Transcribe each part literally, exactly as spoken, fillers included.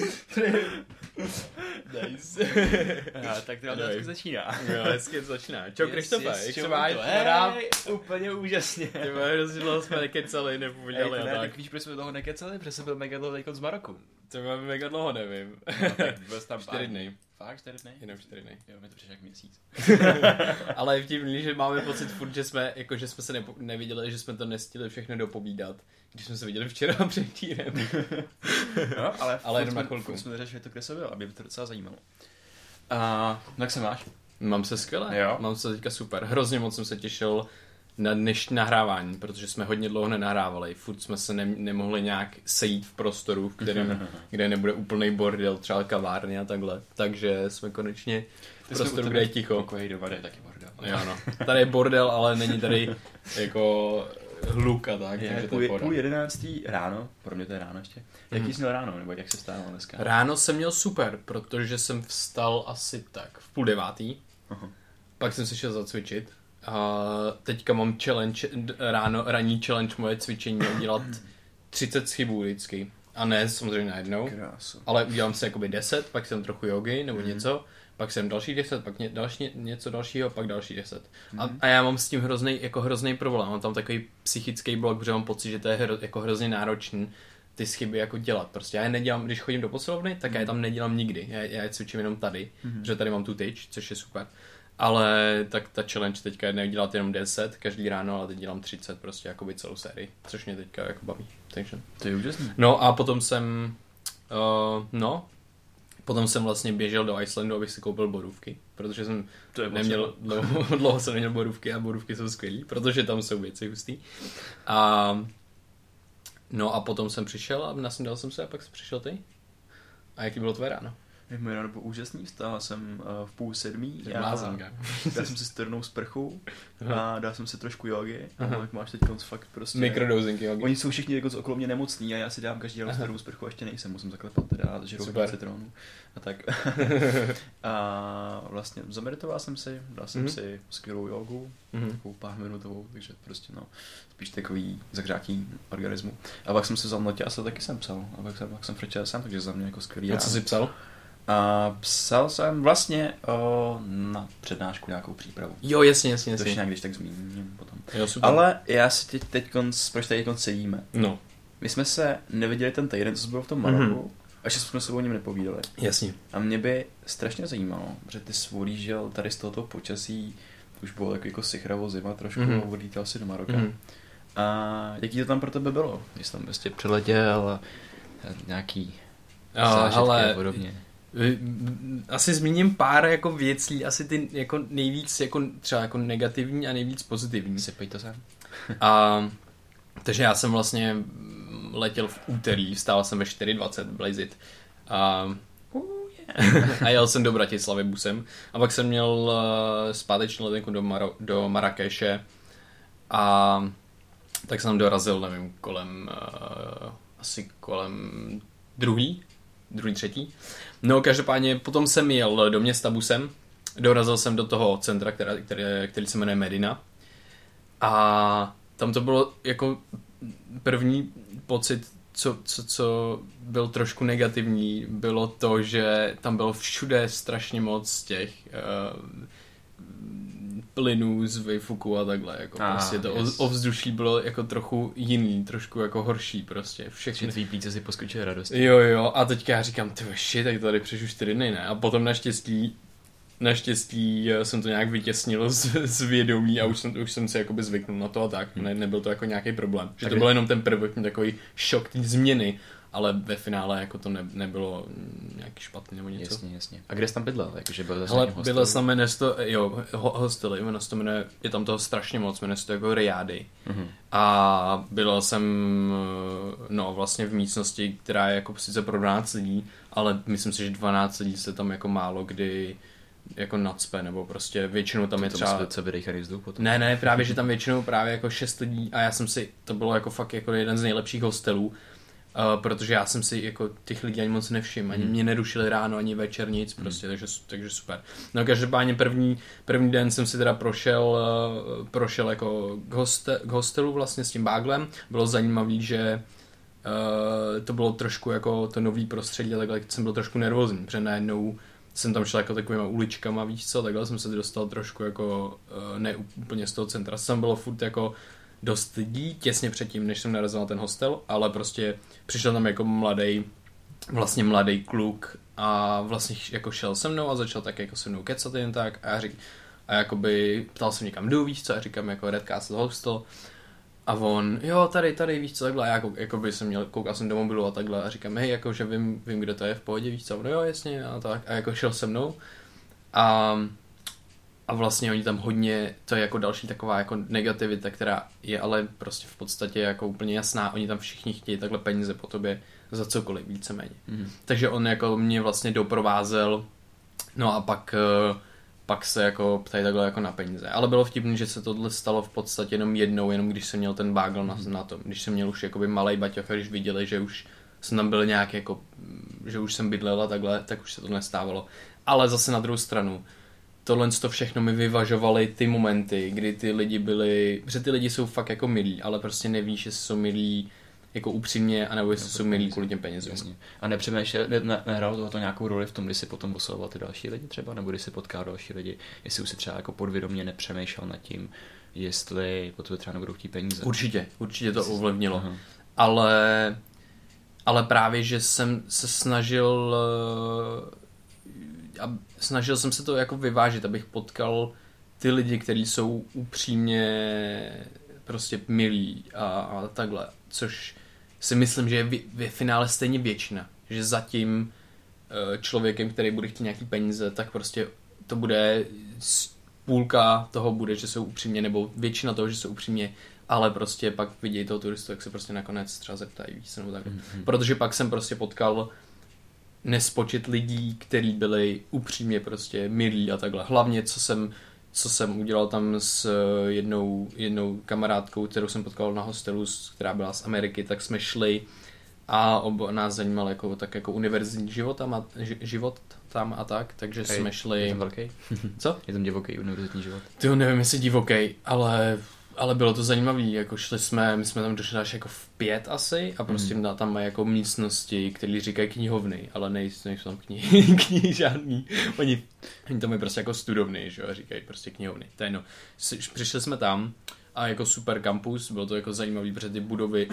Nice. Já, tak to hezky začíná. Jo, hezky začíná. Čau, Yes, Krištofe, yes, jak čau, se máš? to, Rád? hej, úplně úžasně. Ty vole, rozdíl jsme nekecali, Hej, nepověděli to a ne, tak. tak víš, proč jsme toho nekecali? Protože jsem byl mega dlouho z Maroku. To máme mega dlouho, nevím. No, tak byl jsi tam Čtyři pár- dny. Fakt čtyři dny? Jenom čtyři dny. Jo, mi to přišlo jak měsíc. Ale je vtipný, že máme pocit furt, že jsme, jako, že jsme se nepo, neviděli, že jsme to nestihli všechno dopovídat. Když jsme se viděli včera a předtírem. No, ale, Ale furt jenom na jsme- chvilku. furt jsme neřešili to, kde se byl, aby mě to docela zajímalo. A no, jak se máš? Mám se skvěle, Jo. mám se teďka super. Hrozně moc jsem se těšil na dnešní nahrávání, protože jsme hodně dlouho nenahrávali. Furt jsme se ne, nemohli nějak sejít v prostoru, v kterém, kde nebude úplný bordel, třeba kavárny a takhle. Takže jsme konečně v Ty jsme prostoru, u kde je tebe ticho. v pokoji doma, kde je taky bordel. Jo, no. Tady je bordel, ale není tady jako hluk a tak. Je takže to půl, je pohoda. půl jedenáctý ráno, pro mě to je ráno ještě. Jak jsi měl ráno, nebo jak se stával dneska? Ráno jsem měl super, protože jsem vstal asi tak v půl devátý. Aha. Pak jsem se šel zacvičit. A teďka mám challenge, ráno, ranní challenge moje cvičení je udělat třicet schybů vždycky. A ne samozřejmě najednou, Krásu. ale udělám si jakoby deset, pak jsem trochu jogy nebo Mhm. něco, pak jsem další deset, pak ně, další, něco dalšího, pak další deset. A, Mhm. a já mám s tím hrozný, jako hrozný problém, mám tam takový psychický blok, protože mám pocit, že to je hro, jako hrozně náročný ty chyby jako dělat. Prostě já je nedělám, když chodím do posilovny, tak já je tam nedělám nikdy. Já, já je cvičím jenom tady, Mhm. protože tady mám tu tyč, což je super. Ale tak ta challenge teďka je nedělat jenom deset každý ráno, ale teď dělám třicet prostě jakoby celou sérii, což mě teďka jako baví. Takže. To je úžasný. No a potom jsem, uh, no, potom jsem vlastně běžel do Icelandu, abych si koupil borůvky, protože jsem To je neměl, dlouho, dlouho jsem neměl borůvky a borůvky jsou skvělý, protože tam jsou věci hustý. A no a potom jsem přišel a nasnídal jsem se a pak jsem přišel ty. A jaký bylo tvoje ráno? Moje ráno bylo úžasný, vstal jsem uh, v půl sedmý. Jsi blázen, dal jsem si studenou sprchu a dal jsem si trošku jogy. Aha. A jak máš teď fakt prostě... Mikrodosing, jo. Oni jsou všichni jako okolo mě nemocní a já si dám každý den studenou sprchu a ještě nejsem, musím zaklepat teda žeroutní citronu a tak. A vlastně zameditoval jsem si, dal jsem Mhm. si skvělou jogu, Mhm. takovou pár minutovou, takže prostě no, spíš takový zahřátí organismu. A pak jsem se vzal notě a se taky jsem psal. A pak jsem, pak jsem frčel sám, takže za mě jako skvělý A co ráno. jsi psal? A psal jsem vlastně o, na přednášku nějakou přípravu. Jo, jasně, jasně, To jasně. nějak když tak zmíním potom. Jo, super. Ale já si teď, teď konc, proč tady konc sedíme? No, My jsme se neviděli ten týden, co bylo v tom Maroku, mm-hmm. až jsme se o něm nepovídali. jasně. A mě by strašně zajímalo, že ty jsi odjížděl tady z tohoto počasí, už bylo takový jako sichravo zima trošku, Mhm. mm-hmm. odlítal si do Maroka. Mhm. Mm-hmm. A jaký to tam pro tebe bylo? Když jsi tam prostě přeletěl a nějaký A, zážitky ale a podobně. asi zmíním pár jako věcí, asi ty jako nejvíc jako třeba jako negativní a nejvíc pozitivní. Sypej to sem. A takže já jsem vlastně letěl v úterý, vstál jsem ve čtyři dvacet blazit a, a jel jsem do Bratislavy busem a pak jsem měl uh, zpáteční letenku do, Maro, do Marrakeše a tak jsem dorazil, nevím, kolem uh, asi kolem druhý, druhý, třetí. No každopádně potom jsem jel do města busem, dorazil jsem do toho centra, které, které, který se jmenuje Medina a tam to bylo jako první pocit, co, co, co byl trošku negativní, bylo to, že tam bylo všude strašně moc těch uh, plynů z výfuku a takhle, jako Ah, prostě to yes. ovzduší bylo jako trochu jiný, trošku jako horší prostě, všechny. Že tvý plíce si poskočuje radosti. Jo, jo, a teďka já říkám, ty shit, tak tady přežiju čtyři dny, ne? A potom naštěstí Naštěstí jsem to nějak vytěsnil z, z vědomí a už jsem, už jsem si jakoby zvyknul na to a tak. Ne, nebyl to jako nějaký problém. Že to byl jenom ten prvotní takový šok té změny, ale ve finále jako to ne, nebylo nějaký špatný nebo něco. Jasně, jasně. A kde jsi tam bydlel? Jakože byl zase Ale nějaký bydlel jsem jmenuje to, jo, ho, hostely, jmenuje to jmenuje, je tam toho strašně moc, jmenuje se to jako Riády. Mhm. A bydlel jsem, no vlastně v místnosti, která je jako sice pro dvanáct lidí, ale myslím si, že dvanáct lidí se tam jako málo kdy jako nacpe, nebo prostě většinou tam je třeba... To se vydechaný vzduch potom? Ne, ne, právě, že tam většinou právě jako šest lidí a já jsem si, to bylo jako fakt jako jeden z nejlepších hostelů, uh, protože já jsem si jako těch lidí ani moc nevšiml, ani Hmm. mě nerušili ráno, ani večer, nic prostě, takže, takže super. No každopádně první, první den jsem si teda prošel, uh, prošel jako k, hoste, k hostelu vlastně s tím báglem, bylo zajímavý, že uh, to bylo trošku jako to nový prostředí, takhle jsem byl trošku nervózní, protože najednou jsem tam šel jako takovýma uličkama, víš co, takhle jsem se dostal trošku jako uh, ne úplně z toho centra, jsem bylo furt jako dost lidí těsně předtím, než jsem narazil na ten hostel, ale prostě přišel tam jako mladý, vlastně mladý kluk a vlastně jako šel se mnou a začal tak jako se mnou kecat jen tak a já řík, a jakoby ptal jsem někam jdu, víš co, a říkám jako Red Castle Hostel a on, jo tady, tady, víš co, takhle a já jako, jakoby jsem měl, koukal jsem do mobilu a takhle a říkám, hej, jako, že vím, vím, kde to je v pohodě, víš co, no jo, jasně a tak a jako šel se mnou a A vlastně oni tam hodně, to je jako další taková jako negativita, která je ale prostě v podstatě jako úplně jasná. Oni tam všichni chtějí takhle peníze po tobě za cokoliv, víceméně. Mm. Takže on jako mě vlastně doprovázel, no a pak, pak se jako ptají takhle jako na peníze. Ale bylo vtipný, že se tohle stalo v podstatě jenom jednou, jenom když jsem měl ten bagel na, na tom. Když jsem měl už jakoby malej baťoch a když viděli, že už jsem tam byl nějak jako, že už jsem bydlel a takhle, tak už se to nestávalo. Ale zase na druhou stranu, tohle to všechno mi vyvažovaly ty momenty, kdy ty lidi byli, protože ty lidi jsou fakt jako milí, ale prostě nevíš, jestli jsou milí jako upřímně, anebo jestli no, jsou milí kvůli těm penězům. Jasně. A nepřemýšlel, ne, ne, nehrál to nějakou roli v tom, kdy si potom oslovoval ty další lidi třeba, nebo když si potkal další lidi, jestli už si třeba jako podvědomě nepřemýšlel nad tím, jestli po tobě třeba nebudou chtít peníze. Určitě, určitě to ovlivnilo. Aha. Ale, ale právě, že jsem se snažil a snažil jsem se to jako vyvážit, abych potkal ty lidi, kteří jsou upřímně prostě milí a, a takhle, což si myslím, že je ve finále stejně většina, že za tím člověkem, který bude chtít nějaký peníze, tak prostě to bude půlka toho bude, že jsou upřímně, nebo většina toho, že jsou upřímně, ale prostě pak vidějí toho turistu, jak se prostě nakonec třeba zeptají, víc nebo tak. Mm-hmm. Protože pak jsem prostě potkal nespočet lidí, kteří byli upřímně prostě milí a takhle. Hlavně, co jsem, co jsem udělal tam s jednou, jednou kamarádkou, kterou jsem potkal na hostelu, která byla z Ameriky, tak jsme šli a oba nás zajímal jako, tak jako univerzitní život tam a, život tam a tak, takže Hej, jsme šli... Je tam velký? Co? Je tam divoký univerzitní život? Tyjo, nevím, jestli divoký, ale... Ale bylo to zajímavý, jako šli jsme, my jsme tam došli až jako v pět asi a prostě mm. tam mají jako místnosti, které říkají knihovny, ale nejsou, nejsou tam knihy, knihy žádný. Oni, oni tam je prostě jako studovny, že jo, a říkají prostě knihovny. To je no. Přišli jsme tam a jako super kampus, bylo to jako zajímavý, protože ty budovy,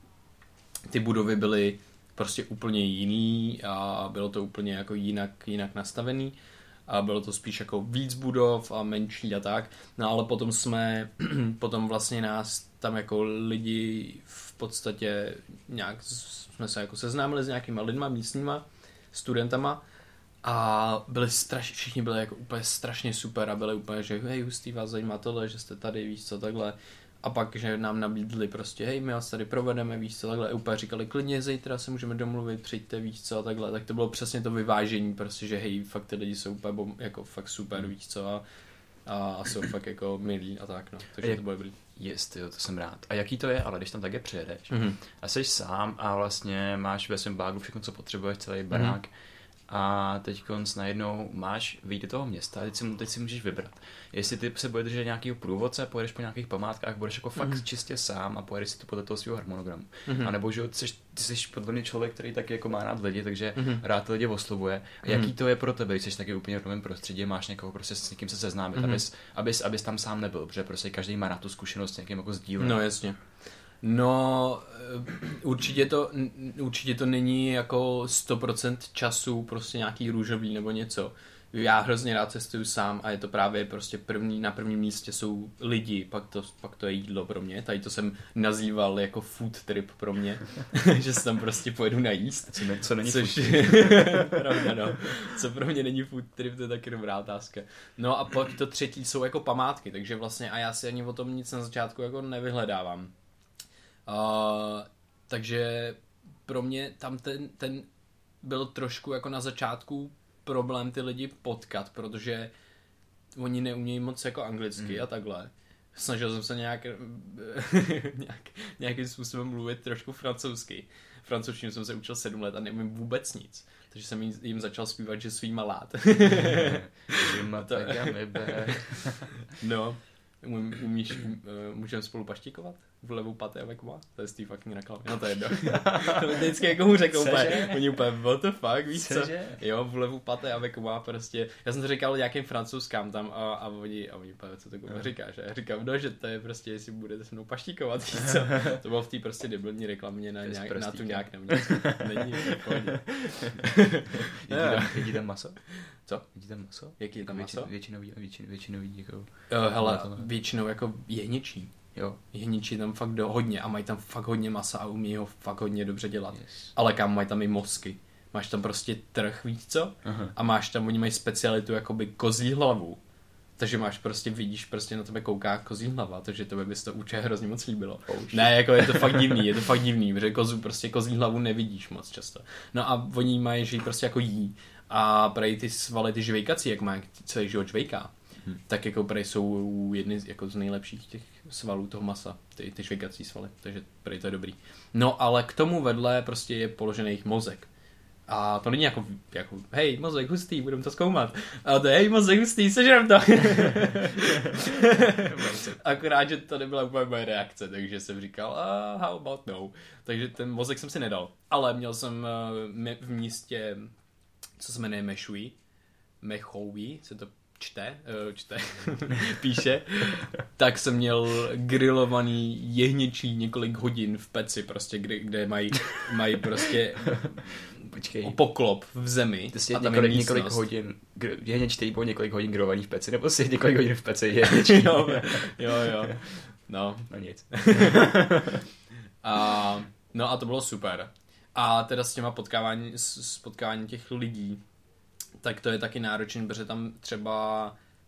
ty budovy byly prostě úplně jiný a bylo to úplně jako jinak, jinak nastavený. A bylo to spíš jako víc budov a menší a tak. No ale potom jsme, potom vlastně nás tam jako lidi v podstatě nějak jsme se jako seznámili s nějakýma lidma, místníma, studentama a byli strašně, všichni byli jako úplně strašně super a byli úplně, že hej, hustý, vás zajímá tohle, že jste tady, víš co, takhle. A pak, že nám nabídli prostě, hej, my vás tady provedeme, víš co, takhle. A úplně říkali, klidně zítra se můžeme domluvit, přijďte, víš co, a takhle. Tak to bylo přesně to vyvážení, prostě, že hej, fakt ty lidi jsou úplně bom, jako fakt super, víš co, a, a, a jsou fakt jako milí a tak, no. Takže jak, to bylo dobrý. Jest, jo, to jsem rád. A jaký to je, ale když tam také přijedeš mm-hmm. a jsi sám a vlastně máš ve svém bágu všechno, co potřebuješ, celý barák, mm-hmm. a teď konc najednou máš vyjít do toho města a teď si, teď si můžeš vybrat. Jestli ty se budeš držet nějakého průvodce, pojedeš po nějakých památkách, budeš jako fakt mm. čistě sám a pojedeš si to podle toho svého harmonogramu. Mm. A nebo že ty jsi, ty jsi podle mě člověk, který taky jako má rád lidi, takže mm. rád ty lidi oslovuje. A jaký mm. to je pro tebe, když jsi taky úplně v novém prostředí, máš někoho prostě s někým se seznámit, mm. abys, abys, abys tam sám nebyl, protože prostě každý má rád tu zkušenost s někým jako sdílet. No jasně. No, určitě to, určitě to není jako sto procent času prostě nějaký růžový nebo něco. Já hrozně rád cestuju sám a je to právě prostě první, na prvním místě jsou lidi, pak to, pak to je jídlo pro mě. Tady to jsem nazýval jako food trip pro mě, že se tam prostě pojedu najíst. Co, ne, co není což, food trip? Pravda, no. Co pro mě není food trip, to je taky dobrá otázka. No a pak to třetí jsou jako památky, takže vlastně a já si ani o tom nic na začátku jako nevyhledávám. Uh, takže pro mě tam ten, ten byl trošku jako na začátku problém ty lidi potkat, protože oni neumějí moc jako anglicky mm. a takhle. Snažil jsem se nějak, nějak nějakým způsobem mluvit trošku francouzsky. Francouzštinu jsem se učil sedm let a nevím vůbec nic. Takže jsem jim, jim začal zpívat, že svý malát. to... No. Um, umíš, um, můžeme spolu paštíkovat? Vlevu paté avec moi? To je z té fucking reklamy. No to je jedno. To vždycky jako mu řekl úplně, oni úplně, what the fuck, víš co? Jo, vlevu paté avec moi prostě. Já jsem to říkal nějakým francouzskám tam a, a oni, a oni úplně, co to komu říkáš? A já říkám, no, že to je prostě, jestli budete se mnou paštíkovat, víš co? To bylo v té prostě debilní reklamě na, nějak, na tu nějak neměl. Není, jedí tam maso? Co? Jedí tam maso? Jaký je tam maso? Většinový, většinový, většinový jako... Uh, hele, většinou jako jehničí. Jo. Jehničí tam fakt do hodně a mají tam fakt hodně masa a umí ho fakt hodně dobře dělat. Yes. Ale kam mají tam i mozky. Máš tam prostě trh, víš co? Uh-huh. A máš tam, oni mají specialitu jakoby kozí hlavu. Takže máš prostě, vidíš, prostě na tebe kouká kozí hlava, takže tebe by se to určitě hrozně moc líbilo. Oh, ne, jako je to fakt divný, je to fakt divný, protože kozu, prostě kozí hlavu nevidíš moc často. No a oni mají, že ji prostě jako jí. A prej ty svaly, ty žvejkací, jak má celý život žvejká, hmm. tak jako prej jsou jedny z, jako z nejlepších těch svalů toho masa, ty, ty žvejkací svaly, takže prej to je dobrý. No ale k tomu vedle prostě je položený jejich mozek. A to není jako, jako hej, mozek hustý, budeme to zkoumat. A to je, hej, mozek hustý, sežerem to. Akorát, že to nebyla úplně moje reakce, takže jsem říkal, uh, how about no. Takže ten mozek jsem si nedal. Ale měl jsem uh, v místě, co se jmenuje Mešují, Mechouví, se to čte, uh, čte, píše, tak jsem měl grilovaný jehněčí několik hodin v peci, prostě, kde, kde mají, mají prostě Počkej. poklop v zemi. Ty jsi a tam několik, několik hodin, jehněč, který byl několik hodin grilovaný v peci, nebo jsi několik hodin v peci jehněčí? jo, jo, jo, no. No nic. a, no a to bylo super. A teda s těma potkávání, s potkávání těch lidí, tak to je taky náročný, protože tam třeba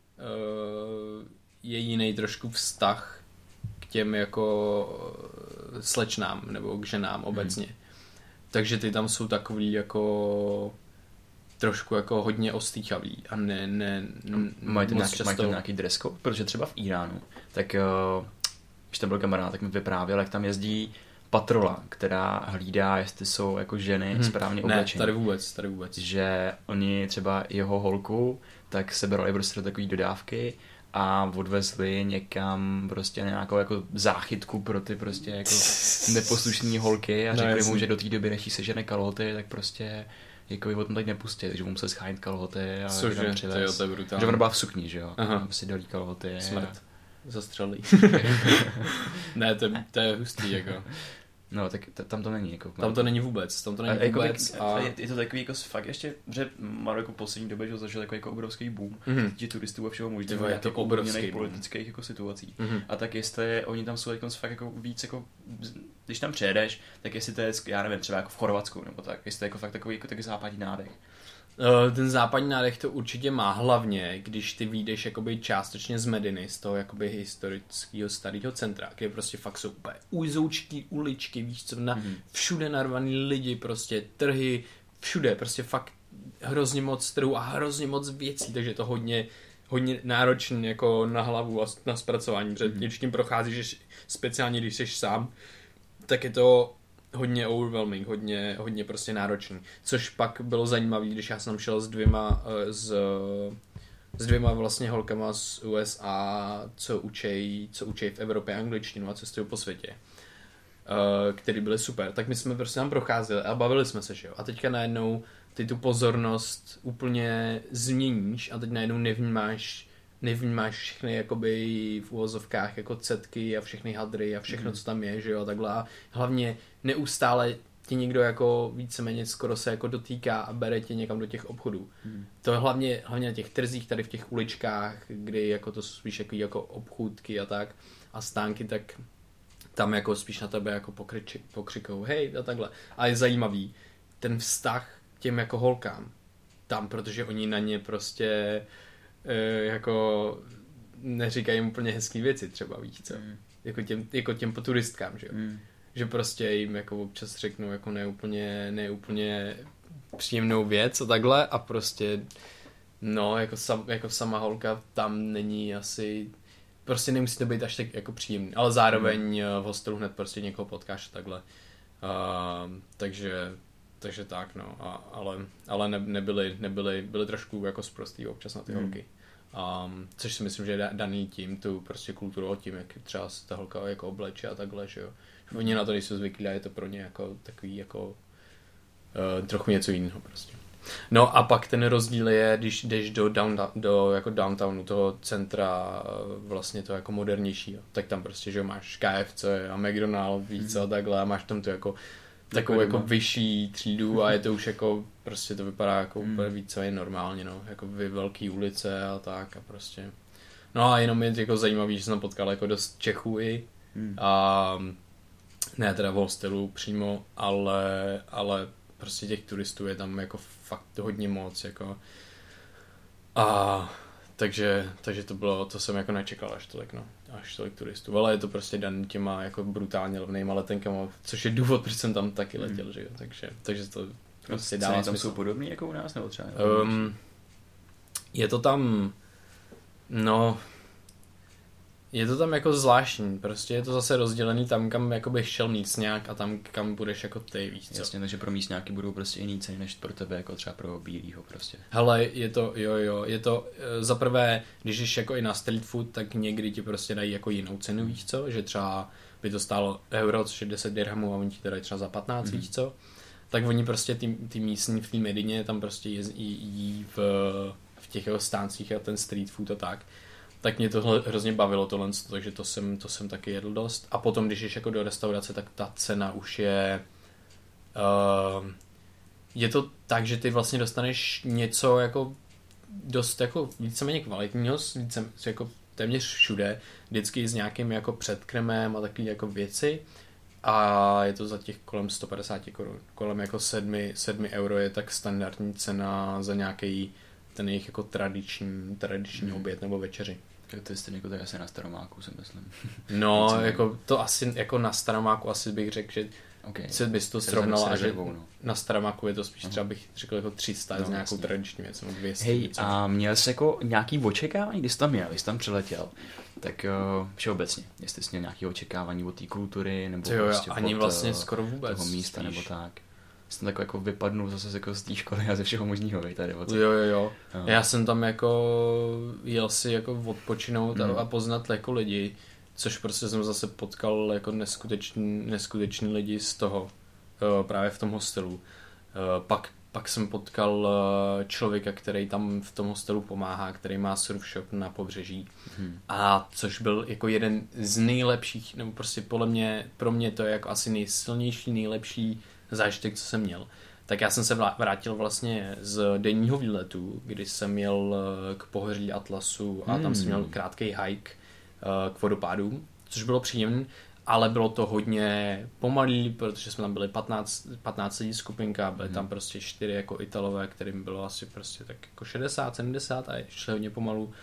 uh, je jiný trošku vztah k těm jako slečnám nebo k ženám obecně. Hmm. Takže ty tam jsou takový jako trošku jako hodně ostýchavý a ne, ne, ne mají tam nějaký, často... nějaký dress code? Protože třeba v Iránu, tak uh, když tam byl kamarád, tak mi vyprávěl, jak tam jezdí patrola, která hlídá, jestli jsou jako ženy hmm. správně oblečené. Ne, tady vůbec, tady vůbec. Že oni třeba jeho holku, tak se brali prostě do takový dodávky a odvezli někam prostě nějakou jako záchytku pro ty prostě jako neposlušný holky a řekli no, mu, že do té doby, než jí sežene kalhoty, tak prostě jako ji o tom tak nepustí, takže mu musel schánit kalhoty a cože, tam přivez. To je brutální. Že ona byla v sukni, že jo? Aha. Si dolí kalhoty. Smrt. A... Zastřelí. Ne, to, to je hustý, jako. No, tak t- tam to není, jako. Tam to není vůbec, tam to není a, jako vůbec. Tak, a... je, je to takový, jako fakt ještě, že Maroko poslední době, že zažil jako, jako obrovský boom, mm-hmm. těch turistů a všeho možného, je to obrovský politických jako situací. Mm-hmm. A tak jestli oni tam jsou jako fakt jako víc, jako, když tam přejedeš, tak jestli to je, já nevím, třeba jako v Chorvatsku, nebo tak, jestli to je jako fakt takový, jako taky západní nádech. Ten západní nádech to určitě má, hlavně, když ty vyjdeš jakoby částečně z Mediny, z toho jakoby historického starého centra, kde prostě fakt jsou úplně uzoučky, uličky, víš co, na, mm. všude narvaný lidi, prostě trhy, všude, prostě fakt hrozně moc trhů a hrozně moc věcí, takže to hodně, hodně náročný jako na hlavu a na zpracování, protože mm. když tím procházíš, speciálně když jsi sám, tak je to hodně overwhelming, hodně, hodně prostě náročný. Což pak bylo zajímavé, když já jsem šel s dvěma, s, s dvěma vlastně holkama z U S A, co učej, co učej v Evropě angličtinu a cestují po světě, který byly super. Tak my jsme prostě tam procházeli a bavili jsme se, že jo. A teďka najednou ty tu pozornost úplně změníš a teď najednou nevnímáš nevnímáš všechny jakoby v uvozovkách jako cetky a všechny hadry a všechno, mm. co tam je, že jo, takhle a hlavně neustále ti někdo jako víceméně skoro se jako dotýká a bere tě někam do těch obchodů. Mm. To je hlavně, hlavně na těch trzích, tady v těch uličkách, kdy jako to spíš jako, jako obchůdky a tak a stánky, tak tam jako spíš na tebe jako pokřič, pokřikou, hej a takhle. A je zajímavý ten vztah k těm jako holkám tam, protože oni na ně prostě jako neříkají úplně hezký věci třeba, víš co? Mm. Jako těm, jako těm turistkám, že jo? Mm. Že prostě jim jako občas řeknou jako neúplně, neúplně příjemnou věc a takhle a prostě no, jako, sam, jako sama holka tam není asi prostě nemusí to být až tak jako příjemný, ale zároveň mm. v hostelu hned prostě někoho potkáš a takhle. Uh, takže Takže tak, no, a, ale, ale ne, nebyly, nebyly, byly trošku jako sprostý občas na ty hmm. holky. Um, což si myslím, že je daný tím, tu prostě kulturu tím, jak třeba se ta holka jako obleče a takhle, že jo. Oni na to nejsou zvyklí a je to pro ně jako takový jako uh, trochu něco jiného prostě. No a pak ten rozdíl je, když jdeš do, down, do jako downtownu, toho centra vlastně to jako modernějšího, tak tam prostě, že jo, máš K F C a McDonald's víc a takhle a máš tam to jako takovou jako vyšší třídu a je to už jako, prostě to vypadá jako hmm. úplně více normálně, no, jako vy velký ulice a tak a prostě. No a jenom je jako zajímavý, že jsem potkal jako dost Čechů i hmm. a ne teda v hostelu přímo, ale, ale prostě těch turistů je tam jako fakt hodně moc, jako a takže, takže to bylo, to jsem jako nečekal až tolik, no, až tolik turistů, ale je to prostě daný těma jako brutálně levnýma letenkama, což je důvod, proč jsem tam taky letěl, hmm. že jo, takže, takže to prostě dává smysl. Tam jsou podobný jako u nás, nebo třeba? Um, je to tam, no, je to tam jako zvláštní, prostě je to zase rozdělený tam, kam jako bych šel místňák a tam, kam budeš jako ty, víš co. Jasně, takže pro místňáky budou prostě jiný ceny, než pro tebe, jako třeba pro bílýho prostě. Hele, je to, jo jo, je to, za prvé, když jsi jako i na street food, tak někdy ti prostě dají jako jinou cenu, víš co, že třeba by to stálo euro, což je deset dirhamů a oni ti to dají třeba za patnáct, mm. víš co. Tak oni prostě ty, ty místní v té Medině tam prostě jezdí jí v, v těch jeho stáncích a ten street food a tak. Tak mě to hrozně bavilo tohle, takže to jsem, to jsem taky jedl dost. A potom, když jdeš jako do restaurace, tak ta cena už je... Uh, je to tak, že ty vlastně dostaneš něco jako dost jako víceméně kvalitního, více, jako téměř všude, vždycky s nějakým jako předkremem a takový jako věci. A je to za těch kolem sto padesát korun. Kolem jako sedm euro je tak standardní cena za nějaký ten jejich jako tradiční, tradiční hmm. oběd nebo večeři. Tak to je stejně jako tak asi na Staromáku, si myslím. No, jako to asi jako na Staromáku asi bych řekl, že okay. se bys to srovnala a že no. Na Staromáku je to spíš třeba bych řekl jako tři sta no, s nějakou jasně. Tradiční věc, nebo dvě stě. Hej, a měl jsi jako nějaký očekávání, když jsi tam měl, když jsi tam přiletěl, tak uh, všeobecně, jestli jsi měl nějaké očekávání od té kultury, nebo to jo, prostě ani od vlastně skoro vůbec, toho místa, spíš. Nebo tak. Jsem tak jako vypadnul zase jako z té školy a ze všeho možného, vej tady. Jo, jo, jo. No. Já jsem tam jako jel si jako odpočinout mm. a poznat jako lidi, což prostě jsem zase potkal jako neskutečný, neskutečný lidi z toho, právě v tom hostelu. Pak, pak jsem potkal člověka, který tam v tom hostelu pomáhá, který má surf shop na pobřeží. Mm. A což byl jako jeden z nejlepších, nebo prostě podle mě, pro mě to je jako asi nejsilnější, nejlepší zážitek, co jsem měl. Tak já jsem se vrátil vlastně z denního výletu, kdy jsem jel k pohoří Atlasu a tam jsem měl krátký hike k vodopádům, což bylo příjemné, ale bylo to hodně pomalý, protože jsme tam byli patnáct, patnáct lidí skupinka, byly tam prostě čtyři jako Italové, kterým bylo asi prostě tak jako šedesát, sedmdesát a šli hodně pomalu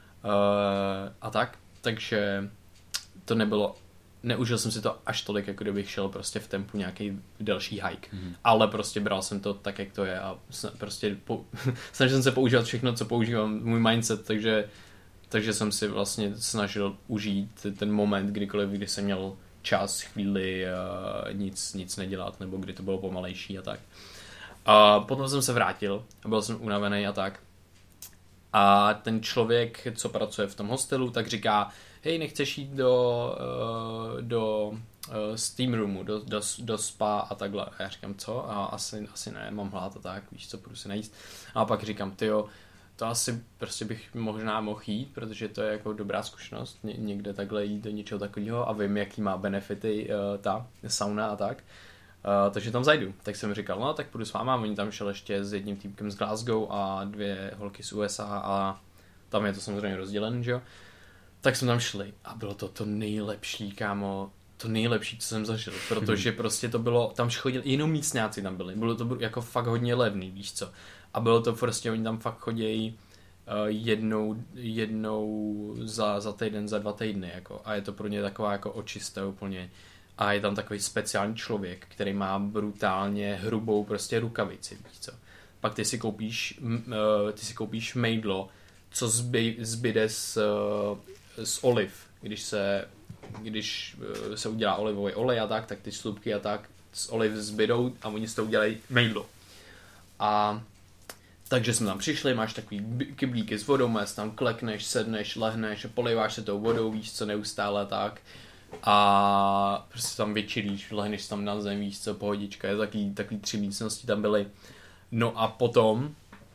a tak, takže to nebylo neužil jsem si to až tolik, jako kdybych šel prostě v tempu nějaký delší hike. Mm. Ale prostě bral jsem to tak, jak to je a prostě po, snažil jsem se používat všechno, co používám, můj mindset, takže, takže jsem si vlastně snažil užít ten moment, kdykoliv, kdy jsem měl čas, chvíli uh, nic, nic nedělat, nebo kdy to bylo pomalejší a tak. A potom jsem se vrátil a byl jsem unavený a tak. A ten člověk, co pracuje v tom hostelu, tak říká, hej, nechceš jít do, uh, do uh, steam roomu, do, do, do spa a takhle. A já říkám, co? A asi, asi ne, mám hlad a tak, víš co, půjdu si najíst. A pak říkám, tyjo, to asi prostě bych možná mohl jít, protože to je jako dobrá zkušenost, Ně, někde takhle jít do něčeho takového a vím, jaký má benefity uh, ta sauna a tak. Uh, takže tam zajdu. Tak jsem říkal, no tak půjdu s váma, oni tam šel ještě s jedním týpkem z Glasgow a dvě holky z U S A a tam je to samozřejmě rozdělen, že jo. Tak jsme tam šli a bylo to to nejlepší, kámo, to nejlepší, co jsem zažil, protože prostě to bylo, tam chodili, jenom místňáci tam byli, bylo to jako fakt hodně levný, víš co. A bylo to prostě, oni tam fakt chodějí uh, jednou, jednou za, za týden, za dva týdny, jako. A je to pro ně taková jako očista úplně. A je tam takový speciální člověk, který má brutálně hrubou prostě rukavici, víš co. Pak ty si koupíš, uh, ty si koupíš mejdlo, co zby, zbyde z, z oliv, když se, když se udělá olivový olej a tak, tak ty slupky a tak z oliv zbydou a oni z toho udělají mejdlo. A takže jsme tam přišli, máš takový kyblíky s vodou, máš tam klekneš, sedneš, lehneš, poliváš se tou vodou, víš co, neustále tak. A prostě tam vyčilíš, lehneš tam na zem, víš co, pohodička, je takový, takový tři místnosti tam byly. No a potom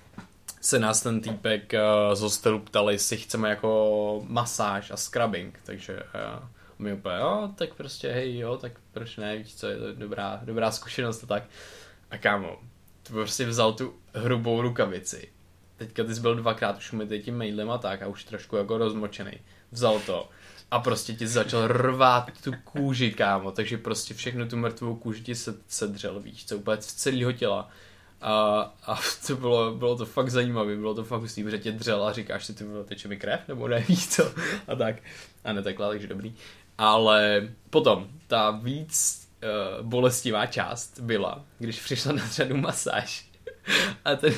se nás ten týpek uh, z hostelu ptali, jestli chceme jako masáž a scrubbing, takže uh, my úplně, jo, tak prostě hej, jo, tak proč ne, víš co, je to dobrá, dobrá zkušenost a tak. A kámo, to prostě vzal tu hrubou rukavici. Teďka ty jsi byl dvakrát už umytej tím mailem a tak a už trošku jako rozmočený. Vzal to a prostě ti začal rvát tu kůži, kámo, takže prostě všechno tu mrtvou kůži ti se sedřel, víš co, úplně z celého těla. A, a to bylo, bylo to fakt zajímavé, bylo to fakt hustý, protože tě dřel a říkáš si, ty teče mi krev, nebo ne, víš co, a tak. A netekla, takže dobrý. Ale potom, ta víc uh, bolestivá část byla, když přišla na řadu masáž. A ten...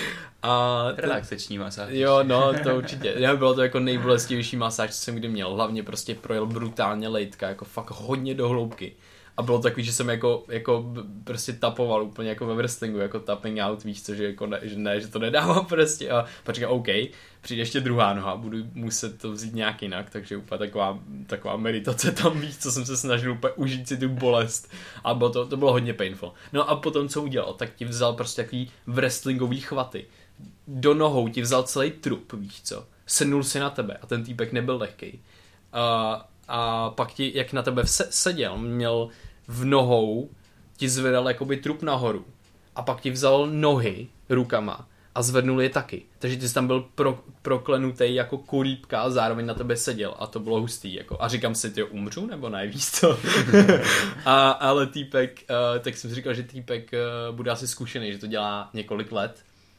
A ten, relaxační masáž. Jo, no, to určitě. Já bylo to jako nejbolestivější masáž, co jsem kdy měl. Hlavně prostě projel brutálně lejtka, jako fakt hodně do hloubky. A bylo takový, že jsem jako, jako prostě tapoval úplně jako ve wrestlingu, jako tapping out, víš co, že, jako ne, že ne, že to nedávám prostě. A pak říkám, OK, přijde ještě druhá noha, budu muset to vzít nějak jinak, takže úplně taková, taková meditace tam, víš, co jsem se snažil úplně užít si tu bolest. A bylo to, to bylo hodně painful. No a potom, co udělal, tak ti vzal prostě takový wrestlingový chvaty. Do nohou ti vzal celý trup, víš co. Sednul si na tebe a ten týpek nebyl lehkej. A, a pak ti, jak na tebe seděl, měl v nohou, ti zvedal jakoby trup nahoru. A pak ti vzal nohy rukama a zvednul je taky. Takže ty jsi tam byl pro, proklenutý jako kulípka a zároveň na tebe seděl a to bylo hustý. Jako. A říkám si, ty umřu nebo ne, víš co? a, ale týpek, uh, tak jsem si říkal, že týpek uh, bude asi zkušený, že to dělá několik let.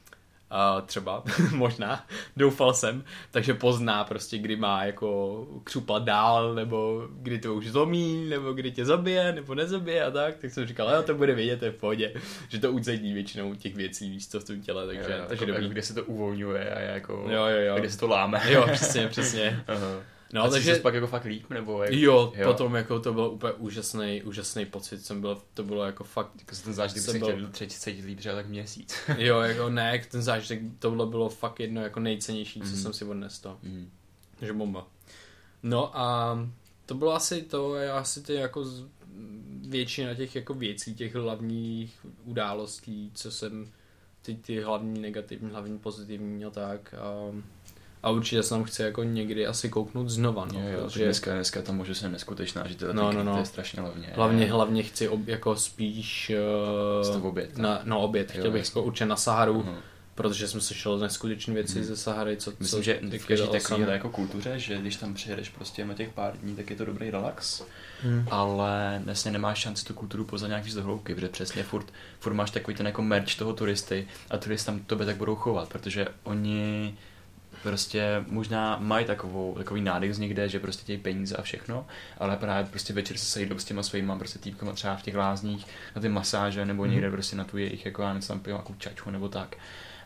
Uh, třeba, možná, doufal jsem, takže pozná prostě, kdy má jako křupat dál, nebo kdy to už zlomí, nebo kdy tě zabije, nebo nezabije a tak, tak jsem říkal, jo, to bude vědět, to je v pohodě, že to ucedí většinou těch věcí, víc co v tom těle, takže, jo, jo, takže jako, dobrý. kde se to uvolňuje a jako, jo, jo, jo. kde se to láme. Jo, přesně, přesně. Aha. No, a takže jsi pak jako fakt líp, nebo jak... jo, jo, potom jako to byl úplně úžasný, úžasný pocit, jsem byl, to bylo jako fakt... Jako ten zážitek, kdyby byl... se chtěl třetí cítit líp, třeba tak měsíc. jo, jako ne, ten zážitek, tohle bylo fakt jedno jako nejcennější, co mm. jsem si odnesl to. Mm. Takže bomba. No a to bylo asi to, asi ty jako z, většina těch jako věcí, těch hlavních událostí, co jsem, ty, ty hlavní negativní, hlavní pozitivní a tak a... A určitě se tam chci jako někdy asi kouknout znova, no. Jo, jo, protože... dneska, dneska tam může se neskutečná, že to, no, no, no. to je strašně levně. Hlavně, hlavně chci ob, jako spíš... Uh, oběd, na, no oběd, chtěl jo, bych jako určitě na Saharu, uh-huh. protože jsem slyšel neskutečné věci uh-huh. ze Sahary, co... Myslím, co že v každé takové jako kultuře, že když tam přijedeš prostě na těch pár dní, tak je to dobrý relax, hmm. ale vlastně nemáš šanci tu kulturu poznat nějak víc do hloubky, protože přesně furt, furt máš takový ten jako merch toho turisty a turisty tam tobě tak budou chovat, protože oni... prostě možná mají takovou, takový nádech z někde, že prostě tějí peníze a všechno, ale právě prostě večer se sejdou s těma svýma prostě týpkama třeba v těch lázních na ty masáže nebo mm. někde prostě na tu jejich, jako já něco tam pijou, jako čačku nebo tak.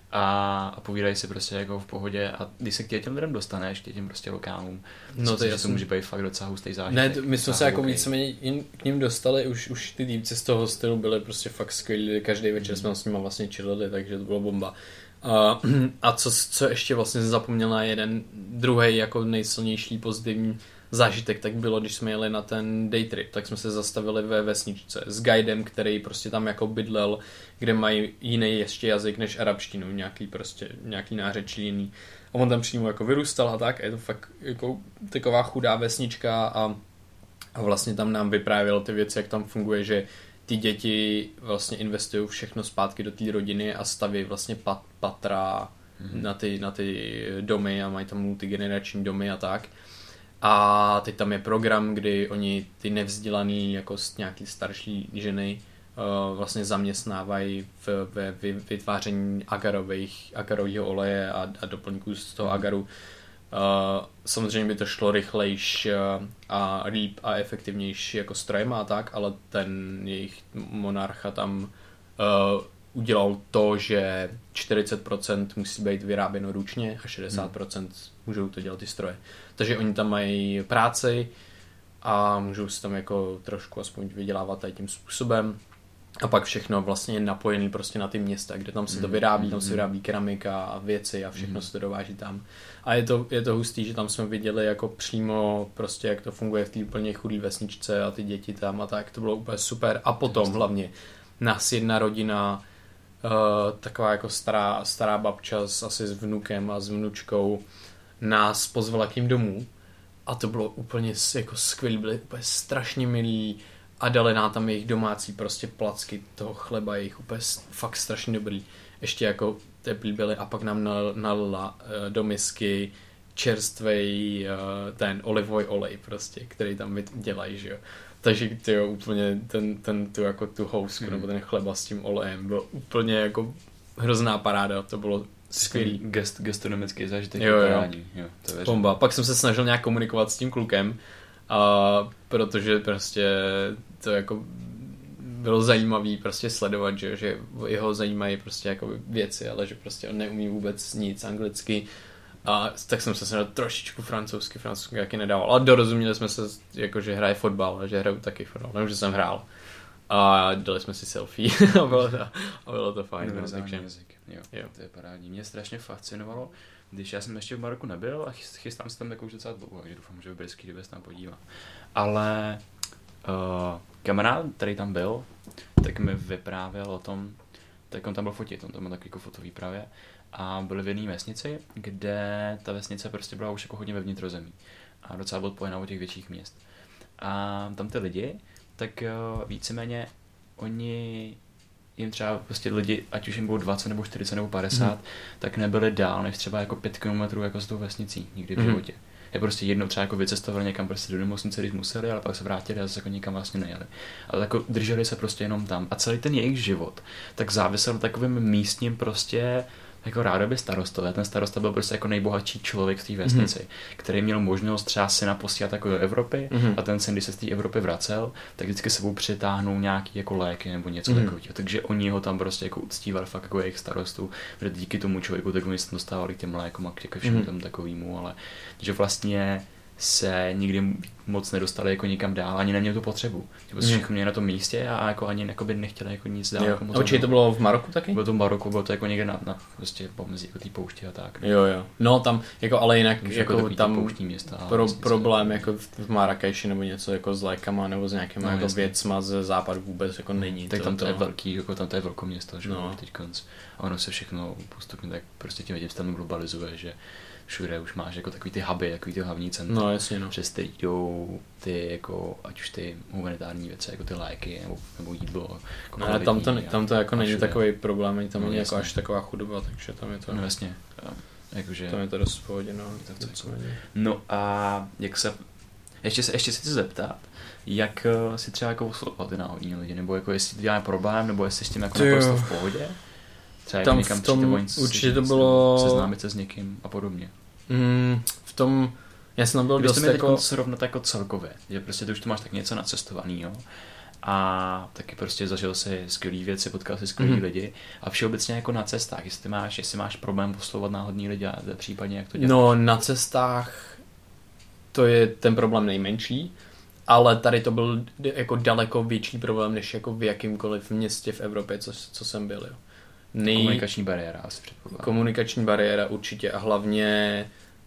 A, a povídají si prostě jako v pohodě a když se k těm lidem dostaneš, k těm prostě lokálům, no to, to může být fakt docela hustý zážitek. Ne, to, my jsme se jako víceméně k ním dostali, už, už ty týpci z toho stylu byly prostě fakt skvělí, každý večer mm. jsme s nimi vlastně chillili, takže to bylo bomba. A, a co, co ještě vlastně zapomněl na jeden druhý jako nejsilnější pozitivní zážitek, tak bylo, když jsme jeli na ten day trip, tak jsme se zastavili ve vesničce s guidem, který prostě tam jako bydlel, kde mají jiný ještě jazyk než arabštinu, nějaký prostě, nějaký nářečí jiný. A on tam přímo jako vyrůstal a tak, a je to fakt jako taková chudá vesnička a, a vlastně tam nám vyprávěl ty věci, jak tam funguje, že ty děti vlastně investují všechno zpátky do té rodiny a staví vlastně pat, patra mm. na, ty, na ty domy a mají tam multigenerační domy a tak. A teď tam je program, kdy oni ty nevzdělaný jako nějaký starší ženy uh, vlastně zaměstnávají v, ve vytváření agarových, agarového oleje a, a doplňků z toho agaru. Uh, samozřejmě by to šlo rychlejš uh, a líp a efektivnější jako strojema a tak, ale ten jejich monarcha tam uh, udělal to, že čtyřicet procent musí být vyráběno ručně a šedesát procent hmm. můžou to dělat ty stroje. Takže oni tam mají práci a můžou si tam jako trošku aspoň vydělávat tady tím způsobem. A pak všechno vlastně je napojený prostě na ty města, kde tam se to vyrábí, tam se vyrábí keramika a věci a všechno se to dováží tam. A je to, je to hustý, že tam jsme viděli jako přímo prostě, jak to funguje v té úplně chudé vesničce a ty děti tam a tak, to bylo úplně super. A potom hlavně nás jedna rodina, uh, taková jako stará, stará babča s, asi s vnukem a s vnučkou, nás pozvala k ním domů a to bylo úplně jako skvělý, byli úplně strašně milí a dali nám tam jejich domácí prostě placky toho chleba, jejich úplně fakt strašně dobrý. Ještě jako teplý byly a pak nám nalila uh, do misky čerstvej uh, ten olivový olej prostě, který tam dělají, že jo. Takže tyjo, úplně ten, ten tu jako tu housku hmm. nebo ten chleba s tím olejem byl úplně jako hrozná paráda, to bylo skvělý. Gest, gastronomický zážitek. Jo, jo. jo to Bomba. Pak jsem se snažil nějak komunikovat s tím klukem, a protože prostě to jako bylo zajímavý prostě sledovat, že, že jeho zajímají prostě jako věci, ale že prostě on neumí vůbec nic anglicky. A tak jsem se snažil trošičku francouzsky, francouzsky jaký nedával. Ale dorozuměli jsme se, jako, že hraje fotbal, že hraju taky fotbal, nebo že jsem hrál. A dali jsme si selfie a bylo to, a bylo to fajn. No, takže... jazyk. Jo, jo, to je parádní. Mě strašně fascinovalo, když já jsem ještě v Maroku nebyl a chystám se tam jako už docela dlouho, takže doufám, že v brzký době se tam podívám. Ale uh, kamarád, který tam byl, tak mi vyprávěl o tom, tak on tam byl fotit, on tam byl taky jako fotovýpravě a byli v jedné vesnici, kde ta vesnice prostě byla už jako hodně ve vnitrozemí a docela byla odpojená od těch větších měst. A tam ty lidi, tak uh, víceméně oni jim třeba prostě lidi, ať už jim bylo dvacet nebo čtyřicet nebo padesát, mm. tak nebyli dál než třeba jako pět kilometrů jako s tou vesnicí nikdy v mm. životě. Je prostě jednou třeba jako vycestovali někam prostě do nemocnice, když museli, ale pak se vrátili a zase jako nikam vlastně nejeli. Ale jako drželi se prostě jenom tam. A celý ten jejich život tak závisel na takovým místním prostě jako rádoby starostové. Ten starosta byl prostě jako nejbohatší člověk v té vesnici, mm. který měl možnost třeba syna posílat jako do Evropy mm. a ten syn, když se z té Evropy vracel, tak vždycky sebou přitáhnul nějaký jako léky nebo něco mm. takového. Takže oni ho tam prostě jako uctívali fakt jako jejich starostu, protože díky tomu člověku tak oni se dostávali k těm lékům a k všemu mm. tam takovému, ale že vlastně se nikdy moc nedostali jako nikam dál, ani neměli tu potřebu. Prostě mm. všichni měli na tom místě a jako ani jakoby nechtěli jako nic dál. Jako a určitě to bylo v Maroku taky? Bylo to v Maroku, bylo to jako někde na, na prostě pomezí jako té pouště a tak. Jo, jo. No tam, jako ale jinak Už jako, jako tam města, pro, problém jako v Marrakeši nebo něco jako s lékama nebo s nějakými no, jako věcma ze západu vůbec jako není. Tak to, tam to, to je to velký, jako tam to je velké město, že no. teď konc. A ono se všechno postupně tak prostě tím tam globalizuje, že všude už máš jako takový ty huby, takový ty hlavní centra, no, jasně, no. přes ty jdou ty jako, ať už ty humanitární věci, jako ty léky nebo, nebo jídlo. Jako no, ale tam to, tam to jako není takový problém, tam no, není jako až taková chudoba, takže tam je to... No jasně. Jakože... Tam je to dost v pohodě, no. Tak to no a jak se... Ještě se, ještě se chci zeptat, jak si třeba jako oslovoval ty náhodní lidi, nebo jako jestli to dělá problém, nebo jestli s tím jako naprosto v pohodě? Třeba tam někam v tom určitě si, to bylo... Seznámit se s někým a podobně. Mm, v tom, já jsem tam byl dost jako... jako... srovnat jako celkově, že prostě ty už tu máš tak něco nacestovanýho a taky prostě zažil si skvělý věci, potkal si skvělý mm. lidi a všeobecně jako na cestách, jestli máš, jestli máš problém oslovovat náhodní lidi a případně jak to děláš? No na cestách to je ten problém nejmenší, ale tady to byl jako daleko větší problém, než jako v jakýmkoliv městě v Evropě, co, co jsem byl, jo. Nej... Komunikační bariéra asi předpokládám. Komunikační bariéra určitě a hlavně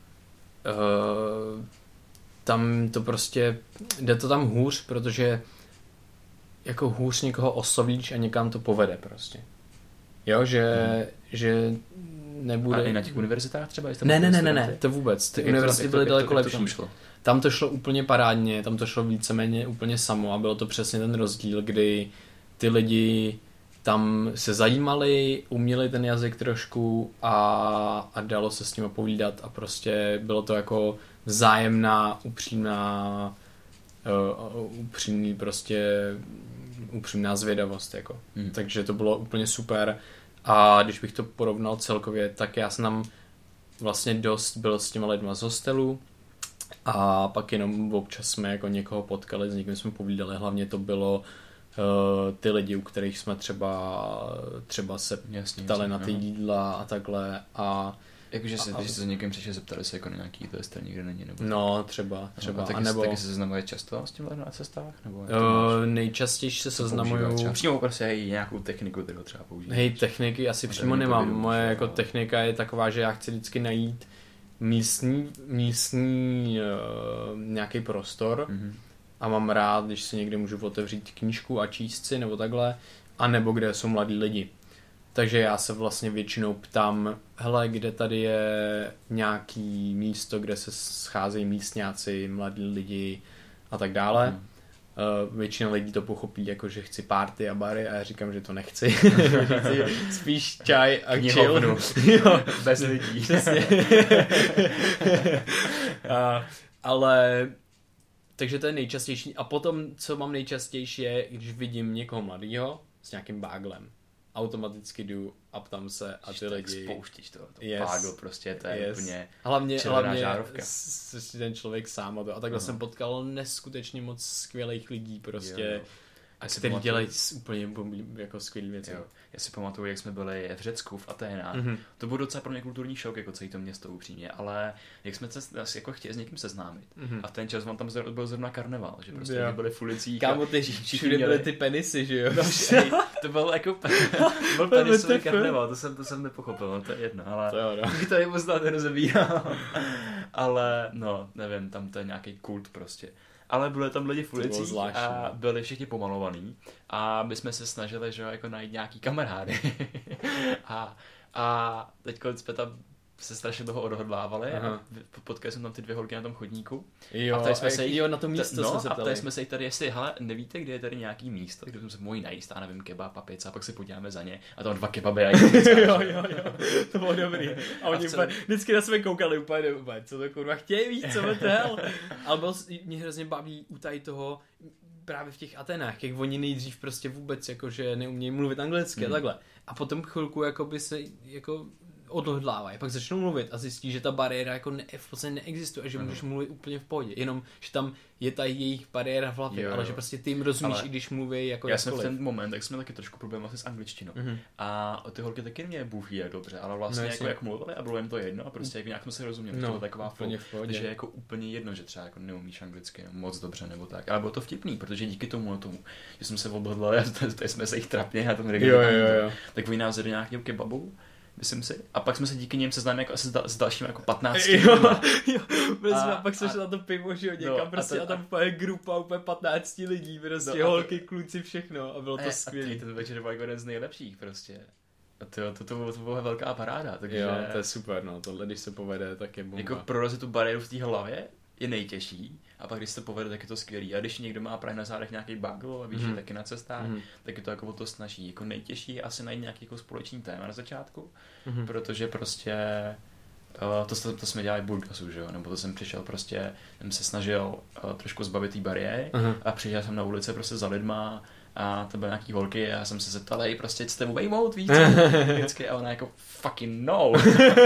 uh, tam to prostě, jde to tam hůř, protože jako hůř někoho oslovíš a někam to povede prostě. Jo, že, hmm. že nebude... A i na těch univerzitách třeba? Ne, ne, ne, ne, ne, to vůbec. Ty univerzity byly daleko lepší. Tam šlo? Tam to šlo úplně parádně, tam to šlo víceméně úplně samo a bylo to přesně ten rozdíl, kdy ty lidi tam se zajímali, uměli ten jazyk trošku a, a dalo se s nimi povídat a prostě bylo to jako vzájemná, upřímná, uh, upřímný prostě, upřímná zvědavost, jako. Hmm. Takže to bylo úplně super a když bych to porovnal celkově, tak já jsem tam vlastně dost byl s těma lidma z hostelu a pak jenom občas jsme jako někoho potkali, s někým jsme povídali, hlavně to bylo Uh, ty lidi, u kterých jsme třeba třeba se jasně, ptali jasně, na ty no. jídla a takhle a Jakože se, když se za někým přišli zeptali se jako na nějaký to, jestli nikde není, nebo... No, třeba, třeba, no, taky, a nebo... Taky se seznamuje často s tímhle na cestách, nebo... Uh, nejčastěji se seznamuju... Přímo prostě hej, nějakou techniku, kterou třeba používáš. Hej, techniky asi no, přímo nemám, vidím, moje jako no. technika je taková, že já chci vždycky najít místní, místní uh, nějaký prostor mm-hmm. a mám rád, když si někde můžu otevřít knížku a číst si, nebo takhle, a nebo kde jsou mladí lidi. Takže já se vlastně většinou ptám, hele, kde tady je nějaký místo, kde se scházejí místňáci, mladí lidi a tak dále. Hmm. Uh, většina lidí to pochopí jako, že chci party a bary a já říkám, že to nechci. chci spíš čaj a chill. jo, bez lidí. Přesně. uh, ale... Takže to je nejčastější. A potom, co mám nejčastější, je, když vidím někoho mladýho s nějakým báglem. Automaticky jdu a ptám se a ty lidi... Spouštíš to, to yes, págl prostě, to je yes. úplně hlavně, hlavně žárovka. S, ten člověk sám a to. A takhle uh-huh. jsem potkal neskutečně moc skvělých lidí prostě, jo, jo. A který pamatuju... dělají úplně jako skvělý věci. Jo. Já si pamatuju, jak jsme byli v Řecku, v Aténách. Mm-hmm. To byl docela pro mě kulturní šok, jako celý to město upřímně, ale jak jsme se jako chtěli s někým seznámit. Mm-hmm. A v ten čas on tam byl zrovna karneval, že prostě jo. byli v ulicích. Kámo, ty všude byly ty penisy, že jo? No, hej, to byl jako byl penisový karneval, to jsem, to jsem nepochopil, no, to je jedno, ale to, jo, no. Díky tady moc dát nerozebíral. Ale no, nevím, tam to je nějaký kult prostě. Ale byli tam lidi v ulicích a byli všichni pomalovaní a my jsme se snažili, že jako najít nějaký kamarády. a, a teď jsme tam se strašně toho odhodlávali a potkali jsme tam ty dvě holky na tom chodníku. Jo, a jsme se jich, jo na to místo no, jsme se ptali. A ptali jsme se jich tady, jestli, hele, nevíte, kde je tady nějaký místo, kde jsme se mohli najíst, a nevím, kebab a pizza, a pak se podíváme za ně a tam dva kebaby a pizza. jo, jo, jo, to bylo dobrý. A oni úplně, vždycky na sebe koukali úplně, úplně, co to kurva chtějí víc, co to hell. Ale byl, mě hrozně baví u tady toho, právě v těch Atenách, jak oni nejdřív prostě vůbec jakože neumějí mluvit anglicky hmm. a takhle. A potom chvilku jakoby se jako odhodlávají, pak začnou mluvit a zjistí, že ta bariéra jako ne, v podstatě neexistuje a že můžeš mluvit úplně v pohodě, jenom že tam je ta jejich bariéra v hlavě, jo, ale že prostě ty jim rozumíš, ale i když mluví jako já jsem v ten moment, tak jsme taky trošku problém vlastně s angličtinou. Mm-hmm. A ty holky taky mě bůh jak dobře, ale vlastně no, jako jak mluvili a bylo jim to jedno a prostě jak nějak jsme se rozuměli, no, to taková úplně v pohodě. Takže je jako úplně jedno, že třeba jako neumíš anglicky moc dobře nebo tak. Ale bylo to vtipný, protože díky tomu tomu, že jsme se odhodlali a tady jsme se jich trapně na tom regionu, tak oni nás do nějakého kebabu. Myslím si. A pak jsme se díky něm seznámili jako asi s dalšími jako patnácti. Jo, jo. A, a pak jsme šli na to pivo, že jo, někam no, prostě a, to, a tam úplně grupa úplně patnácti lidí, prostě no, holky, to, kluci, všechno a bylo to skvělé. A ten večer byl jako jeden z nejlepších prostě. A to, to, to, to, to byla velká paráda. Takže... Jo, to je super, no, tohle když se povede, tak je bomba. Jako prorazit tu bariéru v té hlavě je nejtěžší a pak když se to povede, tak je to skvělý. A když někdo má právě na zádech nějaký bagl a víš, mm. že taky na cestách, mm. tak je to jako o to snaží. Jako nejtěžší je asi najít nějaký jako společný téma na začátku, mm. protože prostě uh, to, to, to jsme dělali v Burgasu, že jo, nebo to jsem přišel prostě, jsem se snažil uh, trošku zbavit té bariéry mm. a přišel jsem na ulici prostě za lidma a to byly nějaký holky a já jsem se zeptal, hej, prostě chcete mu vejmout víc? Vždycky a ona jako fucking no.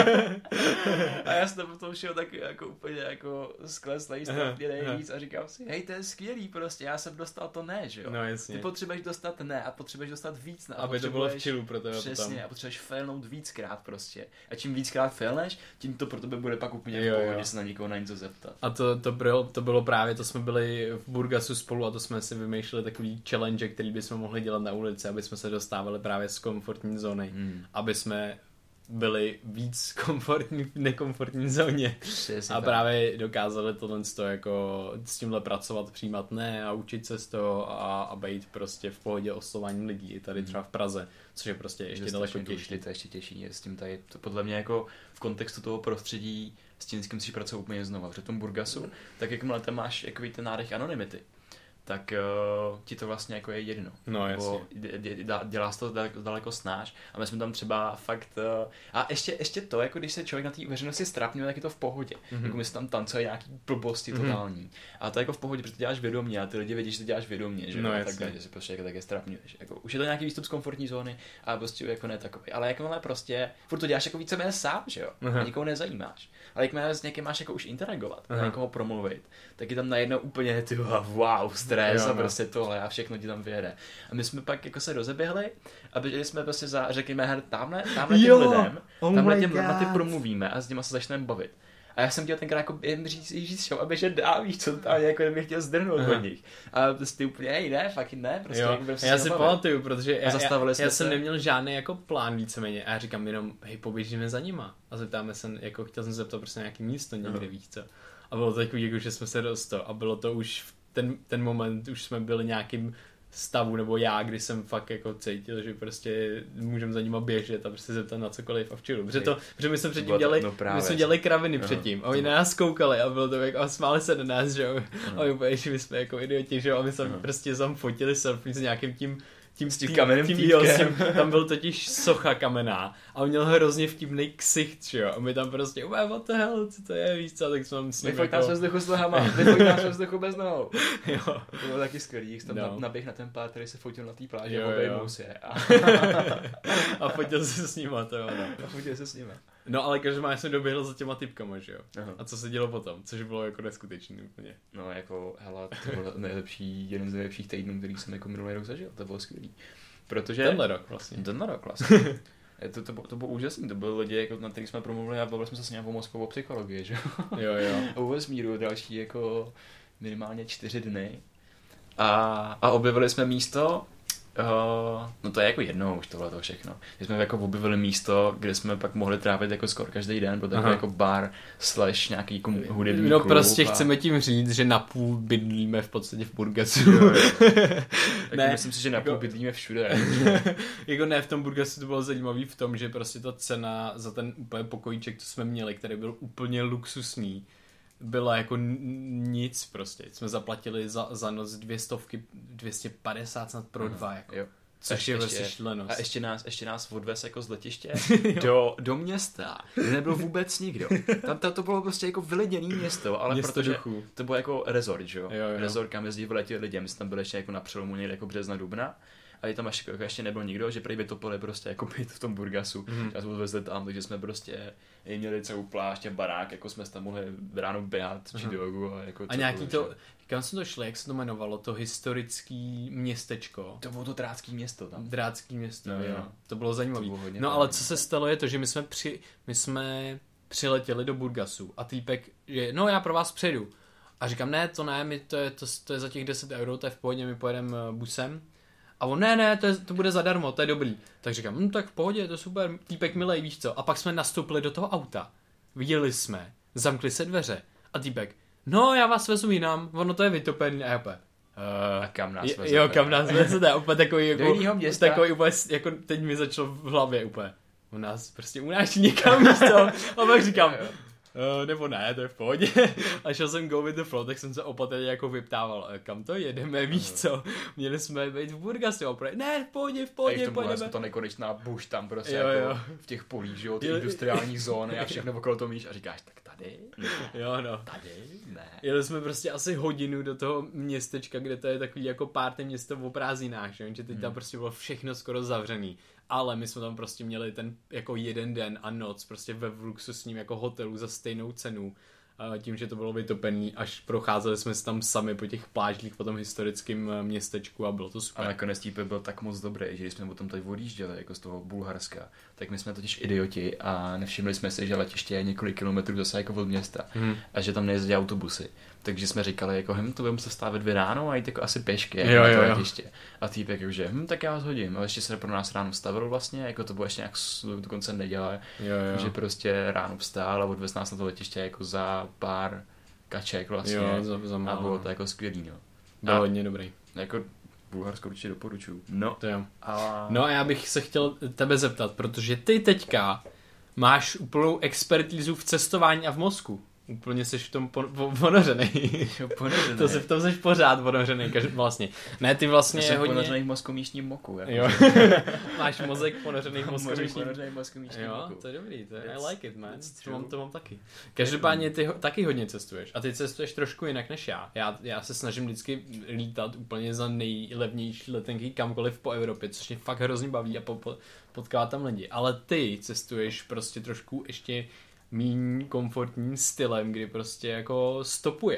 A já jsem potom šel tak jako úplně jako skleslej, strapně nejvíc a říkám si, hej, to je skvělý prostě, já jsem dostal to ne, že jo? No, jasně. Ty potřebuješ dostat ne a potřebuješ dostat víc ne. Aby to bylo v chillu pro tebe přesně, potom. a potřebuješ failnout víckrát prostě. A čím víckrát failneš, tím to pro tebe bude pak úplně jo, v pohodě se na někoho na něco zeptat. A to, to, bylo, to bylo právě, to jsme byli v Burgasu spolu a to jsme si vymýšleli takový challenge, který bychom mohli dělat na ulici, aby jsme se dostávali právě z komfortní zóny, hmm. aby jsme byli víc komfortní v nekomfortní zóně. Přesně a tak. právě dokázali tohle to jako s tímhle pracovat, přijímat ne a učit se z toho a, a být prostě v pohodě oslování lidí tady třeba v Praze, což je prostě ještě Just daleko těžší. To je ještě těžší, je s tím tady, to podle mě jako v kontextu toho prostředí s tím, s kým si pracovat úplně znova. Při tom Burgasu, tak jakmile tam máš jakový ten nádech anonymity, tak uh, ti to vlastně jako je jedno. No, jasně. Dělá se to daleko, daleko snáš a my jsme tam třeba fakt... Uh, a ještě, ještě to, jako když se člověk na té veřejnosti strapňuje, tak je to v pohodě. Mm-hmm. Jako my se tam tancuje nějaký blbosti mm-hmm. totální. A to jako v pohodě, protože ty děláš vědomě a ty lidi vidí, že ty děláš vědomě, že no, no, takhle, že si prostě jako také strapňuješ. Jako, už je to nějaký výstup z komfortní zóny a prostě jako ne takový. Ale jakmile prostě, furt to děláš jako víceméně sám, že jo? A nikoho nezajímáš. Ale jakmile s někým máš jako už interagovat, uh-huh. někoho promluvit, tak je tam najednou úplně ty wow, stres jo, a no. prostě tohle a všechno ti tam vyjede. A my jsme pak jako se rozeběhli a běželi jsme prostě za, řekněme, her, tamhle, tamhle těm Jo, lidem, oh tamhle my těm God. na ty promluvíme a s nimi se začneme bavit. A já jsem chtěl tenkrát jako jim říct, říct show, aby že dál, víš co, tam jako mě chtěl zdrhnout od nich. A prostě úplně, hej, ne, fakt ne, prostě. Jo, jak prostě já si pamatuju, protože já, já, já jsme jsem se... neměl žádný jako plán víceméně a já říkám jenom, hej, poběžíme za nima a zeptáme se, jako chtěl jsem se zeptat prostě nějaký místo někde, uh-huh. víš co. A bylo to takový, jako, že jsme se dostali a bylo to už v ten, ten moment, už jsme byli nějakým stavu, nebo já, kdy jsem fakt jako cítil, že prostě můžeme za nima běžet a prostě zeptat na cokoliv a včelu. Protože, to, protože my jsme předtím dělali, no my jsme dělali kraviny uh-huh. předtím a oni na nás koukali a bylo to jako a smáli se na nás, že jo. Uh-huh. A my úplně, že my jsme jako idioti, že jo. A my jsme uh-huh. prostě tam fotili selfie s nějakým tím tím s tím kamenným tím, jo, s tím, tam byl totiž socha kamenná a on měl hrozně vtipný ksicht, jo. A my tam prostě, oh, what the hell, co to je, víš co, tak jsme tam s ním vyfoť jako... nás ve vzduchu s nohama, vyfoť nás ve vzduchu bez nohou. Jo. To bylo taky skvělý, jak jsem tam no. naběh na ten pár, který se fotil na té pláži jo, a obejmul si je. A... a fotil se s nima, to jo, no. A fotil se s nima. No ale každopádně jsem doběhl za těma typkama, že jo. Aha. A co se dělo potom, což bylo jako neskutečný úplně. No jako, hele, to byl nejlepší, jeden z nejlepších týdnů, který jsem jako minulý rok zažil, to bylo skvělý. Protože... Tenhle rok vlastně. Tenhle rok vlastně. to, to, to bylo úžasný, to byly lidi, jako, na kterých jsme promluvili a bavili jsme se s nějakou mozkovou psychologii, že jo? Jo, A vůbec míru další jako minimálně čtyři dny. A, a objevili jsme místo, uh, no to je jako jednou už tohle to všechno. My jsme jako objevili místo, kde jsme pak mohli trávit jako skoro každý den, byl takový jako bar slash nějaký jako hudební No klub prostě a... chceme tím říct, že napůl bydlíme v podstatě v Burgasu. Ne, myslím si, že napůl jako... bydlíme všude. Jako ne, v tom Burgasu to bylo zajímavý v tom, že prostě ta cena za ten úplně pokojíček, co jsme měli, který byl úplně luxusní, byla jako nic prostě. Jsme zaplatili za, za noc dvě stovky, dvě stě padesát snad pro dva, jako. Jo. Což je prostě šílenost. A ještě nás, ještě nás odvez jako z letiště do, do města, kde nebyl vůbec nikdo. Tam to, to bylo prostě jako vyleděný město, ale město protože duchů. To bylo jako resort, že jo? jo, jo. Resort, kam jezdí vyletěli lidi, my jsme tam byli ještě jako na přelomu někde jako března, dubna. A tam ještě, jako ještě nebyl nikdo, že prý by to pole prostě jako být v tom Burgasu. Mm. A jsme odvezli tam, takže jsme prostě měli celou plášť a barák, jako jsme tam mohli ráno běhat, či jogu a jako a nějaký to, kam jsme to šli, jak se to jmenovalo, to historický městečko. To bylo to drácký město tam. Drácký město, no, jo. jo. To bylo zajímavé. To bylo no ale co se stalo je to, že my jsme, při, my jsme přiletěli do Burgasu a týpek, že no já pro vás přejdu. A říkám, ne, to ne, my to, je, to, to je za těch deset euro, to je v pohodě, my pojedeme busem. A on, ne, ne, to, je, to bude zadarmo, to je dobrý. Tak říkám, hm, tak v pohodě, to je super, týpek milej, víš co. A pak jsme nastoupili do toho auta, viděli jsme, zamkli se dveře a týpek, no já vás vezu jinam, ono to je vytopený a já opět. Uh, a kam nás vezete? Jo, kam nás vezete, úplně takový, jako, města. takový úplně, jako teď mi začalo v hlavě úplně. On nás prostě unáší někam místo a pak říkám, Uh, nebo ne, to je v pohodě. A šel jsem go with the flow, tak jsem se opatrně jako vyptával, kam to jedeme, víš co? Měli jsme být v Burgasu, opět, ne, v pohodě, v pohodě, pojedeme. pojedeme. To nekonečná buš tam prostě jo, jako jo. v těch polích, že jo, ty industriální zóny a všechno okolo toho míš a říkáš, tak tady? Ne. Jo, no. Tady? Ne. Jeli jsme prostě asi hodinu do toho městečka, kde to je takový jako párty město v prázdninách, že? že teď hmm. tam prostě bylo všechno skoro zavřený. Ale my jsme tam prostě měli ten jako jeden den a noc prostě ve luxusním jako hotelu za stejnou cenu. Tím, že to bylo vytopený, až procházeli jsme se tam sami po těch plážích po tom historickém městečku a bylo to super. A nakonec típek byl tak moc dobrý, že když jsme o tom tady odjížděli, jako z toho Bulharska, tak my jsme totiž idioti a nevšimli jsme si, že letiště je několik kilometrů zase jako od města hmm. a že tam nejezdí autobusy. Takže jsme říkali, jako hm, to budeme se vstávat dvě ráno a jít jako asi pěšky jako jo, na to jo, letiště. A týpek jakože, hm, tak já vás hodím. A ještě se pro nás ráno vstavil vlastně, jako to bylo ještě nějak dokonce neděle, jo, jo. že prostě ráno vstál a odvez nás na to letiště jako za pár kaček vlastně. Jo, za, za a bylo to jako skvělý, no. Bylo hodně dobrý. Jako Bulharsko určitě doporučuju. No, to jo. A... No a já bych se chtěl tebe zeptat, protože ty teďka máš úplnou expertízu v cestování a v mozku. Úplně jsi v tom ponořený. ponořený. To jsi v tom jsi pořád ponořený, každý, vlastně. Ne, ty vlastně já jsem hodně... ponořený v mozkomíšním moku. Jako. Jo. Máš mozek ponořený v mozkomíšním mozkomíšním moku. Jo, to je dobrý, to je, I like it, man. To mám, to mám taky. Každopádně ty ho, taky hodně cestuješ. A ty cestuješ trošku jinak než já. já. Já se snažím vždycky lítat úplně za nejlevnější letenky kamkoliv po Evropě, což mě fakt hrozně baví a po, po, potkávat tam lidi. Ale ty cestuješ prostě trošku ještě míň komfortním stylem, kdy prostě jako stopuješ.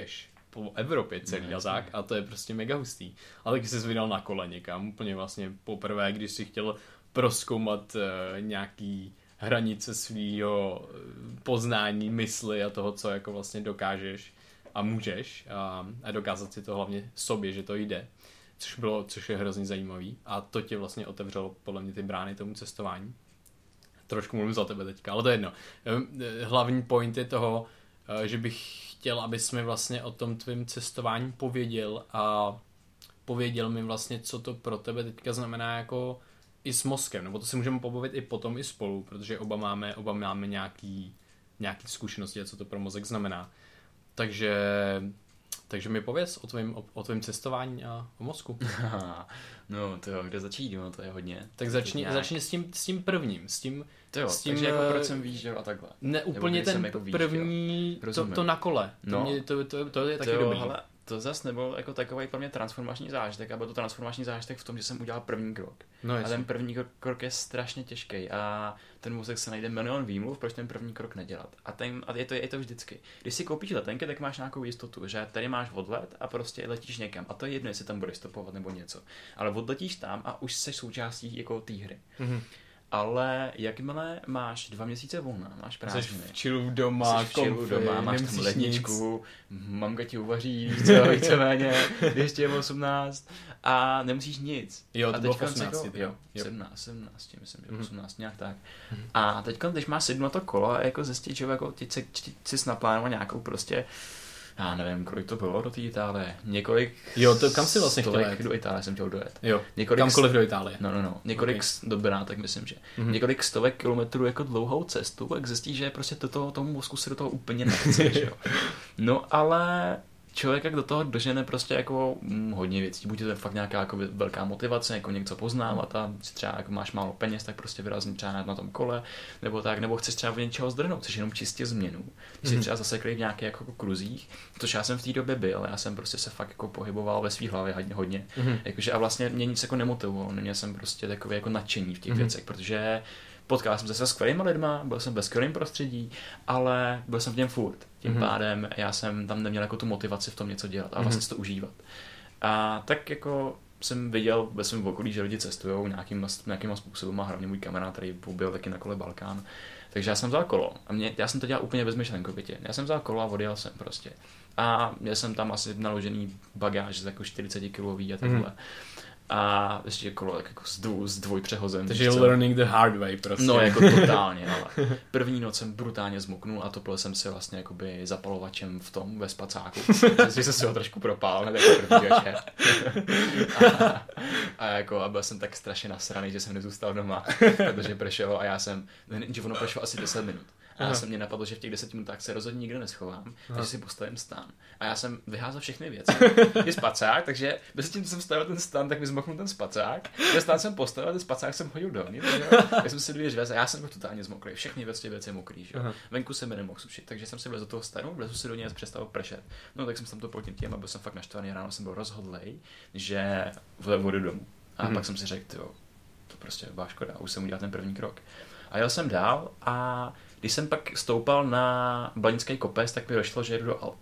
po Evropě celý no, a tak a to je prostě mega hustý. A taky jsi vydal na kole někam, úplně vlastně poprvé, když jsi chtěl prozkoumat uh, nějaký hranice svýho poznání, mysli a toho, co jako vlastně dokážeš a můžeš a, a dokázat si to hlavně sobě, že to jde, což bylo, což je hrozně zajímavý a to tě vlastně otevřelo podle mě ty brány tomu cestování. Trošku mluvím za tebe teďka, ale to je jedno. Hlavní point je toho, že bych chtěl, abys mi vlastně o tom tvým cestování pověděl a pověděl mi vlastně, co to pro tebe teďka znamená jako i s mozkem, nebo to si můžeme pobavit i potom i spolu, protože oba máme, oba máme nějaký, nějaký zkušenosti a co to pro mozek znamená. Takže, takže mi pověz o tvém, o, o tvém cestování a o mozku. No to jo, kde začít, no to je hodně. Tak začni, začni s, tím, s tím prvním, s tím... To jo, s tím, takže jako proč jsem výjížděl a takhle. Ne úplně ten jako první, to, to na kole, to, no, mě, to, to, to je taky to jo, dobrý. Hele, to zase nebyl jako takový pro mě transformační zážitek, a byl to transformační zážitek v tom, že jsem udělal první krok. No, a ten první krok je strašně těžký a ten mozek se najde milion výmluv, proč ten první krok nedělat. A, ten, a je, to, je to vždycky. Když si koupíš letenky, tak máš nějakou jistotu, že tady máš odlet a prostě letíš někam. A to je jedno, jestli tam budeš stopovat nebo něco. Ale odletíš tam a už jsi součástí jako té hry. Mm-hmm. Ale jakmile máš dva měsíce volna, máš prázdniny. Jsi v chillu doma, jsi v chillu doma, máš tam ledničku, mamka ti uvaří, co víceméně, když ti je osmnáct a nemusíš nic. Jo, to bylo osmnáct, jako, jo, jo. sedmnáct, sedmnáct, myslím, že osmnáct, mm-hmm. nějak tak. Mm-hmm. A teď, když máš sedm na to kolo a jako zjistit, že jako ty jsi naplánoval nějakou prostě, já nevím, kolik to bylo do té Itálie. Několik... Jo, to kam si vlastně chtěl jet? Do Itálie jsem chtěl dojet. Jo, několik kamkoliv do Itálie. No, no, no. Několik, okay. Dobrá, tak myslím, že. Mm-hmm. Několik stovek kilometrů jako dlouhou cestu, tak zjistíš, že prostě do toho, tomu mozku se do toho úplně nechce, že jo. No, ale člověk jak do toho dožene prostě jako hm, hodně věcí. Buď je to fakt nějaká jako velká motivace, jako něco poznávat a si třeba jako máš málo peněz, tak prostě vyrazím třeba na tom kole, nebo tak, nebo chceš třeba v něčeho zdrhnout, chceš jenom čistě změnu. Když jsi třeba zaseklý v nějakých jako kruzích, což já jsem v té době byl, já jsem prostě se fakt jako pohyboval ve svý hlavě hodně, hodně. Mm-hmm. Jakože a vlastně mě nic jako nemotivovalo, neměl jsem prostě takový jako nadšení v těch mm-hmm. věcech, protože potkal jsem se se skvělýma lidma, byl jsem ve skvělém prostředí, ale byl jsem v něm furt. Tím mm-hmm. pádem já jsem tam neměl jako tu motivaci v tom něco dělat a vlastně mm-hmm. to užívat. A tak jako jsem viděl ve svém okolí, že lidi cestujou nějakým, nějakým způsobem a hlavně můj kamarád, který byl taky na kole Balkán. Takže já jsem vzal kolo a mě, já jsem to dělal úplně bezmyšlenkovitě. Já jsem vzal kolo a odjel jsem prostě. A měl jsem tam asi naložený bagáž z jako čtyřicet kilový a takhle. Mm-hmm. A ještě kolo jako s, dvou, s dvojpřehozem. Takže learning the hard way prostě. No jako totálně, ale první noc jsem brutálně zmoknul a topil jsem si vlastně jakoby zapalovačem v tom, ve spacáku. Takže jsem si ho trošku propál, hned jako první večer. a, a jako a byl jsem tak strašně nasraný, že jsem nezůstal doma, protože pršelo a já jsem, že ono pršelo asi deset minut. A já jsem mě napadlo, že v těch deseti minutách se rozhodně nikde neschovám, Aha. takže si postavím stan. A já jsem vyházel všechny věci. Je spacák, takže bez tím, co jsem stavil ten stan, tak mi zmoknul ten spacák. Ten stan jsem postavil, ten spacák jsem hodil dovnitř. Já jsem si dvě vez a já jsem totálně zmoklý. Všechny věci, věci mokrý. Že? Venku se mi nemohl sušit, takže jsem si vlez do toho stanu, vlezu si do něj a přestal pršet. No tak jsem tam to potím tím a byl jsem fakt naštvaný. Ráno jsem byl rozhodlej, že vodu domů. A hmm. pak jsem si řekl, jo, to prostě byla škoda, už jsem udělal ten první krok. A jel jsem dál a když jsem pak stoupal na Blanický kopec, tak mi došlo, že jedu do Alp.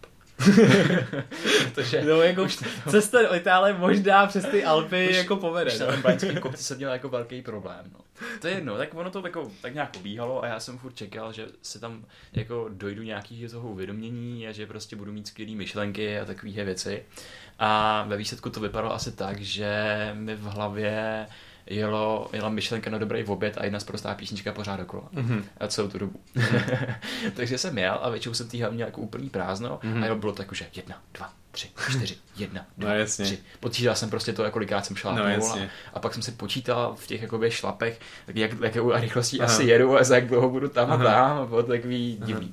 Protože no, jako už to... cesta do Itálie možná přes ty Alpy už, jako povede. Už no. Na ten Blanický kopci jsem měl jako velký problém. No. To je jedno, tak ono to jako, tak nějak pobíhalo a já jsem furt čekal, že se tam jako dojdu nějaký toho uvědomění a že prostě budu mít skvělý myšlenky a takovýhle věci. A ve výsledku to vypadalo asi tak, že mi v hlavě jelo, jela myšlenka na dobrý oběd a jedna sprostá písnička pořád dokola. Mm-hmm. A celou tu dobu. Takže jsem jel a většinou jsem tý hlavně jako úplný prázdno mm-hmm. a jelo bylo to jako, že jedna, dva, tři, čtyři, jedna, dva, no, tři. Počítal jsem prostě to, kolikrát jsem šlápnul no, a, a pak jsem si počítal v těch jakoby šlapech, tak jak, jakou rychlostí Aha. asi jedu a za jak dlouho budu tam Aha. a tam a bylo to takový divný.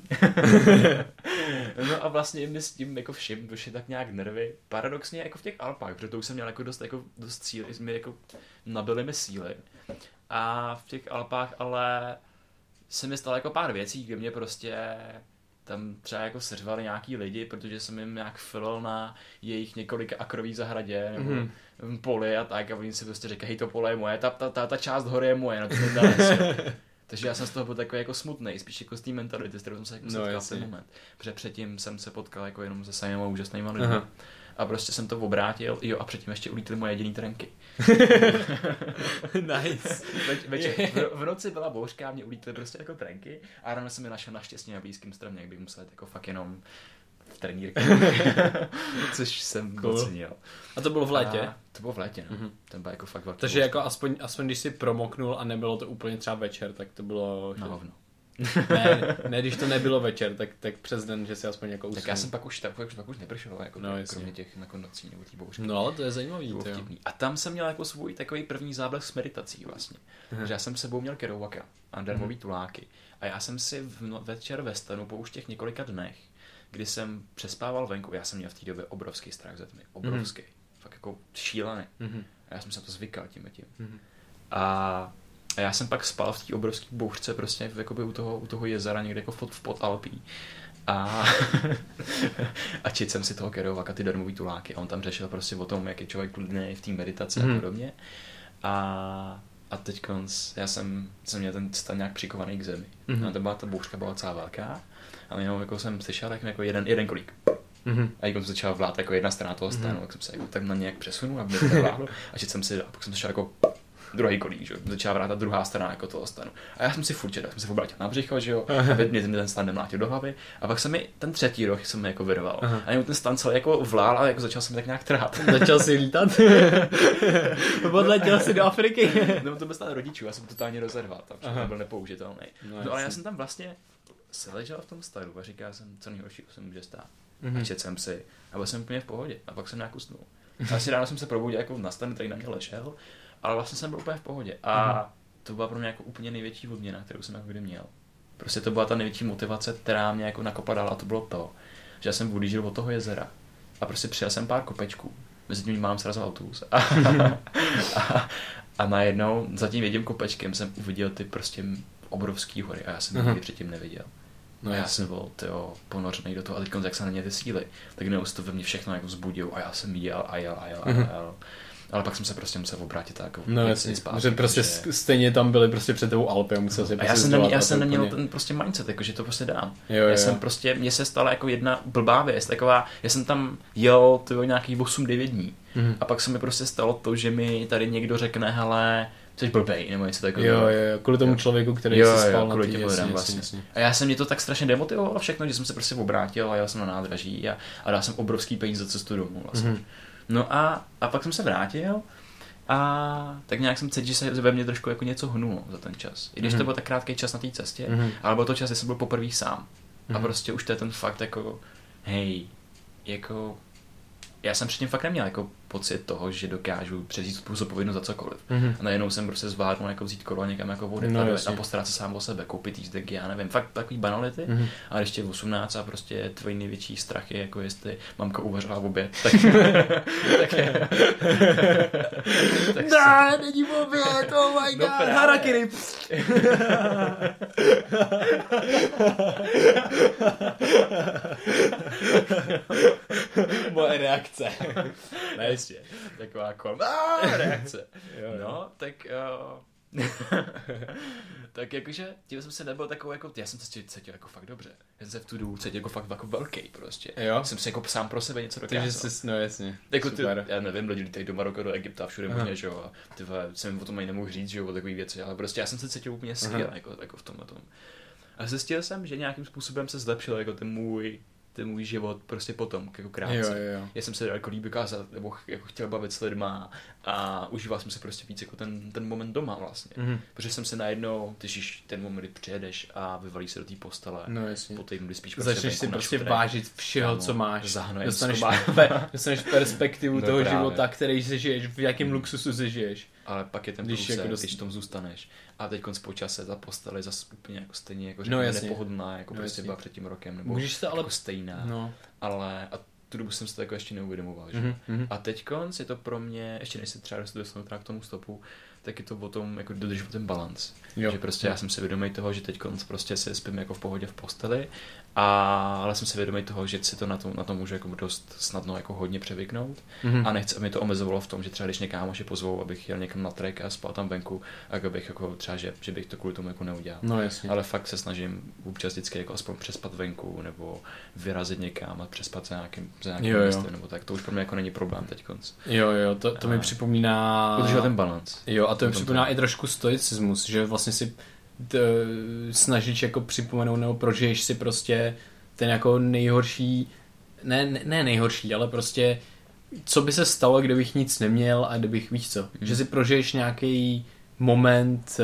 No a vlastně mi s tím jako všim došly tak nějak nervy. Paradoxně jako v těch Alpách, protože to už jsem měl jako dost, jako, dost síly, mi jako nabily mi síly. A v těch Alpách ale se mi stalo jako pár věcí, kde mě prostě tam třeba jako seřvali nějaký lidi, protože jsem jim nějak filil na jejich několika akrový zahradě nebo mm-hmm. poli a tak a oni si prostě říkají, hej, to pole je moje, ta, ta, ta, ta část hory je moje, no to nedá. Takže já jsem z toho byl takový jako smutnej, spíš jako z té mentality, s kterou jsem se jako setkal no, v ten moment. Protože předtím jsem se potkal jako jenom se samýma úžasnýma lidmi. A prostě jsem to obrátil, jo, a předtím ještě ulítly moje jediný trenky. Nice. Več, večer, v, v noci byla bouřka a mě ulítly prostě jako trenky a ráno jsem je našel naštěstí na blízkém stromě, jak bych musel jít jako fakt jenom v trenýrku. Což jsem cool. Docenil. A to bylo v létě? A to bylo v létě, no. Mm-hmm. Ten byl jako fakt velký. Takže jako aspoň, aspoň když si promoknul a nebylo to úplně třeba večer, tak to bylo... Na hovno. ne, ne, když to nebylo večer, tak, tak přes den, že si aspoň jako usnul. Tak já jsem pak už, tak, pak už nepršel, jako no, kromě těch jako nocí nebo těch bouřky. No ale to je zajímavý. To a tam jsem měl jako svůj takový první záblesk s meditací vlastně. Že já jsem s sebou měl Kerouaka a darmový tuláky. A já jsem si v no, večer ve stanu po už těch několika dnech, kdy jsem přespával venku, já jsem měl v té době obrovský strach ze tmy. Obrovský. Mm-hmm. Fakt jako šílený. Mm-hmm. A já jsem se to zvykal tím a tím. Mm-hmm. A A já jsem pak spal v té obrovské bouřce prostě jakoby u toho, u toho jezera někde jako v Podalpí. A, a četl jsem si toho Kerouaka, ty darmový tuláky. A on tam řešil prostě o tom, jak je člověk klidný v té meditaci mm. a podobně. A, a teď já jsem, jsem měl ten stan nějak přikovaný k zemi. Mm. A to byla, ta bouřka byla docela velká. A jenom jako jsem slyšel tak jako jeden, jeden kolík. Mm-hmm. A jako jsem začal vlát jako jedna strana toho stanu, mm-hmm. tak jsem se jako tak na nějak přesunul, aby to vládlo. A četl jsem si, a pak jsem začal jako druhý kolík, že jo, začala vrátat druhá strana jako toho stanu. A já jsem si furt četl, jsem se obrátil na břicho, že jo, aby mě ten, ten stan nemlátil do hlavy. A pak se mi ten třetí roh jsem mi jako vyrval. Aha. A ten stan celý jako vlál a jako začal jsem tak nějak trhat. Začal si lítat? Podletěl si do Afriky? No to byl stan rodičů, já jsem totálně rozerval, tam všechno byl nepoužitelný. No, no ale já jsem tam vlastně se ležel v tom stanu a říkal jsem, co nejhoršího se může stát. Mm-hmm. A četl jsem si a byl jsem úplně v pohodě. A pak jsem nějak usnul. A asi ráno jsem se probudil jako na stanu, který na mě ležel. Ale vlastně jsem byl úplně v pohodě. A mm. to byla pro mě jako úplně největší odměna, kterou jsem jako kdy měl. Prostě to byla ta největší motivace, která mě jako nakopla dál, a to bylo to, že já jsem odjížděl od toho jezera a prostě přijel jsem pár kopečků. Mezi tím mám srazil autobus. A, a, a najednou za tím jedním kopečkem jsem uviděl ty prostě obrovský hory a já jsem nikdy předtím neviděl. No já jsem byl tyjo, ponořený do toho a teď jak se na ně ty síly, tak neustále ve mně všechno jako vzbudil a já jsem jel a jel a jel a jel. A jel. Ale pak jsem se prostě musel obrátit tak. No jasně, že prostě že... stejně tam byli prostě před tebou Alpy a musel si prostě já jsem, neměl, já jsem neměl ten prostě mindset, jako, že to prostě dám. Jo, jo. Já jsem prostě, mně se stala jako jedna blbá věc, taková, já jsem tam jel tyjo, nějakých osm devět dní mm. a pak se mi prostě stalo to, že mi tady někdo řekne, hele, jsi blbej, nebo něco takového. Jo, jo, jo, kvůli tomu jo. člověku, který jo, se spal jo, na kvůli těm lidem vlastně. Jasně. A já jsem mě to tak strašně demotivovalo všechno, že jsem se prostě obrátil a jel jsem na nádraží a, a dal jsem obrovský peníze za cestu domů vlastně. Mm. No a, a pak jsem se vrátil a tak nějak jsem cítil, že se ve mně trošku jako něco hnulo za ten čas. I když mm. to byl tak krátký čas na té cestě, mm. ale byl to čas, kdy jsem byl poprvé sám. Mm. A prostě už to je ten fakt jako, hej, jako, já jsem předtím fakt neměl jako pocit toho, že dokážu převzít tu zodpovědnost za cokoliv. Mm. A najednou jsem prostě zvládnul jako vzít kolo a někam jako vodit no, a postarat se sám o sebe, koupit jízdek, já nevím, fakt takový banality, mm. ale ještě v osmnáct a prostě tvojí největší strach je jako jestli mamka uvařila v oběd, tak tak je. tak ne, není v oběd, oh my god, no, harakiri. Moje reakce. Ne, jistě. Taková kolem. Reakce. Jo, jo. No, tak jo. Tak jakože, tím jsem se nebyl takový jako, já jsem se cítil jako fakt dobře. Já jsem se v tu dobu cítil jako fakt jako velký prostě. Jo. Jsem si jako sám pro sebe něco dokázal. Takže jsi, no jasně. Jako ty, já nevím, lidi lítají do Maroka, do Egypta a všude možně, že jo. A ty jsem o tom ani nemohl říct, že jo, o takových věci, ale prostě já jsem se cítil úplně skvěle jako, jako v tomhle tom. A zjistil jsem, že nějakým způsobem se zlepšil jako ten můj ten můj život prostě potom, jako krátce. Jo, jo, jo. Já jsem se jako líp dokázal, nebo jako chtěl bavit s lidma a užíval jsem se prostě víc jako ten, ten moment doma vlastně. Mm-hmm. Protože jsem se najednou, když ten moment, kdy přijedeš a vyvalíš se do té postele, no, jasně. po týdnu, kdy spíš začneš si prostě šutrek, vážit všeho, kámo, co máš. Dostaneš, pe, dostaneš perspektivu no, toho právě. života, který si žiješ, v jakém luxusu si žiješ. Ale pak je ten když průse, jako dost... když v tom zůstaneš. A teď konc po čase ta postele je zase úplně jako stejně jako no, nepohodlná, jako no, prostě byla před tím rokem, nebo můžeš se ale... jako stejná. No. Ale a tu dobu jsem se to jako ještě neuvědomoval, že? Mm-hmm. A teď konc je to pro mě, ještě než se třeba dostanu k tomu stopu, tak je to o tom jako dodržovat ten balans. Jo. Že prostě já jsem si vědomý toho, že teď prostě si spím jako v pohodě v posteli, a, ale jsem si vědomý toho, že si to na to, na to můžu jako dost snadno jako hodně převyknout mm-hmm. a nechci, aby mě to omezovalo v tom, že třeba když mě kámoši pozvou, abych jel někam na trek a spal tam venku, tak abych jako třeba, že, že bych to kvůli tomu jako neudělal. No, jasně. Ale fakt se snažím občas vždycky jako aspoň přespat venku nebo vyrazit někam a přespat za nějakým, za nějakým jo, místem, jo. nebo tak. To už pro mě jako není problém teď konc. Jo, jo, to, to mi připomíná... Udržovat ten balans. Jo, a to mi připomíná to... i trošku stoicismus, že vlastně si t, snažíš jako připomenout nebo prožiješ si prostě ten jako nejhorší, ne, ne, ne nejhorší, ale prostě co by se stalo, kdybych nic neměl a kdybych, víš co, mm. že si prožiješ nějaký moment,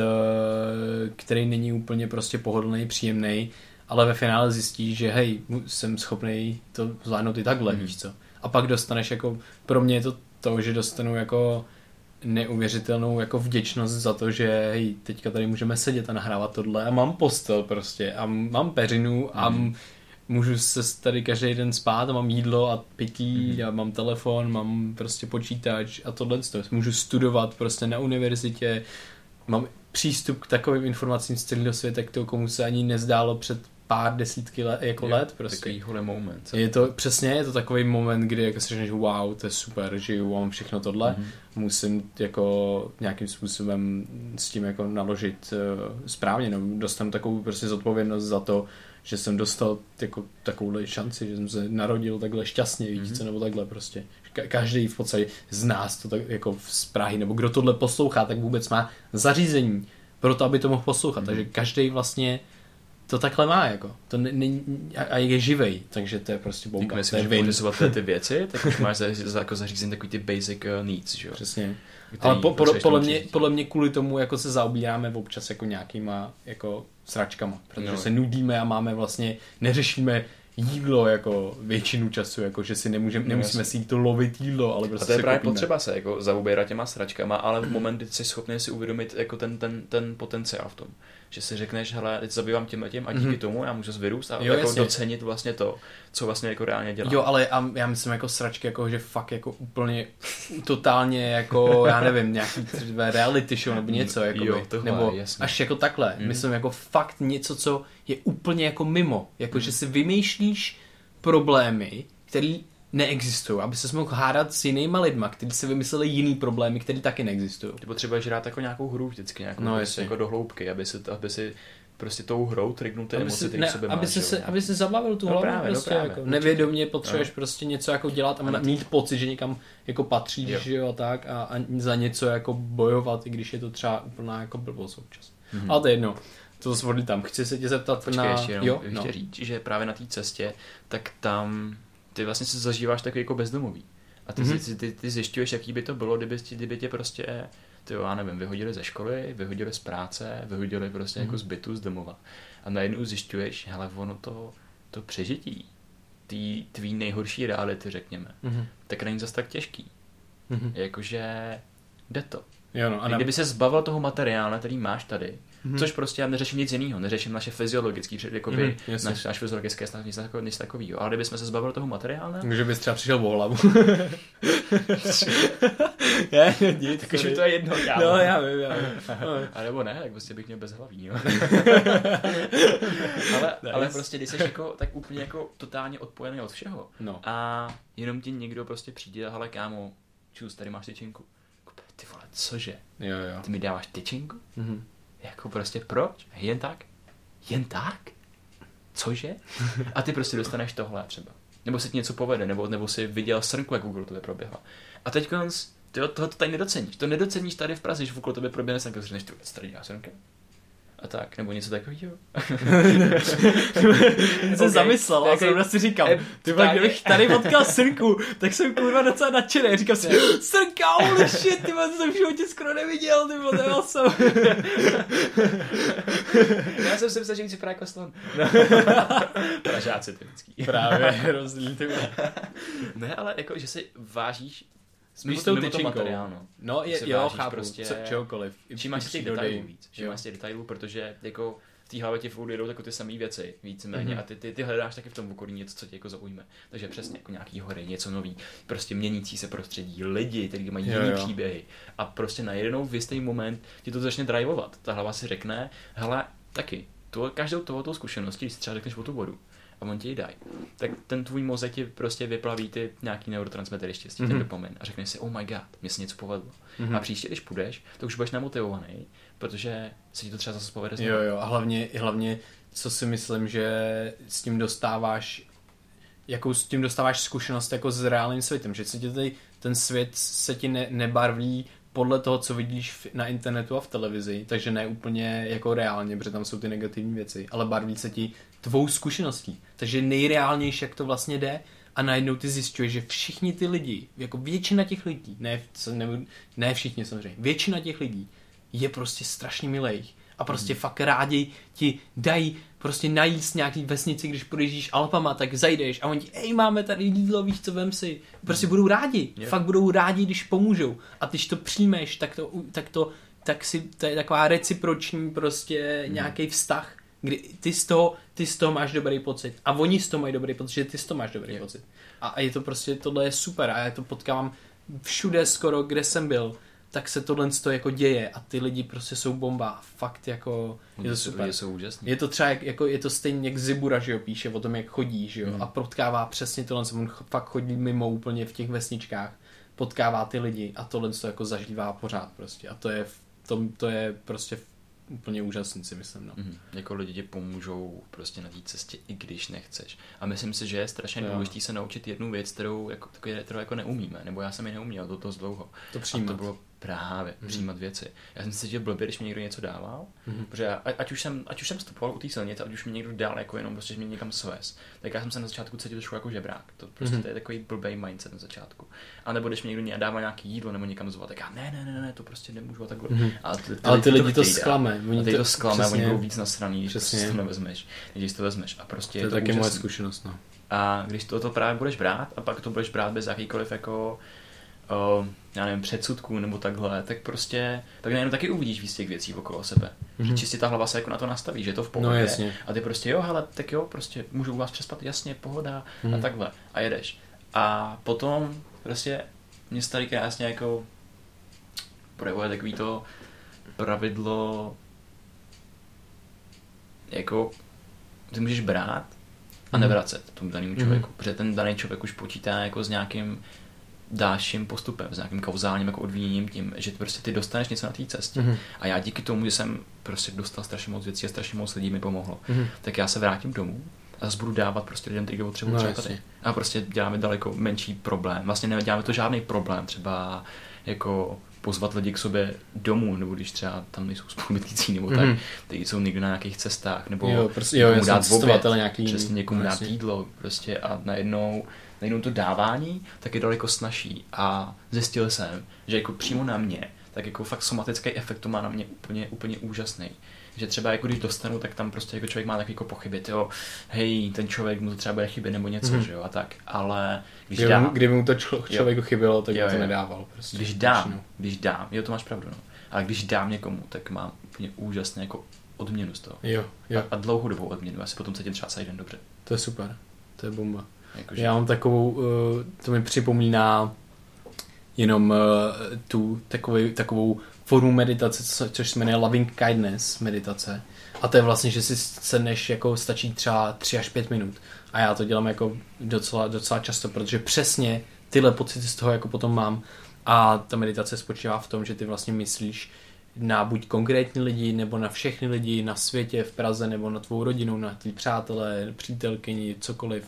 který není úplně prostě pohodlný, příjemný, ale ve finále zjistíš, že hej, jsem schopný to zvládnout i takhle, mm. víš co. A pak dostaneš jako, pro mě je to to, že dostanu jako neuvěřitelnou jako vděčnost za to, že hej, teďka tady můžeme sedět a nahrávat tohle a mám postel prostě a mám peřinu a mm. můžu se tady každý den spát a mám jídlo a pití mm. a mám telefon, mám prostě počítač a tohle. Můžu studovat prostě na univerzitě, mám přístup k takovým informacím z celého světa, k tomu, komu se ani nezdálo před pár desítky let, jako je, let prostě. Takovýhle moment. Je to, přesně, je to takový moment, kdy jako si řekneš, wow, to je super, žiju, mám všechno tohle, mm-hmm. musím jako nějakým způsobem s tím jako naložit uh, správně, no, dostanu takovou prostě zodpovědnost za to, že jsem dostal jako takovouhle šanci, že jsem se narodil takhle šťastně, víš mm-hmm. co, nebo takhle prostě. Ka- každý v podstatě z nás to tak jako z Prahy, nebo kdo tohle poslouchá, tak vůbec má zařízení pro to, aby to mohl poslouchat, mm-hmm. takže každý vlastně to takhle má, jako. To ne, ne, a je živej, takže to je prostě bomba. Když myslíš, že pořizovat ty, ty věci, tak už máš za, za, jako zařízení takový ty basic uh, needs, že jo? Přesně. Ale po, po, podle, mě, podle mě kvůli tomu jako se zaobíráme občas jako nějakýma jako sračkama, protože no. se nudíme a máme vlastně, neřešíme jídlo jako většinu času, jako že si nemůžeme, nemusíme si jít to lovit jídlo, ale prostě a to je se právě kopíme. Potřeba se jako zaobírat těma sračkama, ale v moment, kdy jsi schopný si uvědomit jako ten, ten, ten potenciál v tom. Že si řekneš, hele, teď zabývám tím a tím a díky mm-hmm. tomu já můžu zvyrůst a jo, jako docenit vlastně to, co vlastně jako reálně dělám. Jo, ale já, já myslím jako sračky, jako, že fakt jako úplně totálně jako, já nevím, nějaký třeba reality show nebo něco, jako jo, tohle, nebo jasně. až jako takhle. Mm. Myslím jako fakt něco, co je úplně jako mimo. Jako, mm. že si vymýšlíš problémy, které neexistují, aby ses mohl hádat s jinýma lidma, kteří si vymysleli jiný problémy, které taky neexistují. Ty potřebuješ hrát jako nějakou hru vždycky, nějakou no, prostě jako do hloubky, aby si, aby si prostě tou hrou trignul ty emoce, které v sobě aby máš. Si se, aby si zabavil tu no hlavu, právě, prostě no právě, jako určitě. Nevědomě potřebuješ no. prostě něco jako dělat a mít ty... pocit, že někam jako patříš, jo. že jo, tak a, a za něco jako bojovat, i když je to třeba úplná jako blbost občas. Mm-hmm. Ale to je jedno. To zase tam. Chci se tě zeptat Počkej, na... ještě jenom, jo? ještě no. říct, že právě na té cestě, tak tam ty vlastně se zažíváš takový jako bezdomový. A ty, mm-hmm. ty, ty, ty zjišťuješ, jaký by to bylo, kdyby, kdyby tě prostě, ty jo, já nevím, vyhodili ze školy, vyhodili z práce, vyhodili prostě mm-hmm. jako z bytu, z domova. A najednou zjišťuješ, hele, ono to, to přežití, tý tvý nejhorší reality, řekněme, mm-hmm. tak není zas tak těžký. Mm-hmm. Jakože jde to. Jo, no, a ne... Kdyby se zbavil toho materiálu, který máš tady, mm-hmm. což prostě já neřeším nic jiného, neřeším naše fyziologické, jakoby mm-hmm, naš, naš fyziologické stav, nic, takový, nic takového, ale kdybychom se zbavili toho materiálu... Takže bys třeba přišel o hlavu. je, nic, takže to je jedno, já No, já vím, já vím. A nebo ne, tak prostě bych měl bez hlaví, jo. ale, nice. ale prostě, když jsi jako, tak úplně jako totálně odpojený od všeho no. a jenom ti někdo prostě přijde a hele, kámo, čus, tady máš tyčinku. Ty vole, cože? Jo, jo. Ty mi dáváš tyčinku? Mm-hmm. Jako prostě proč? Jen tak? Jen tak? Cože? A ty prostě dostaneš tohle třeba. Nebo se ti něco povede, nebo, nebo si viděl srnku, jak Google tebe proběhla. A teď ty toho to tady nedoceníš. To nedoceníš tady v Praze, že v okolo tebe proběhne srnka, řekneš, ty tady dělá srnka. A tak, nebo něco takového. Jsem se zamyslel a zrovna si říkám, ty vole, kdybych tady potkal srnku, tak jsem kurva docela nadšený. Říkám si, srnka, holy shit, ty vole, to jsem v životě skoro neviděl, ty vole, to je awesome. Já jsem si myslel, že víc vypadá jako slon. Pražáci typický. Právě, hrozný, ty vole. Ne, ale jako, že si vážíš Víš s tou tyčinkou. No, je, jo, chápu, prostě, co, čehokoliv. Všímáš si těch detailů víc. Všímáš si těch detailů, protože jako v té hlavě ti furt jedou jako ty samé věci, víceméně, mm-hmm. a ty, ty, ty hledáš taky v tom okolí něco, co tě jako zaujme. Takže přesně jako nějaký hory, něco nový, prostě měnící se prostředí, lidi, kteří mají jiné příběhy a prostě najednou v jistý moment ti to začne drivovat. Ta hlava si řekne, hele, taky, to, každou tohoto zkušenosti, když si třeba řekneš o tu vodu, a on ti ji dají, tak ten tvůj mozek ti prostě vyplaví ty nějaký neurotransmitery štěstí, mm-hmm. ten dopamin a řekneš si, oh my god, mě se něco povedlo. Mm-hmm. A příště, když půjdeš, to už budeš namotivovaný, protože se ti to třeba zase povede. Jo, jo, a hlavně, hlavně, co si myslím, že s tím dostáváš, jakou s tím dostáváš zkušenost jako s reálným světem, že se ti tady, ten svět se ti ne, nebarví podle toho, co vidíš na internetu a v televizi, takže ne úplně jako reálně, protože tam jsou ty negativní věci, ale barví se ti tvou zkušeností. Takže nejreálnější, jak to vlastně jde, a najednou ty zjišťuješ, že všichni ty lidi, jako většina těch lidí, ne, ne, ne všichni samozřejmě, většina těch lidí je prostě strašně milejch a prostě mm. fakt rádi ti dají prostě najíst nějaký vesnici, když projíždíš Alpama, tak zajdeš a oni ti, ej, máme tady jídlo, víš co, vem si. Prostě mm. budou rádi, yeah. fakt budou rádi, když pomůžou. A když to přijmeš, tak to, tak to, tak si, to je taková reciproční prostě mm. nějaký vztah, kdy ty z toho, ty z toho máš dobrý pocit a oni z toho mají dobrý pocit, že ty z toho máš dobrý yeah. pocit. A, a je to prostě, tohle je super a já to potkávám všude skoro, kde jsem byl, tak se tohle jako děje a ty lidi prostě jsou bomba. Fakt jako je to super. Lidi jsou úžasný. Je to třeba jako, je to stejně jak Zibura, že jo, píše o tom, jak chodí, že jo, mm. a potkává přesně tohle, on fakt chodí mimo úplně v těch vesničkách, potkává ty lidi a tohle to jako zažívá pořád prostě a to je v tom, to je prostě úplně úžasný, si myslím, no. Mm-hmm. Jako lidi ti pomůžou prostě na té cestě, i když nechceš. A myslím si, že je strašně důležité se naučit jednu věc, kterou jako, kterou jako neumíme, nebo já jsem ji neuměl do toho dlouho. To přijímat. A to bylo právě mm-hmm. přijímat věci. Já jsem si že blbě, když mi někdo něco dával, mm-hmm. protože já, ať, už jsem, ať už jsem vstupoval u té silnice, ať už mi někdo dal jako jenom prostě, že mě někam svez, tak já jsem se na začátku cítil trošku jako žebrák. To prostě mm-hmm. to je takový blbej mindset na začátku. A nebo když mi někdo dává nějaký jídlo nebo někam zval, tak já ne, ne, ne, ne, to prostě nemůžu a takhle. Mm-hmm. A ty, ty, ale ty, ty lidi to, to zklame. A ty to zklame, oni budou víc nasraný, když prostě to nevezmeš, když to vezmeš. A prostě to je, je to taky moje zkušenost, no. A když to, to právě budeš brát a pak to budeš brát bez jakýkoliv jako o, já nevím, předsudků nebo takhle, tak prostě, tak najednou taky uvidíš víc těch věcí okolo sebe. Mm-hmm. Že čistě ta hlava se jako na to nastaví, že je to v pohodě. No, a ty prostě, jo, hele, tak jo, prostě můžu u vás přespat, jasně, pohoda mm-hmm. a takhle. A jedeš. A potom prostě mě starý krásně jako projevuje takový to pravidlo, jako ty můžeš brát a nevracet tomu danému člověku, mm-hmm. protože ten daný člověk už počítá jako s nějakým dalším postupem, s nějakým kauzálním jako odvíjením tím, že prostě ty dostaneš něco na té cestě. Mm-hmm. A já díky tomu, že jsem prostě dostal strašně moc věcí a strašně moc lidí mi pomohlo, mm-hmm. tak já se vrátím domů a zase budu dávat prostě lidem, kteří potřebují třeba tady. A prostě děláme daleko menší problém. Vlastně neděláme to žádný problém, třeba jako pozvat lidi k sobě domů, nebo když třeba tam nejsou spolubydlící, nebo mm-hmm. tak, kteří jsou někde na nějakých cestách, nebo jo, prostě, jo, někomu dát oběd, nějaký, přesně někomu vlastně. dát jídlo, prostě a najednou, najednou to dávání tak je daleko snazší a zjistil jsem, že jako přímo na mě, tak jako fakt somatický efekt to má na mě úplně, úplně úžasný. Že třeba jako když dostanu, tak tam prostě jako člověk má takový jako pochyby, jo, hej, ten člověk mu to třeba bude chybět nebo něco, mm. že jo, a tak, ale když kdyby, dám... Kdyby mu to člo, člověku chybělo, tak jo, by to nedával. Prostě. Když dám, když dám, jo, to máš pravdu, no, ale když dám někomu, tak mám úplně úžasné jako odměnu z toho. Jo, jo. A, a dlouhodobou odměnu, já si potom cítím třeba celý den dobře. To je super, to je bomba. Jako, já mám takovou, uh, to mi připomíná jenom uh, tu takovou, takovou formu meditace, co, což se jmenuje Loving Kindness meditace. A to je vlastně, že si sedneš, jako stačí třeba tři až pět minut. A já to dělám jako docela, docela často, protože přesně tyhle pocity z toho jako potom mám. A ta meditace spočívá v tom, že ty vlastně myslíš na buď konkrétní lidi, nebo na všechny lidi na světě, v Praze, nebo na tvou rodinu, na tvý přátelé, přítelkyni, cokoliv.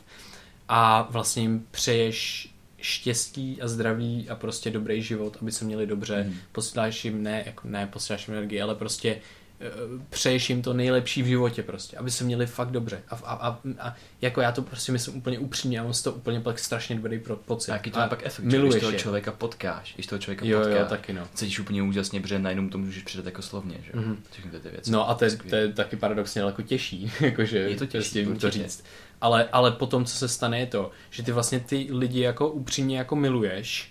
A vlastně jim přeješ štěstí a zdraví a prostě dobrý život, aby se měli dobře. Hmm. Posíláš jim, ne, jako ne posíláš jim energii, ale prostě uh, přeješ jim to nejlepší v životě prostě, aby se měli fakt dobře. A, a, a, a jako já to prostě myslím úplně upřímně, já mám z toho úplně pak strašně dobrý pocit. A jaký to má pak efekt, že když toho člověka potkáš, když toho člověka jo, potkáš, jo, taky no. Cítíš úplně úžasně, protože najednou to můžeš přidat jako slovně, že? Mm-hmm. Všechny ty věci. No a to je, to je taky paradoxně jako těžší, jakože je to těžší, to říct. Ale, ale potom, co se stane, je to, že ty vlastně ty lidi jako upřímně jako miluješ,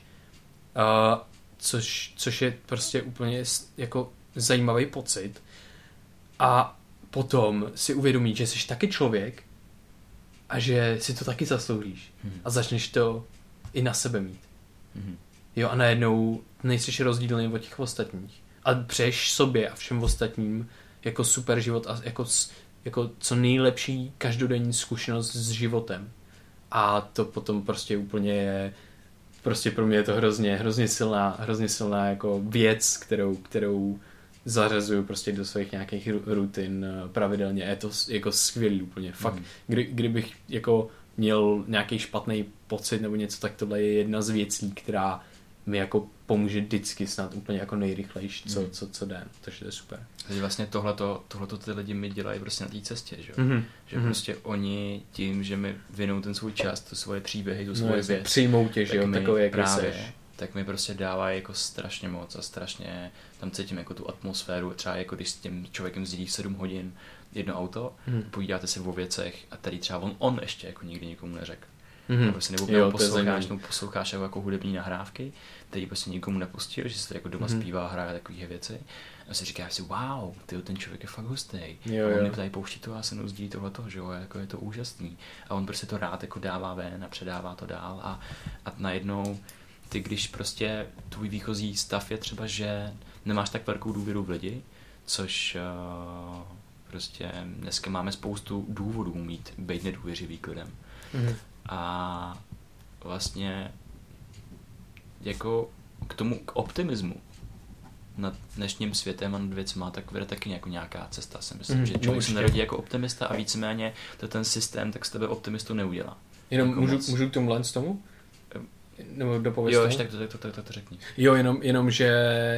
uh, což, což je prostě úplně jako zajímavý pocit. A potom si uvědomit, že jsi taky člověk a že si to taky zasloužíš. Hmm. A začneš to i na sebe mít. Hmm. Jo, a najednou nejsi rozdílný od těch ostatních. A přeješ sobě a všem ostatním jako super život a jako, jako co nejlepší každodenní zkušenost s životem. A to potom prostě úplně je, prostě pro mě je to hrozně, hrozně silná, hrozně silná jako věc, kterou, kterou zařazuju prostě do svých nějakých rutin pravidelně. Je to jako skvělý úplně. Fakt, mm. kdy, kdybych jako měl nějaký špatný pocit nebo něco, tak tohle je jedna z věcí, která mi jako pomůže vždycky snad úplně jako nejrychlejší, co, mm. co, co jde. Takže to je super. Takže vlastně tohleto, tohleto ty lidi mi dělají prostě na té cestě, že, mm-hmm. že mm-hmm. prostě oni tím, že mi věnou ten svůj čas, tu svoje příběhy, tu svoji no, věc. Přijmou tě, že jo, takový, jak právě, seš. Tak mi prostě dávají jako strašně moc a strašně tam cítím jako tu atmosféru, třeba jako když s tím člověkem sdílíš sedm hodin jedno auto, mm. povídáte se o věcech a tady třeba on, on ještě jako nikdy nikomu neřekl. Mm-hmm. Prostě nebo, nebo posloucháš, nebo posloucháš jako, jako hudební nahrávky, který prostě nikomu nepustil, že se to jako doma mm-hmm. zpívá a hraje takové věci. A si říkáš si, wow, tyjo, ten člověk je fakt hustý. Jo, a on jo. mi tady pouští to a se mnou sdílí tohleto, že jo, jako je to úžasný. A on prostě to rád jako dává ven a předává to dál a, a najednou ty, když prostě tvůj výchozí stav je třeba, že nemáš tak velkou důvěru v lidi, což uh, prostě dneska máme spoustu důvodů mít, být nedůvěřivý k lidem. Mm-hmm. A vlastně jako k tomu, k optimismu nad dnešním světem a nad věcma, tak vede taky jako nějaká cesta, si myslím, mm, že člověk se narodí jako optimista a víceméně to ten systém tak z tebe optimistu neudělá. Jenom jako můžu, můžu k tomu z tomu? Nebo dopověst jo, tomu? ještě tak to, tak to, tak to, to řekni. Jo, jenom, jenom že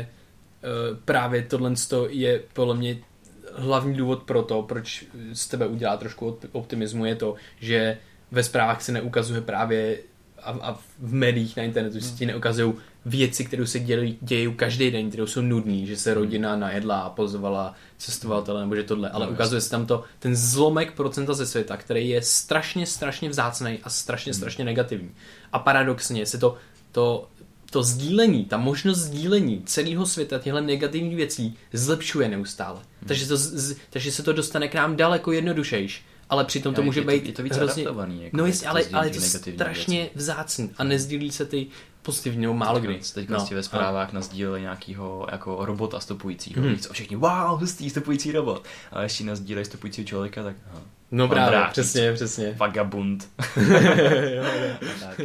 uh, právě tohle je podle mě hlavní důvod pro to, proč z tebe udělá trošku optimismu, je to, že ve zprávách se neukazuje právě a, a v médiích na internetu se ti neukazují věci, které se dějí, dějí každý den, které jsou nudný, že se rodina najedla a pozvala cestovatele nebo že tohle, ale no, ukazuje se tam to, ten zlomek procenta ze světa, který je strašně, strašně vzácnej a strašně, hmm. strašně negativní. A paradoxně se to, to, to sdílení, ta možnost sdílení celého světa těchto negativních věcí zlepšuje neustále. Hmm. Takže, to, z, takže se to dostane k nám daleko jednodušejš. Ale přitom to může je být to, je to víc hrozně, adaptovaný. Jako no jest, ale, ale je to strašně věci. Vzácný a nezdílí se ty pozitivně nebo málo kdy. Teď no, ve zprávách nazdíleli nějakýho jako robota stopujícího. Hmm. Všichni, wow, hustý stopující robot. A ještě nazdílejí stopujícího člověka, tak aha. No právě, přesně, přesně. Vagabund. jo, tak.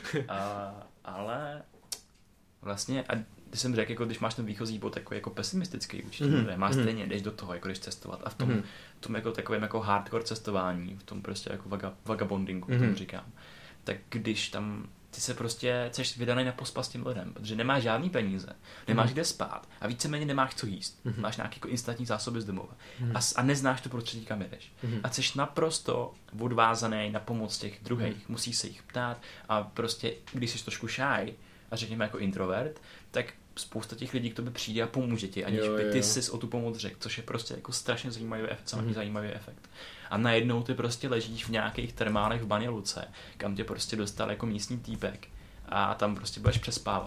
A, ale vlastně, a když jsem řekl, jako když máš ten výchozí bod takový jako pesimistický určitě, mm-hmm. máš stejně, jdeš do toho, jako jdeš cestovat a v tom, mm-hmm. v tom jako takovém jako hardcore cestování, v tom prostě jako vaga, vagabondingu, mm-hmm. tomu říkám, tak když tam ty se prostě chceš vydaný na pospas těm lidem, protože nemáš žádný peníze, nemáš mm-hmm. kde spát a víceméně nemáš co jíst, mm-hmm. máš nějaké jako instantní zásoby z domova mm-hmm. a, a neznáš to prostředí, kam jdeš. Mm-hmm. A jsi naprosto odvázaný na pomoc těch druhých, mm-hmm. musíš se jich ptát a prostě, když jsi trošku shy a řekněme jako introvert, tak spousta těch lidí k tobě přijde a pomůže ti, aniž by ty jsi o tu pomoc řekl, což je prostě jako strašně zajímavý efekt, mm-hmm. zajímavý efekt. A najednou ty prostě ležíš v nějakých termálech v Banja Luce, kam tě prostě dostal jako místní týpek a tam prostě budeš přespávat.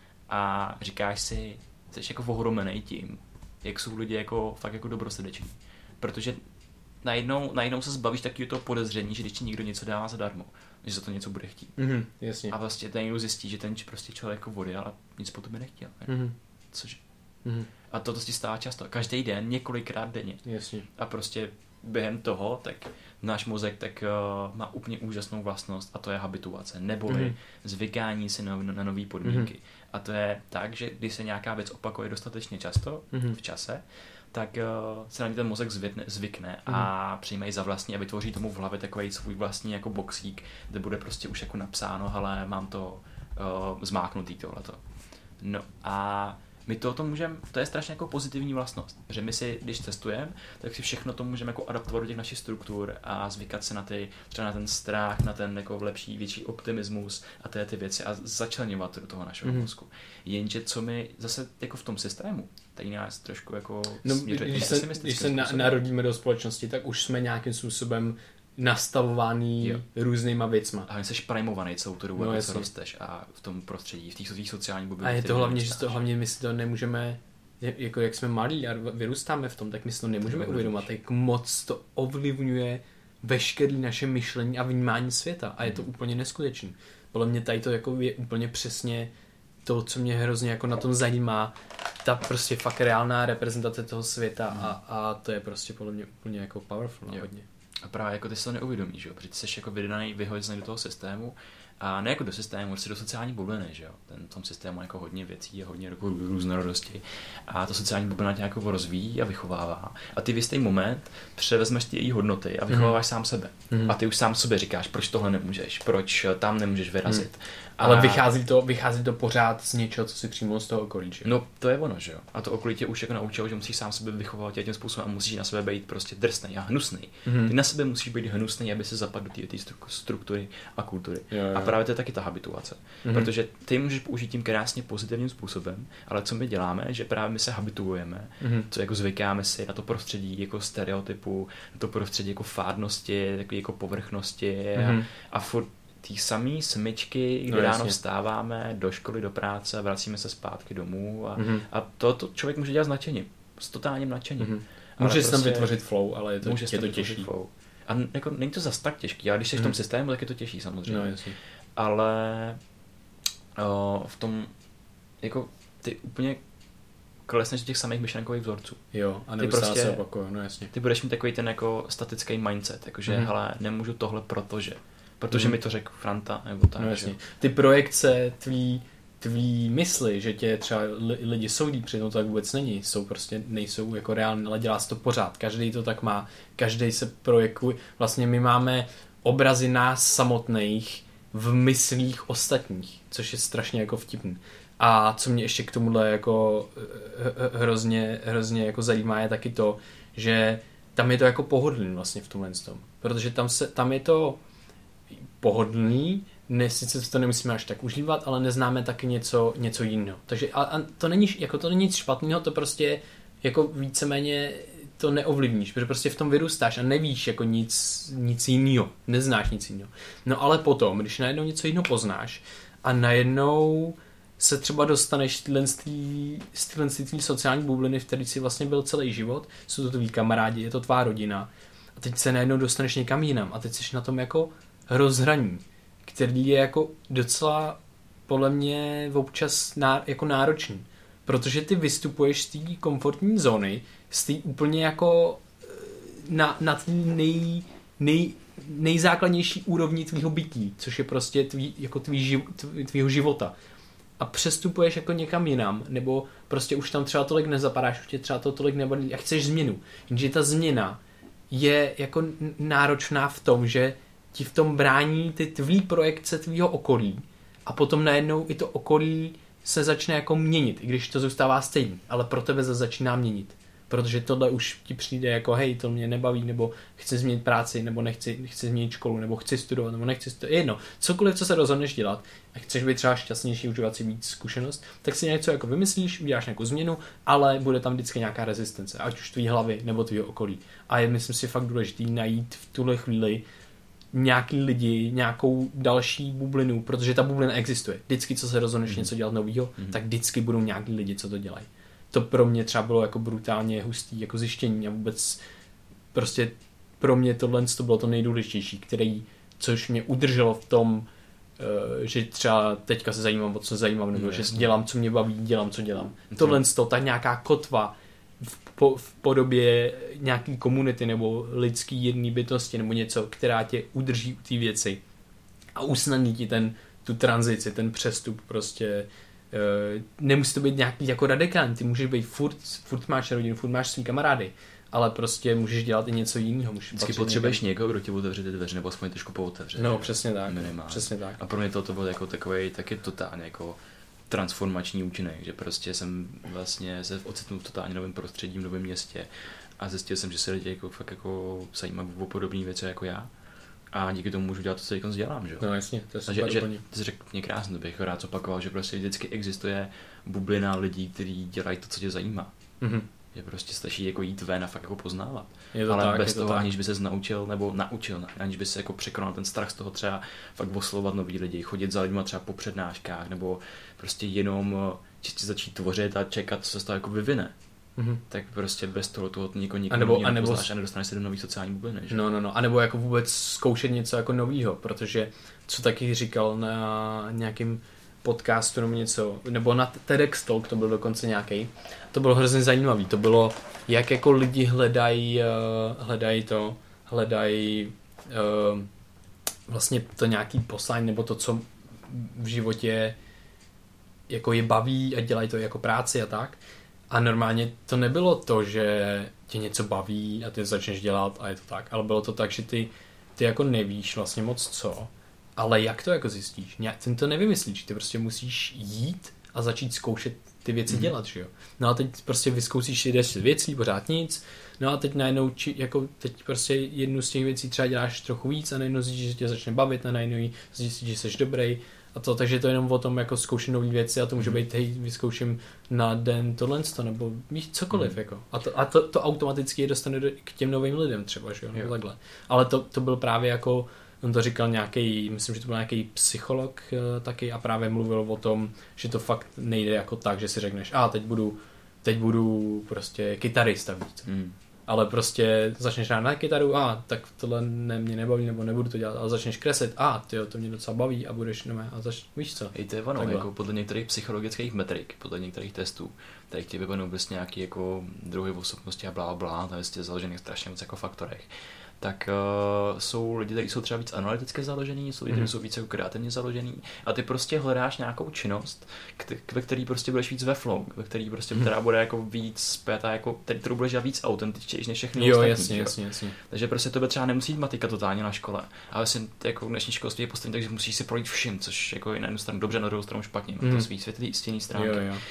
A říkáš si, jsi jako ohromenej tím, jak jsou lidi jako fakt jako dobrosrdeční. Protože najednou, najednou se zbavíš takového toho podezření, že když ti někdo něco dává zadarmo, že za to něco bude chtít. Mm-hmm, jasně. A vlastně ten zjistí, že ten prostě člověk jako odjel a nic po tobě nechtěl. Mm-hmm. Což? Mm-hmm. A to se stává často. Každý den, několikrát denně. Jasně. A prostě během toho, tak náš mozek tak uh, má úplně úžasnou vlastnost a to je habituace, neboli mm-hmm. zvykání si na, na nové podmínky. Mm-hmm. A to je tak, že když se nějaká věc opakuje dostatečně často mm-hmm. v čase, tak uh, se na ně ten mozek zvykne, zvykne mm. a přijímají za vlastní a vytvoří tomu v hlavě takový svůj vlastní jako boxík, kde bude prostě už jako napsáno, hele, mám to uh, zmáknutý tohleto. No a my to, to můžeme, to je strašně jako pozitivní vlastnost, že my si, když cestujeme, tak si všechno to můžeme jako adaptovat do těch našich struktur a zvykat se na ty, třeba na ten strach, na ten jako lepší, větší optimismus a ty, ty věci a začleňovat do toho našeho mm. mozku. Jenže co my zase jako v tom systému, tady nás trošku jako no, směřuje. Když se, když se na, narodíme do společnosti, tak už jsme nějakým způsobem nastavovaný jo. různýma věcma. A jsi primovaný celou tu dobu, no, jak se rosteš a v tom prostředí, v té sociální bublině. A je to hlavně, že to hlavně my si to nemůžeme jako jak jsme malí a vyrůstáme v tom, tak my si to nemůžeme uvědomit, jak moc to ovlivňuje veškeré naše myšlení a vnímání světa a je to hmm. úplně neskutečné. Podle mě tady to jako je úplně přesně to, co mě hrozně jako na tom zajímá, ta prostě fakt reálná reprezentace toho světa hmm. a, a to je prostě podle mě úplně jako powerful hodně. A právě jako ty se to neuvědomíš, že jo, protože jsi jako vydaný, vyhozený do toho systému a ne jako do systému, prostě do sociální bubliny, že jo, ten v tom systému jako hodně věcí a hodně jako různorodosti a to sociální bublina tě jako rozvíjí a vychovává a ty v jistý moment převezmeš ty její hodnoty a vychováváš mm. sám sebe mm. a ty už sám sobě říkáš, proč tohle nemůžeš, proč tam nemůžeš vyrazit. Mm. Ale a... vychází to, vychází to pořád z něčeho, co si přímo z toho okolí, že? No to je ono, že jo. A to okolí tě už jako naučilo, že musíš sám sebe vychovávat tím způsobem a musíš na sebe být prostě drsnej a hnusný. Mm-hmm. Ty na sebe musíš být hnusný, aby se zapadl do té struktury a kultury. Jo, jo. A právě to je taky ta habituace. Mm-hmm. Protože ty můžeš použít tím krásně pozitivním způsobem, ale co my děláme, že právě my se habituujeme, mm-hmm. co jako zvykáme si na to prostředí jako stereotypu, na to prostředí jako fádnosti, takové jako povrchnosti mm-hmm. a, a furt ty samý smyčky, kdy no, ráno vstáváme do školy, do práce, vracíme se zpátky domů a, mm-hmm. a to, to člověk může dělat s nadšením, s totálním nadšením. Mm-hmm. Může prostě, si tam vytvořit flow, ale je to, je to těžší. Flow. A jako, není to zas tak těžký, ale když jsi mm-hmm. v tom systému, tak je to těžší samozřejmě. No, jasně. Ale o, v tom, jako ty úplně klesneš do těch samých myšlenkových vzorců. Jo, a neustále prostě, se opakuje, no jasně. Ty budeš mít takový ten jako statický mindset, jakože mm-hmm. hele, nemůžu tohle protože. Protože mm. mi to řekl Franta, nebo tak. No jasně. Ty projekce tvý, tvý mysli, že tě třeba lidi soudí, přitom to tak vůbec není, jsou prostě, nejsou jako reálné, ale dělá se to pořád. Každý to tak má, každý se projekuje. Vlastně my máme obrazy nás samotných v myslích ostatních, což je strašně jako vtipný. A co mě ještě k tomuhle jako hrozně, hrozně jako zajímá je taky to, že tam je to jako pohodlný vlastně v tomhle tom. Protože tam, se, tam je to pohodlný, ne, sice to nemusíme až tak užívat, ale neznáme taky něco, něco jiného. Takže a, a to není, jako to není nic špatného, to prostě jako víceméně to neovlivníš, protože prostě v tom vyrůstáš a nevíš jako nic, nic jiného, neznáš nic jiného. No ale potom, když najednou něco jiného poznáš a najednou se třeba dostaneš z téhle sociální bubliny, v které jsi vlastně byl celý život, jsou to tví kamarádi, je to tvá rodina a teď se najednou dostaneš někam jinam a teď jsi na tom jako rozhraní, který je jako docela podle mě občas ná, jako náročný, protože ty vystupuješ z té komfortní zóny, z té úplně jako na, na té nej, nej, nejzákladnější úrovni tvýho bytí, což je prostě tvý, jako tvý živ, tvýho života. A přestupuješ jako někam jinam, nebo prostě už tam třeba tolik nezapadáš, už tě třeba to tolik nebaví a chceš změnu. Jenže ta změna je jako náročná v tom, že ti v tom brání ty tvý projekce tvýho okolí a potom najednou i to okolí se začne jako měnit, i když to zůstává stejný, ale pro tebe se začíná měnit. Protože tohle už ti přijde jako hej, to mě nebaví, nebo chci změnit práci, nebo nechci, chci změnit školu, nebo chci studovat, nebo nechci studovat, jedno. Cokoliv, co se rozhodneš dělat a chceš být třeba šťastnější, užívat si víc zkušenost, tak si něco jako vymyslíš, uděláš nějakou změnu, ale bude tam vždycky nějaká rezistence, ať už tvý hlavy, nebo tvýho okolí. A je, myslím si, fakt důležitý najít v tuhle chvíli nějaký lidi, nějakou další bublinu, protože ta bublina existuje. Vždycky, co se rozhodneš mm. něco dělat novýho, mm. tak vždycky budou nějaký lidi, co to dělají. To pro mě třeba bylo jako brutálně hustý jako zjištění a vůbec prostě pro mě tohle to bylo to nejdůležitější, který, což mě udrželo v tom, že třeba teďka se zajímám, o co se zajímám, nebo no, že dělám, co mě baví, dělám, co dělám. Okay. Tohle to, ta nějaká kotva v, po, v podobě nějaký komunity nebo lidský jedné bytosti nebo něco, která tě udrží u té věci a usnadní ti ten, tu tranzici, ten přestup prostě. Uh, nemusí to být nějaký jako radikální, ty můžeš být furt, furt máš rodinu, furt máš svý kamarády, ale prostě můžeš dělat i něco jiného. Vždycky potřebuješ někoho, kdo ti otevře ty dveře, nebo aspoň trošku pootevře. No, přesně tak. Přesně tak. A pro mě to, to byl jako takový taky totálně jako transformační účinek, že prostě jsem vlastně se ocitnul v totálně novém prostředí, v novém městě a zjistil jsem, že se lidi jako fakt jako zajímají o podobné věci jako já. A díky tomu můžu dělat to, co teď dělám, že jo? No jasně, to je super. Že, že ty jsi řekl mě krásně, bych rád zopakoval, že prostě vždycky existuje bublina lidí, kteří dělají to, co tě zajímá. Mm-hmm. Je prostě stačí jako jít ven a fakt jako poznávat. Je to ale tak, bez je to toho, tak. aniž by se naučil, nebo naučil, aniž by se jako překonal ten strach z toho třeba fakt oslovovat nový lidi, chodit za lidma třeba po přednáškách, nebo prostě jenom čistě začít tvořit a čekat, co se z toho jako vyvine. Mm-hmm. Tak prostě bez toho toho nikoho nikoho anebo, nepoznáš a nedostaneš se do nových sociálních bublin. No, no, no. A nebo jako vůbec zkoušet něco jako novýho, protože co taky říkal na nějakým podcastu nebo něco, nebo na TEDx Talk, to byl dokonce nějaký. To bylo hrozně zajímavý. To bylo, jak jako lidi hledají, uh, hledají to, hledají uh, vlastně to nějaký poslání, nebo to, co v životě jako je baví a dělají to jako práci a tak. A normálně to nebylo to, že tě něco baví a ty začneš dělat a je to tak, ale bylo to tak, že ty, ty jako nevíš vlastně moc co, ale jak to jako zjistíš? Ty to nevymyslíš, ty prostě musíš jít a začít zkoušet ty věci mm-hmm. dělat, že jo? No a teď prostě vyzkoušíš si deset věcí, pořád nic, no a teď najednou, či, jako teď prostě jednu z těch věcí třeba děláš trochu víc a najednou zjistíš, že tě začne bavit a najednou zjistíš, že jsi dobrý. A to, takže to je jenom o tom jako zkoušet nové věci a to může být, hej, vyzkouším na den tohle, nebo víš, cokoliv, mm. jako. A, to, a to, to automaticky je dostane do, k těm novým lidem třeba, že jo, nebo takhle. Ale to, to byl právě jako, on to říkal nějaký, myslím, že to byl nějaký psycholog taky a právě mluvil o tom, že to fakt nejde jako tak, že si řekneš, a teď budu, teď budu prostě kytarista víc. Mm. Ale prostě začneš hrát na kytaru, a tak tohle ne, mě nebaví, nebo nebudu to dělat, ale začneš kreslit, a tyjo, to mě docela baví a budeš, no a zač, víš co? Hej, to je ono, jako podle některých psychologických metrik, podle některých testů, tady ti vypadnou prostě nějaký jako druhy osobnosti a blá blá, to je vlastně založený strašně moc jako faktorech. Tak uh, jsou lidi, kteří jsou třeba víc analyticky založený, jsou lidi, kteří mm. jsou víc jako kreativně založený a ty prostě hledáš nějakou činnost, ve který prostě budeš víc ve flow, ve který prostě, mm. která bude jako víc zpětá, jako, kterou budeš dělat víc autentičtější než všechny jo, ostatní. Jasně, jasně, jasně. Takže prostě to by třeba nemusí jít matika totálně na škole, ale si jako dnešní školství je postavení, takže musíš si projít všim, což jako je na jednu stranu dobře, na druhou stranu špatně, má mm. to svý světlý stěnný stránky. Jo, jo.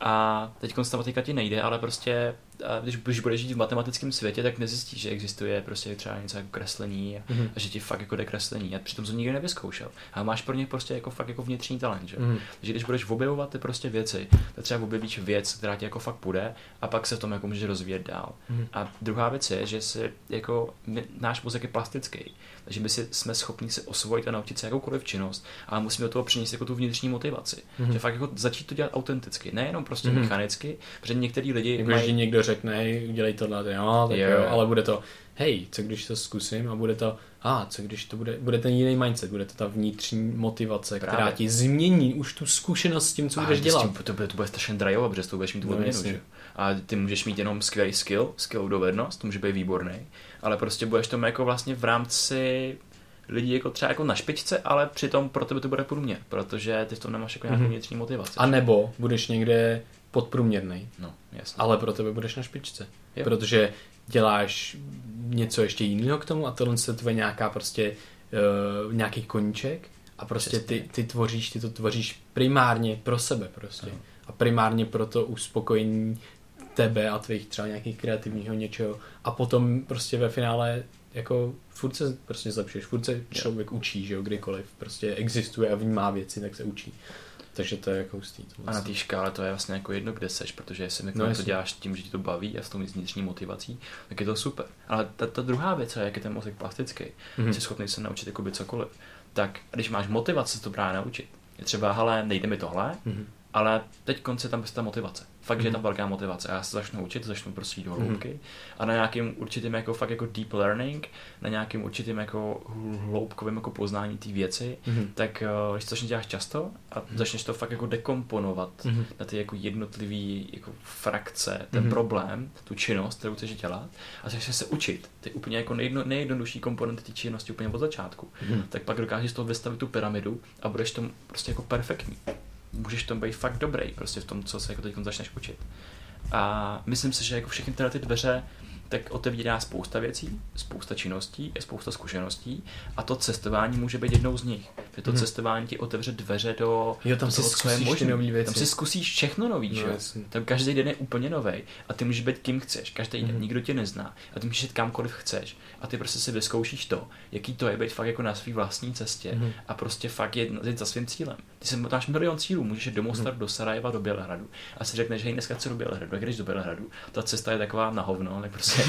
A teď ta matika ti nejde, ale prostě, když, když budeš žít v matematickém světě, tak nezjistíš, že existuje prostě třeba něco jako kreslení a, mm. a že ti fakt jako jde kreslení a přitom to nikdy nevyzkoušel. A máš pro ně prostě jako fakt jako vnitřní talent, že? Mm. Takže když budeš objevovat ty prostě věci, tak třeba objevíš věc, která ti jako fakt půjde a pak se v tom jako můžeš rozvíjet dál. Mm. A druhá věc je, že si jako my, náš mozek je plastický, takže my si jsme schopni si osvojit a naučit se jakoukoliv činnost, ale musíme do toho přinést jako tu vnitřní motivaci. Mm. Že fakt jako začít to dělat autenticky, nejenom prostě mm. mechanicky, protože některý lidi jako mají... někdo řekne, hej, udělej tohle, jo, tak jo, jo, ale bude to, hej, co když to zkusím a bude to, a co když to bude, bude ten jiný mindset, bude to ta vnitřní motivace, Právě. která ti změní už tu zkušenost s tím, co a budeš dělat. Tím, to, bude, to bude strašně drajovat, protože to budeš mít tu no, odměnu, že? A ty můžeš mít jenom skvělý skill, skill dovednost, to může být výborný, ale prostě budeš tomu jako vlastně v rámci lidi jako třeba jako na špičce, ale přitom pro tebe to bude průměr, protože ty v tom nemáš jako nějakou mm-hmm. vnitřní motivaci. A nebo budeš někde podprůměrný, no, jasně. ale pro tebe budeš na špičce, jo. protože děláš něco ještě jiného k tomu a tohle se tvoje nějaká prostě uh, nějaký koníček a prostě ty, ty tvoříš, ty to tvoříš primárně pro sebe prostě no. a primárně pro to uspokojení tebe a tvých třeba nějakých kreativního něčeho a potom prostě ve finále jako furt se prostě zlepšuješ, furt se člověk jo. učí, že jo, kdykoliv prostě existuje a vnímá věci, tak se učí. Takže to je jako hustý. To a na té škále to je vlastně jako jedno, kde seš, protože jestli no, to děláš tím, že ti to baví a s tou vnitřní motivací, tak je to super. Ale ta, ta druhá věc, jak je ten mozek plastický, mm-hmm. jsi schopný se naučit jakoby cokoliv, tak když máš motivaci se to právě naučit, je třeba, hele, nejde mi tohle, mm-hmm. ale teď konce tam ta motivace. Fakt, mm-hmm. že je tam velká motivace. Já se začnu učit, začnu prostě jít do hloubky mm-hmm. a na nějakým určitým jako fakt jako deep learning, na nějakým určitým jako hloubkovým jako poznání té věci, mm-hmm. tak uh, když to začneš dělat často a mm-hmm. začneš to fakt jako dekomponovat mm-hmm. na ty jako jednotlivý jako frakce, ten mm-hmm. problém, tu činnost, kterou chceš dělat a začneš se učit. Ty úplně jako nejjedno, nejjednodušší komponenty té činnosti úplně od začátku. Mm-hmm. Tak pak dokážeš z toho vystavit tu pyramidu a budeš tomu prostě jako perfektní. Můžeš tom být fakt dobrý prostě v tom, co se jako teď začneš učit. A myslím si, že jako všechny tyhle ty dveře tak otevírá spousta věcí, spousta činností, je spousta zkušeností a to cestování může být jednou z nich. Že to hmm. cestování ti otevře dveře do, jo, tam do si toho, co je možné. Tam si zkusíš všechno nový, no, že? Tam každý den je úplně novej a ty můžeš být kým chceš, každý den, hmm. nikdo tě nezná a ty můžeš jít kamkoliv chceš a ty prostě si vyzkoušíš to, jaký to je být fakt jako na svý vlastní cestě hmm. a prostě fakt jít za svým cílem. Ty si máš milion cílů, můžeš jít do Mostaru, hmm. do Sarajeva, do Bělehradu a si řekneš, hej, dneska chci do Bělehradu, a když do Bělehradu, ta cesta je taková na hovno, tak prostě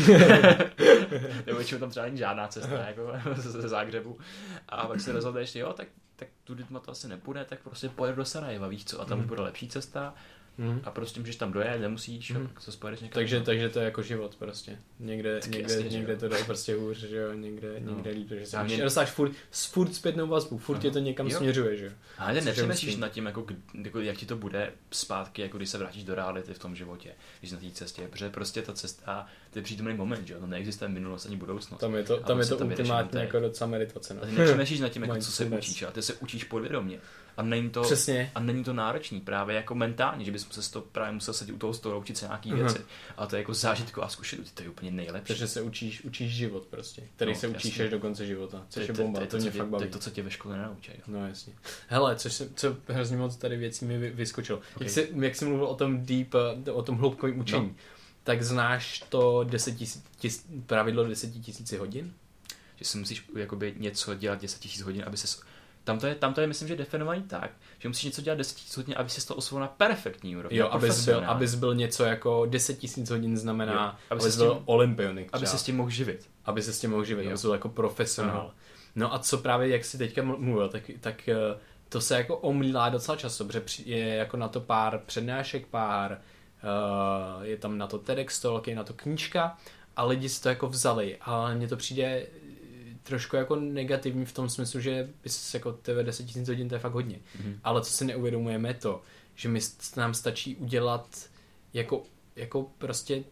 nebo většinou tam třeba není žádná cesta jako ze Záhřebu a pak se rozhodneš, jo, tak, tak tudy to asi nepůjde, tak prostě pojedu do Sarajeva, víš co, a tam mm. bude lepší cesta mm. a prostě můžeš tam dojet, nemusíš, mm. co spojedeš někam. Takže, takže to je jako život prostě, někde, někde, jasně, někde to jde prostě hůř, že jo, někde, no. někde líp, že se mě... dostáš furt, furt zpětnou vazbu, furt tě to někam jo. směřuje, že jo. Ale nepřemýšlíš nad tím, jako, jako, jak ti to bude zpátky, jako když se vrátíš do reality v tom životě, když na té cestě, protože prostě ta cesta, to je přítomný moment, že jo, to neexistuje minulost ani budoucnost. Tam je to, tam je to ultimátně jako docela meditace. No. A ty nepřemýšlíš nad tím, jako, co se učíš, a ty se učíš podvědomě. A není to, přesně. A není to náročný, právě jako mentálně, že bys se to právě musel sedět u toho stolu, učit se nějaký věci. Uh-huh. A to je jako zážitková zkušenost, to je úplně nejlepší. Takže se učíš, učíš život prostě, který no, se učíš jasně. Až do konce života, což je bomba, to, to, to mě fakt baví. To je to, co tě ve škole nenaučí. No jasně. Hele, což se, co hrozně moc tady věcí mi vyskočilo. Okay. Jak, jsi, jak jsi mluvil o tom deep, o tom hloubkovém učení, no. tak znáš to deset tisíc, pravidlo deset tisíc hodin? Že si musíš jakoby něco dělat deset tisíc hodin, aby se Tam to, je, tam to je, myslím, že definovaný tak, že musíš něco dělat deset tisíc hodin, aby si to osvojil na perfektní úrovni. Jo, abys byl, abys byl něco jako deset tisíc hodin znamená, jo, aby abys byl olympionik. Aby se s tím mohl živit. Aby se s tím mohl živit, aby byl jako profesionál. Uh-huh. No a co právě, jak jsi teďka mluvil, tak, tak to se jako omílá docela často, protože je jako na to pár přednášek, pár, uh, je tam na to TEDx talk, je na to knížka a lidi si to jako vzali. A mně to přijde trošku jako negativní v tom smyslu, že bys jako tebe deset tisíc hodin, to je fakt hodně. Mm-hmm. Ale co si neuvědomujeme je to, že my, nám stačí udělat jako, jako prostě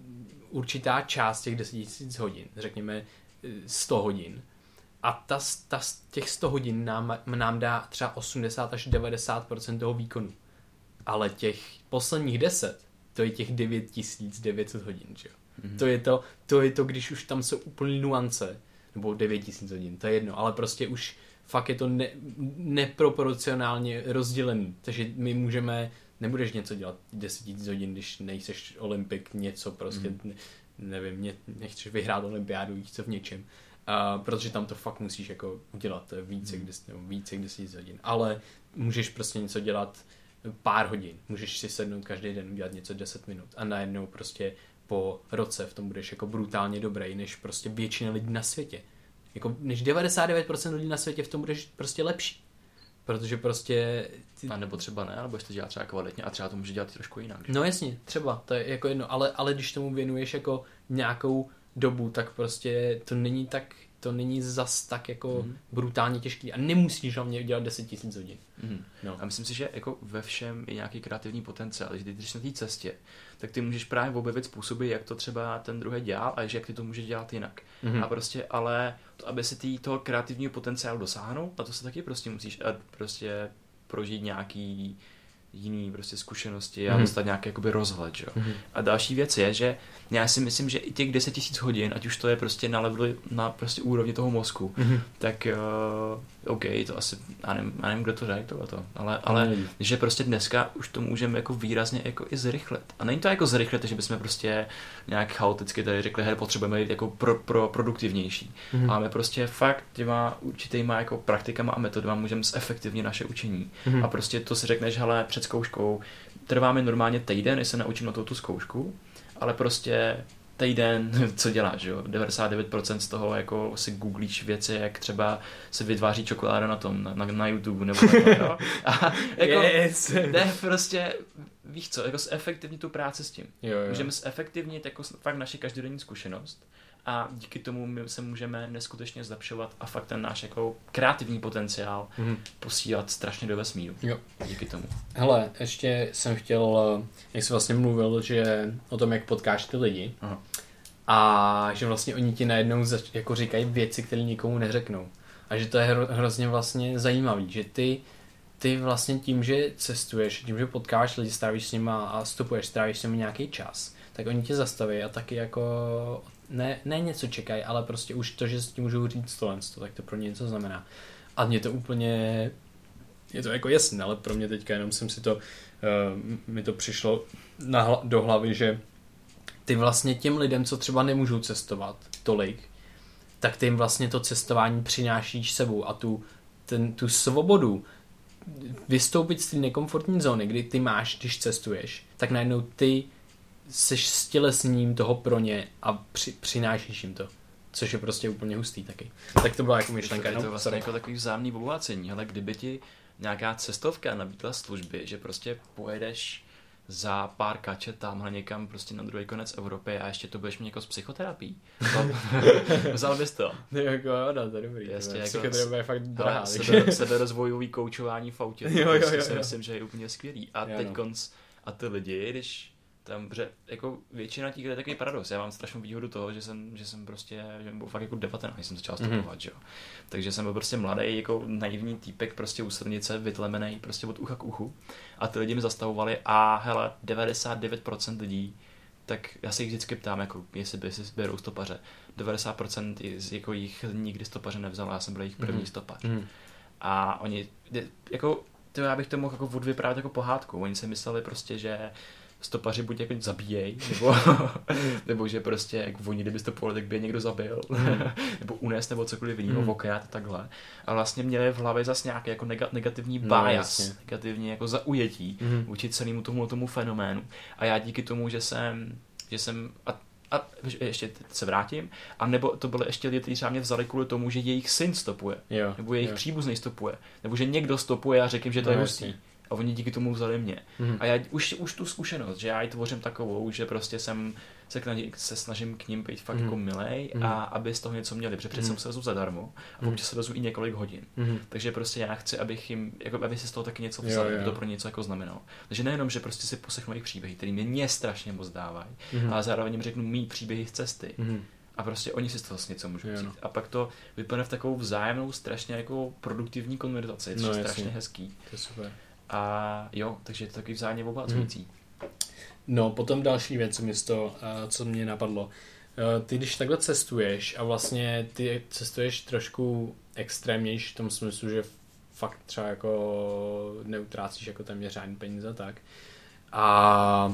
určitá část těch deset tisíc hodin, řekněme sto hodin. A ta, ta, těch sto hodin nám, nám dá třeba osmdesát až devadesát procent toho výkonu. Ale těch posledních deset, to je těch devět tisíc devět set hodin, že jo. Mm-hmm. To je to, to je to, když už tam jsou úplný nuance, nebo devět tisíc hodin, to je jedno, ale prostě už fakt je to ne, neproporcionálně rozdělený, takže my můžeme, nebudeš něco dělat deset tisíc hodin, když nejseš olympik, něco prostě, mm. nevím, ne, nechceš vyhrát olympiádu, víš co v něčem, uh, protože tam to fakt musíš jako udělat více, mm. kde, nebo více jak deset tisíc hodin, ale můžeš prostě něco dělat pár hodin, můžeš si sednout každý den, udělat něco deset minut a najednou prostě po roce v tom budeš jako brutálně dobrý, než prostě většina lidí na světě. Jako než devadesát devět procent lidí na světě v tom budeš prostě lepší. Protože prostě... Ty... A nebo třeba ne, ale budeš to dělat třeba kvalitně a třeba to může dělat trošku jinak. Že? No jasně, třeba, to je jako jedno, ale, ale když tomu věnuješ jako nějakou dobu, tak prostě to není tak, to není zas tak jako mm-hmm. brutálně těžký a nemusíš hlavně dělat deset tisíc hodin. Mm-hmm. No. A myslím si, že jako ve všem je nějaký kreativní potenciál, že když jsi na té cestě, tak ty můžeš právě objevit způsoby, jak to třeba ten druhý dělal a že jak ty to můžeš dělat jinak. Mm-hmm. A prostě, ale to, aby si ty toho kreativního potenciálu dosáhnout, na to se taky prostě musíš prostě prožít nějaký jiný prostě zkušenosti a mm-hmm. dostat nějaký jakoby rozhled, jo. Mm-hmm. A další věc je, že já si myslím, že i těch deset tisíc hodin, ať už to je prostě na levelu, na prostě úrovni toho mozku, mm-hmm. tak uh, OK, to asi, já nevím, já nevím, kdo to řekl tohleto, ale, ale mm-hmm. že prostě dneska už to můžeme jako výrazně jako i zrychlit. A není to jako zrychlit, že bychom prostě nějak chaoticky tady řekli, hej, potřebujeme být jako pro, pro produktivnější. Mm-hmm. Ale prostě fakt těma určitýma jako praktikama a metodama můžeme zefektivnit naše učení. Mm-hmm. A prostě to si řekneš, hele, před zkouškou trvá mi normálně týden, než se naučím na tu zkoušku, ale prostě týden, co děláš, jo? devadesát devět procent z toho jako si googlíš věci, jak třeba se vytváří čokoláda na tom, na, na YouTube, nebo takhle, jo? A jako, yes. jde prostě, víš co, jako zefektivnit tu práci s tím. Jo, jo. Můžeme zefektivnit jako fakt naši každodenní zkušenost a díky tomu my se můžeme neskutečně zlepšovat a fakt ten náš jako kreativní potenciál mm. posílat strašně do vesmíru. Jo. Díky tomu. Hele, ještě jsem chtěl, jak jsi vlastně mluvil, že o tom, jak potkáš ty lidi. Aha. A že vlastně oni ti najednou zač- jako říkají věci, které nikomu neřeknou. A že to je hro- hrozně vlastně zajímavý, že ty, ty vlastně tím, že cestuješ, tím, že potkáš lidi, strávíš s nima a stopuješ, strávíš s nimi nějaký čas, tak oni tě zastaví a taky jako ne, ne něco čekají, ale prostě už to, že si ti můžou říct tohle, tak to pro ně něco znamená. A mě to úplně, je to jako jasné, ale pro mě teďka jenom jsem si to, uh, mi to přišlo na hla, do hlavy, že ty vlastně těm lidem, co třeba nemůžou cestovat tolik, tak ty jim vlastně to cestování přinášíš sebou a tu, ten, tu svobodu vystoupit z té nekomfortní zóny, kdy ty máš, když cestuješ, tak najednou ty seš stělesním toho pro ně a při, přinášíš jim to. Což je prostě úplně hustý taky. Tak to byla jako myšlenka. Je to vlastně jako takový vzájemný obohacení, ale kdyby ti nějaká cestovka nabídla služby, že prostě pojedeš za pár kačet tamhle někam prostě na druhý konec Evropy a ještě to budeš mít jako s psychoterapií. Vzal bys to? To je jako, jo, no, to je dobrý. Jasně, jako psychoterapie je fakt drahá. Sebe, seberozvojový koučování v autě. Jo, jo, jo, to si jo. myslím, že je úplně skvělý. A jo, teď no. konc, a ty lidi, když tam, že jako většina těch je takový paradox. Já mám strašnou výhodu toho, že jsem, že jsem prostě, že byl fakt jako devatenáct, když jsem začal stopovat, mm-hmm. jo. Takže jsem byl prostě mladý, jako naivní týpek, prostě u silnice, vytlemený, prostě od ucha k uchu. A ty lidi mi zastavovali a hele, devadesát devět procent lidí, tak já se jich vždycky ptám, jako jestli by si berou stopaře. devadesát procent z jako jich nikdy stopaře nevzal, já jsem byl jejich první mm-hmm. stopař. Mm-hmm. A oni, jako, to já bych to mohl jako odvyprávět jako pohádku. Oni si mysleli prostě, že stopaři buď jako zabíjej, nebo, nebo že prostě jako oni, kdyby stopovali, tak by je někdo zabil, nebo unést, nebo cokoliv jiného, mm. okrat a takhle. A vlastně měli v hlavě zase nějaký jako negativní bias, no, negativní jako zaujetí mm. vůči celému tomu, tomu fenoménu. A já díky tomu, že jsem, že jsem a, a ještě se vrátím, a nebo to byly ještě lidi, kteří třeba mě vzali kvůli tomu, že jejich syn stopuje, jo, nebo jejich jo. příbuzný stopuje, nebo že někdo stopuje a řekl, že to no, je hustý. A oni díky tomu vzali mě. Mm. A já už, už tu zkušenost, že já ji tvořím takovou, že prostě jsem se, k, se snažím k ním být fakt mm. jako milej mm. a aby z toho něco měli, protože přece mm. se vezu zadarmo a pokud mm. se vezu i několik hodin. Mm. Takže prostě já chci, abych jim, jako, aby si z toho taky něco vzali, aby to pro něco jako znamenalo. Takže nejenom, že prostě si poslechnu jejich příběhy, které mě strašně moc dávají, mm. ale zároveň jim řeknu mý příběhy z cesty. Mm. A prostě oni si z toho něco můžou vzít. No. A pak to vypadne v takovou vzájemnou, strašně jako produktivní konverzaci, což no, je strašně hezký. To je super. A jo, takže je to takový vzájemně obohacující. Hmm. No, potom další věc, město, co mě napadlo. Ty, když takhle cestuješ a vlastně ty cestuješ trošku extrémnější v tom smyslu, že fakt třeba jako neutrácíš jako téměř žádný peníze, tak. A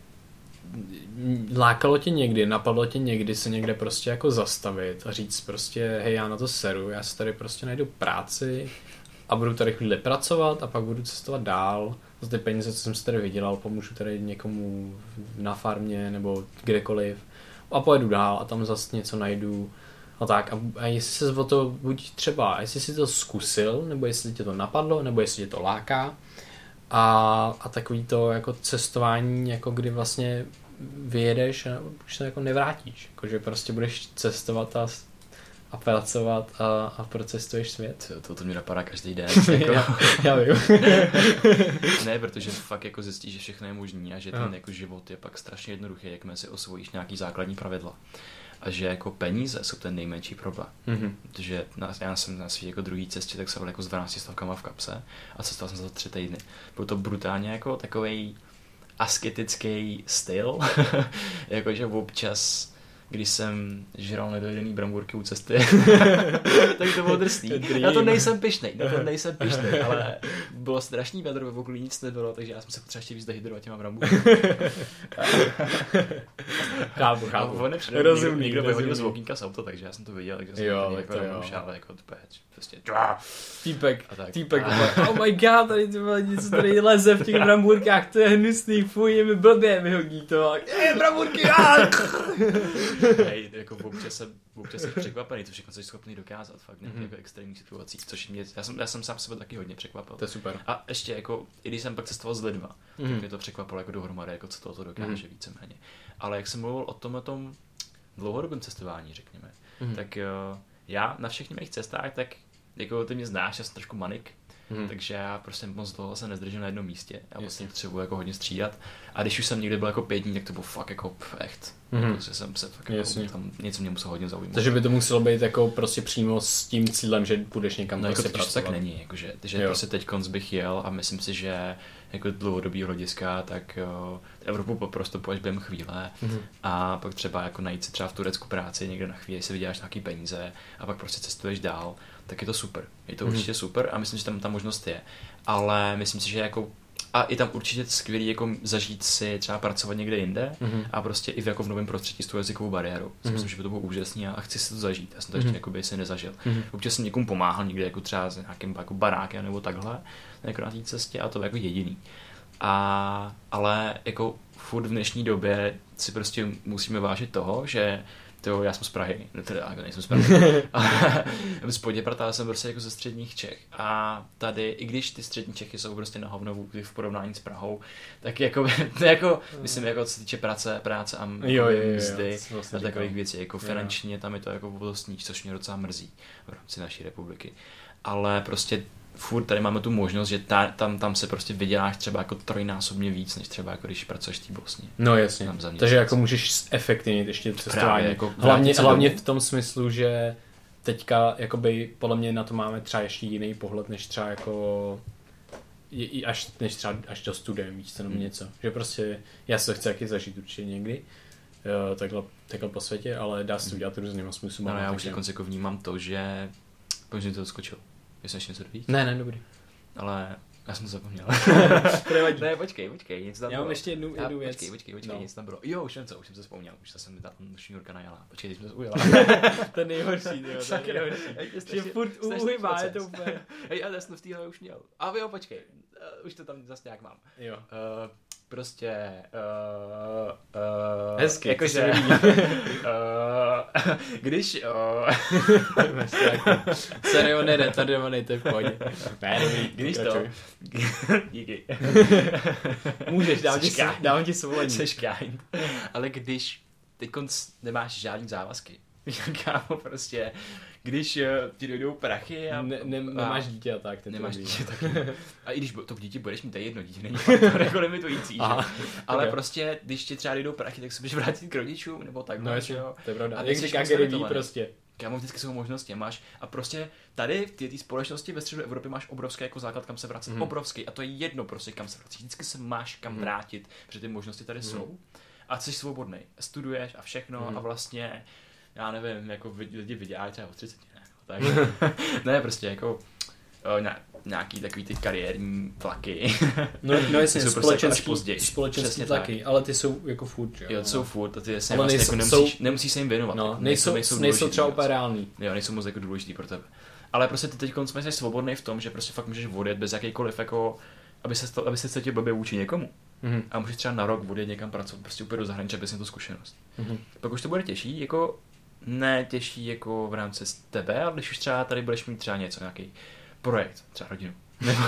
lákalo tě někdy, napadlo tě někdy se někde prostě jako zastavit a říct prostě, hej, já na to seru, já si tady prostě najdu práci, a budu tady chvíli pracovat a pak budu cestovat dál. Za ty peníze, co jsem si tady vydělal, pomůžu tady někomu na farmě nebo kdekoliv. A pojedu dál a tam zase něco najdu. A tak. A, a jestli se o to buď třeba, jestli si to zkusil, nebo jestli tě to napadlo, nebo jestli tě to láká. A, a takový to jako cestování, jako kdy vlastně vyjedeš a už se jako nevrátíš. Jako, že prostě budeš cestovat a a pracovat a, a procestuješ svět. To, to mě napadá každý den. Jako. já, já vím. Ne, protože fakt jako zjistíš, že všechno je možný a že ten jako život je pak strašně jednoduchý, jakmile si osvojíš nějaký základní pravidla. A že jako peníze jsou ten nejmenší problém. Mm-hmm. Protože já jsem na svý jako druhý cestě, tak jsem byl jako s dvanácti stovkama v kapse a cestoval jsem za tři týdny. Byl to brutálně jako takovej asketický styl, jakože občas když jsem žral nedojedený bramburky u cesty, tak to bylo drsný. Na to nejsem pyšnej, na to nejsem pyšnej, ale bylo strašný vedro, ve okolí nic nebylo, takže já jsem se potřeba ještě víc dehydrovat těma bramburky. Chápu, chápu. Rozumný, někdo, někdo vyhodil z okýnka z auta, takže já jsem to viděl, takže jsem jo, to jako jako už, ale jako to prostě týpek, týpek, oh my god, tady to bylo něco, tady leze v těch bramburkách, to je hnusný, fuj, je mi blbě, vyhodí to, je bramburky, hej, jako občas jsem, občas jsem překvapený, to všechno jsi schopný dokázat, fakt nějakých mm-hmm. jako extrémních situací, což mě, já jsem, já jsem sám sebe taky hodně překvapil. To je super. A ještě jako, i když jsem pak cestoval s lidma, mm-hmm. tak mě to překvapilo jako dohromady, jako co to dokáže mm-hmm. víceméně. Ale jak jsem mluvil o tom, o tom dlouhodobém cestování, řekněme, mm-hmm. tak uh, já na všech mých cestách, tak jako ty mě znáš, já jsem trošku manik, Hmm. takže já prostě moc dlouho se nezdržím na jednom místě. Já vlastně potřebuji jako hodně střídat. A když už jsem někde byl jako pět dní, tak to bylo fakt jako echt. Mm-hmm. Jako jsem se fakt jako, tam něco mě muselo hodně zaujmout. Takže by to muselo být jako prostě přímo s tím cílem, že půjdeš někam no, prostě jako pracovat. Tak není, jakože, že prostě teďkonc bych jel a myslím si, že jako dlouhodobý hlediska, tak jo, Evropu poprosto pojď během chvíle mm-hmm. a pak třeba jako najít si třeba v Turecku práci někde na chvíli, si vyděláš nějaký peníze a pak prostě cestuješ dál, tak je to super. Je to mm-hmm. určitě super a myslím, že tam ta možnost je. Ale myslím si, že jako a i tam určitě skvělý jako zažít si třeba pracovat někde jinde mm-hmm. a prostě i v, jako v novém prostředí s tou jazykovou bariérou. Mm-hmm. Myslím, že by to bylo úžasný a chci si to zažít. Já jsem to mm-hmm. ještě jako by si nezažil. Mm-hmm. Občas jsem někomu pomáhal někde jako třeba s nějakým jako barákem nebo takhle jako na té cestě a to je jako jediný. A, ale jako furt v dnešní době si prostě musíme vážit toho, že to já jsem z Prahy, ne, teda jako nejsem z Prahy, ale z Poděbrad, jsem prostě jako ze středních Čech a tady, i když ty střední Čechy jsou prostě na hovno v porovnání s Prahou, tak jako, jako myslím, jako co se týče práce, práce a mzdy a takových věcí, jako finančně tam je to jako vodostníč, což mě docela mrzí v rámci naší republiky, ale prostě furt tady máme tu možnost, že ta, tam, tam se prostě vyděláš třeba jako trojnásobně víc, než třeba jako když pracuješ v té Bosně. No jasně, takže jako můžeš efektivnit ještě cestování. Jako hlavně hlavně v tom smyslu, že teďka jakoby podle mě na to máme třeba ještě jiný pohled, než třeba jako až, než třeba až do studiem, víš co, nebo hmm. něco. Že prostě já se to chci taky zažít určitě někdy, jo, takhle, takhle po světě, ale dá se to udělat různýma způsoby. No, já už dokonce jako vnímám to, že protože to skočil. Jestli ještě něco víc? Ne, ne, dobrý. ale já jsem to zapomněl. ne, počkej, počkej, něco tam já bylo. mám ještě jednu, jednu věc. Počkej, počkej, počkej, no. Něco tam bylo. Jo, už jsem co, už jsem se vzpomněl, už jsem mi ta šňůrka najala. Počkej, když jsem se ujela. Ten nejhorší, jo, ten nejhorší. Že furt uhybá, je to úplně. Hej, já jsem v téhle už měl. A jo, počkej, uh, už to tam zase nějak mám. Jo. Uh, prostě uh, uh, hezky, jakože uh, když uh, serio, ne, retardovaný, to je v pohodě. Ne, dobrý, když to díky můžeš, dám ti, dám ti svolení. Jseš kind. Ale když teď nemáš žádný závazky, kámo, prostě když uh, ti dojdou prachy a... Ne, ne, nemáš dítě a tak. Nemáš dítě tak. A i když to dítě budeš mít, to je jedno dítě, není to jako limitující, že? Ale okay. prostě, když ti třeba dojdou prachy, tak se budeš vrátit k rodičům, nebo tak. No jestli, to je pravda. A jak říká Gary Vee prostě. Kámo, vždycky jsou možnosti, máš a prostě tady v té společnosti ve středu Evropy máš obrovský jako základ, kam se vracet, mm. obrovský a to je jedno prostě, kam se vracet. Vždycky se máš kam vrátit, protože ty možnosti tady mm. jsou a jsi svobodný, studuješ a všechno mm. a vlastně, já nevím, jako lidi vydělají třeba o třicet, ne? Tak, ne, prostě jako o, nějaký takový ty kariérní tlaky. No, no jasně, společenský, prostě společenský tlaky, tak. Ale ty jsou jako furt, jo. Jo, jsou furt a ty se vlastně nejsou, jako nemusíš, jsou, nemusíš se jim věnovat. No, nejsou, nejsou, nejsou třeba úplně reální. Jo, nejsou moc jako důležitý pro tebe. Ale prostě ty teď jsi svobodný v tom, že prostě fakt můžeš odjet bez jakýkoliv jako, aby se to, aby se cítil blbě vůči někomu. Mm-hmm. A můžeš třeba na rok odjet někam pracovat, prostě úplně do zahraničí, aby jsi tu zkušenost. Mm-hmm. Pak už to bude těžší, jako ne těžší jako v rámci tebe, ale když už třeba tady budeš mít třeba něco, nějaký projekt, třeba rodinu. Nebo,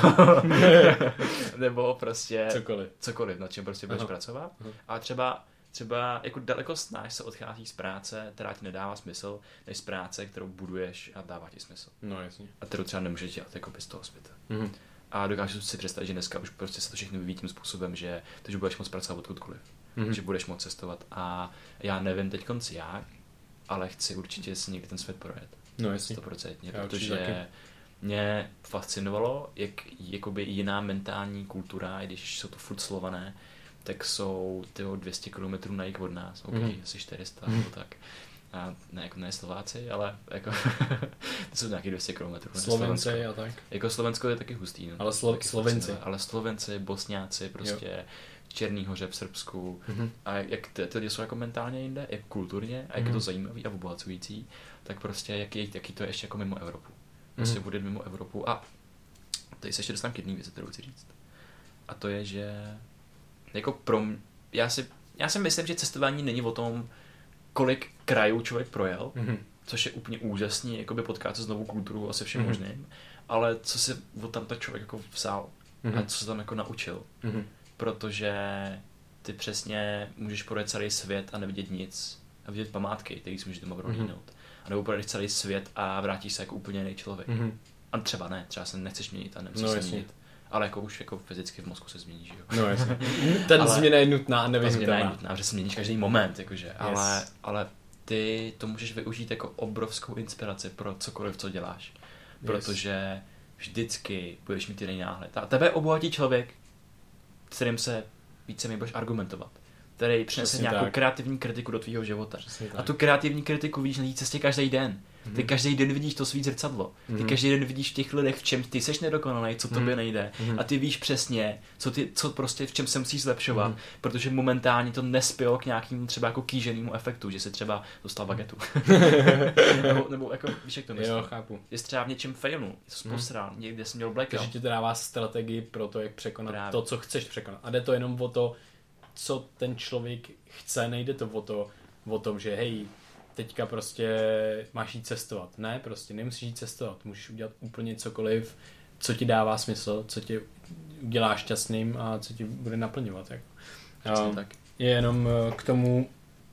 nebo prostě cokoliv. cokoliv, na čem prostě budeš Aha. pracovat. Aha. A třeba, třeba jako daleko snáš se odchází z práce, která ti nedává smysl, než z práce, kterou buduješ a dává ti smysl. No jasně. A kterou třeba nemůžeš dělat jako bez toho světa. Mm-hmm. A dokážu si představit, že dneska už prostě se to všechno vyvíjí tím způsobem, že, to, že budeš moct pracovat odkudkoliv. Mm-hmm. Že budeš moct cestovat. A já nevím teď konci jak, ale chci určitě si někdy ten svět projet. No jasně. sto procent, protože mě fascinovalo, jak jakoby jiná mentální kultura, i když jsou to furt Slované, tak jsou tyho dvě stě kilometrů na jih od nás, ok, mm. asi čtyři sta, mm. nebo tak. A ne, jako ne Slováci, ale jako to jsou nějaký dvě stě kilometrů. Slovenci a tak. Jako Slovensko je taky hustý. No, ale Slo- Slovenci. Ale Slovenci, Bosňáci, prostě jo. Černý Hoře v Srbsku. Mm-hmm. A jak ty, ty lidi jsou jako mentálně jinde, jak kulturně, a jak mm-hmm. je to zajímavý a obohacující, tak prostě jaký, jaký to je ještě jako mimo Evropu. Prostě bude mimo Evropu a tady se ještě dostanu k jedné věci, kterou chci říct. A to je, že jako pro mě, já si, já si myslím, že cestování není o tom, kolik krajů člověk projel, mm-hmm. což je úplně úžasný, jakoby potkat se s novou kulturou a se všem mm-hmm. možným, ale co si od tam tak člověk jako vzal mm-hmm. a co se tam jako naučil. Mm-hmm. Protože ty přesně můžeš projet celý svět a nevidět nic a vidět památky, které si můžeš doma prohlídnout. Mm-hmm. A nebo projedeš celý svět a vrátíš se jako úplně jiný člověk. Mm-hmm. A třeba ne, třeba se nechceš měnit a nemusíš no, se měnit. ale jako už jako fyzicky v mozku se změní, že jo. No jasně. Ten ale změna je nutná a nevyhnutelná. nevyhnutelná. Je nutná, že se měníš každý moment, jakože, yes. ale, ale ty to můžeš využít jako obrovskou inspiraci pro cokoliv, co děláš. Yes. Protože vždycky budeš mít jiný náhled. A tebe obohatí člověk, s kterým se více mi budeš argumentovat, který přinese nějakou tak. kreativní kritiku do tvýho života. A tu kreativní kritiku vidíš na té cestě každý den. Ty mm. každý den vidíš to svý zrcadlo. Ty mm. každý den vidíš v těch lidech, v čem ty seš nedokonalý, co tobě mm. nejde. Mm. A ty víš přesně, co ty, co prostě v čem se musíš zlepšovat, mm. protože momentálně to nespělo k nějakému třeba jako kýženému efektu, že si třeba dostal bagetu. nebo, nebo jako, víš, jak to myslím. Jo, chápu. Jsi třeba v něčem failnul, jsi mm. posral, někde jsi měl blackout. Takže ti to dává strategii pro to, jak překonat Právě. to, co chceš překonat. A jde to jenom o to, co ten člověk chce, nejde to o to, o tom, že hej, teďka prostě máš jít cestovat. Ne, prostě nemusíš jít cestovat. Můžeš udělat úplně cokoliv, co ti dává smysl, co tě udělá šťastným a co ti bude naplňovat. Jako. Uh, tak. Je jenom k tomu,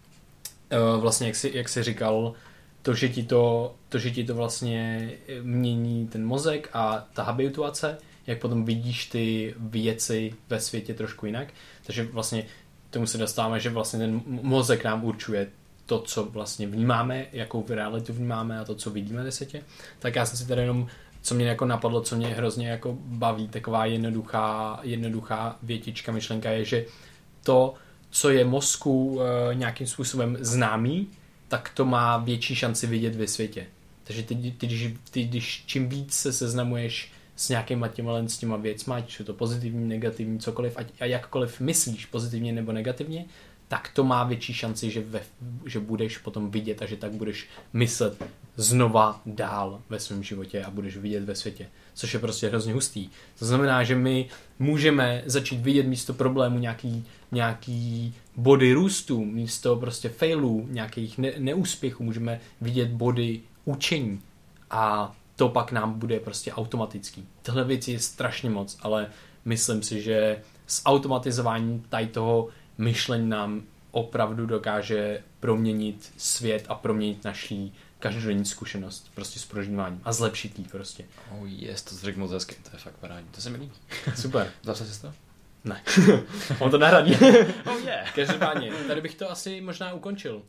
uh, vlastně jak jsi, jak jsi říkal, to že, ti to, to, že ti to vlastně mění ten mozek a ta habituace, jak potom vidíš ty věci ve světě trošku jinak. Takže vlastně tomu se dostáváme, že vlastně ten mozek nám určuje to, co vlastně vnímáme, jakou realitu vnímáme a to, co vidíme ve světě. Tak já jsem si tady jenom, co mě jako napadlo, co mě hrozně jako baví, taková jednoduchá, jednoduchá větička, myšlenka je, že to, co je mozku e, nějakým způsobem známý, tak to má větší šanci vidět ve světě. Takže ty, ty, ty, ty když čím víc se seznamuješ s nějakýma těma, s těma věcma, ať je to pozitivní, negativní, cokoliv, ať, a jakkoliv myslíš pozitivně nebo negativně, tak to má větší šanci, že, ve, že budeš potom vidět a že tak budeš myslet znova dál ve svém životě a budeš vidět ve světě, což je prostě hrozně hustý. To znamená, že my můžeme začít vidět místo problému nějaký, nějaký body růstu, místo prostě failů, nějakých ne, neúspěchů, můžeme vidět body učení a to pak nám bude prostě automatický. Tohle věci je strašně moc, ale myslím si, že s automatizováním tady toho myšlení nám opravdu dokáže proměnit svět a proměnit naší každodenní zkušenost prostě s prožíváním a zlepšit jí prostě. Oh yes, to jsi řekl moc hezky, to je fakt parádní, to se mi líbí. Super. Zapsal jsi to? Ne. On to nahradí. Oh yeah. Každopádně, tady bych to asi možná ukončil.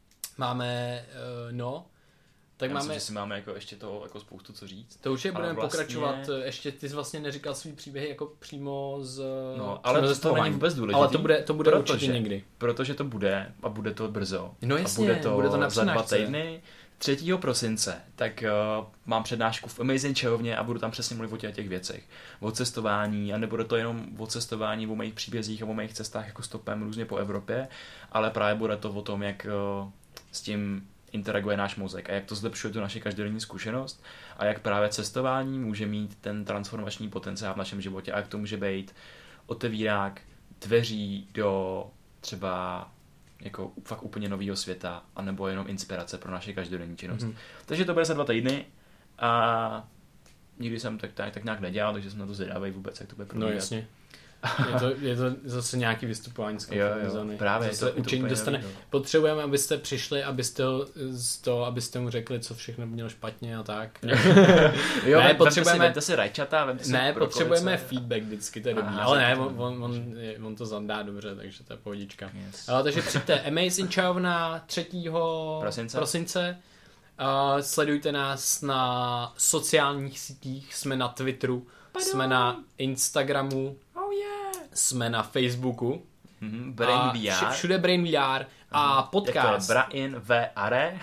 Máme, uh, no, tak Já máme... myslím, že si máme jako ještě toho jako spoustu co říct. To už je budeme vlastně... pokračovat, ještě ty jsi vlastně neříkal svý příběhy jako přímo z... No, ale to, to není vůbec důležitý. Ale to bude, to bude protože, určitě někdy. Protože to bude a bude to brzo. No jasně, a bude to, bude to na za dva týdny. třetího prosince, tak uh, mám přednášku v Amazing čajovně a budu tam přesně mluvit o těch, těch věcech. O cestování, a nebude to jenom o cestování, o mých příbězích a o mých cestách jako stopem různě po Evropě, ale právě bude to o tom, jak uh, s tím interaguje náš mozek a jak to zlepšuje tu naši každodenní zkušenost a jak právě cestování může mít ten transformační potenciál v našem životě a jak to může být otevírák dveří do třeba jako fakt úplně nového světa anebo jenom inspirace pro naši každodenní činnost. Mm-hmm. Takže to bude za dva týdny a nikdy jsem tak, tak, tak nějak nedělal, takže jsem na to zvědavý vůbec, jak to bude probíhat. No jasně. Je to, je to zase nějaký vystupování z komfortní zóny. Právě. To učení dostane. Neví, no. Potřebujeme, abyste přišli, abyste, to, abyste mu řekli, co všechno mělo špatně a tak. jo, ne, potřebujeme, vemte si rajčata, vemte si ne, potřebujeme feedback vždycky, to je dobrý. Ale ne, on, on, on, on to zadá dobře, takže to je pohodička. Yes. Ale, takže přijďte Amazing čajovna třetího prosince. prosince. Uh, sledujte nás na sociálních sítích, jsme na Twitteru, Pardon. jsme na Instagramu, oh yeah. jsme na Facebooku, mm-hmm, Brain V R, všude Brain V R a mm-hmm. podcast. Jak to je Brain V R?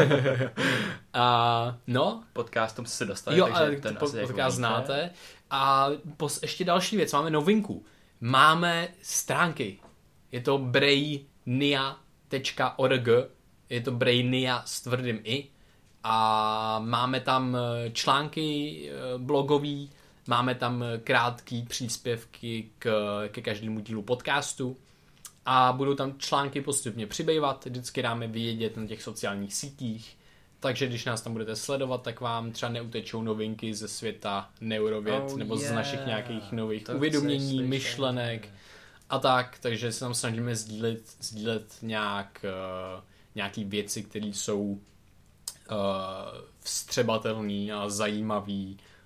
a no. Podcast, tomu se dostali, jo, takže ten po, asi podcast jako znáte. A pos, ještě další věc, máme novinku. Máme stránky. Je to brainia tečka org, je to brainia s tvrdým i. A máme tam články blogový, máme tam krátký příspěvky k, ke každému dílu podcastu a budou tam články postupně přibývat, vždycky dáme vědět na těch sociálních sítích, takže když nás tam budete sledovat, tak vám třeba neutečou novinky ze světa neurověd oh, nebo yeah. z našich nějakých nových to uvědomění, myšlenek a tak, takže se tam snažíme sdílet, sdílet nějak, uh, nějaký věci, které jsou Uh, vstřebatelný a zajímavý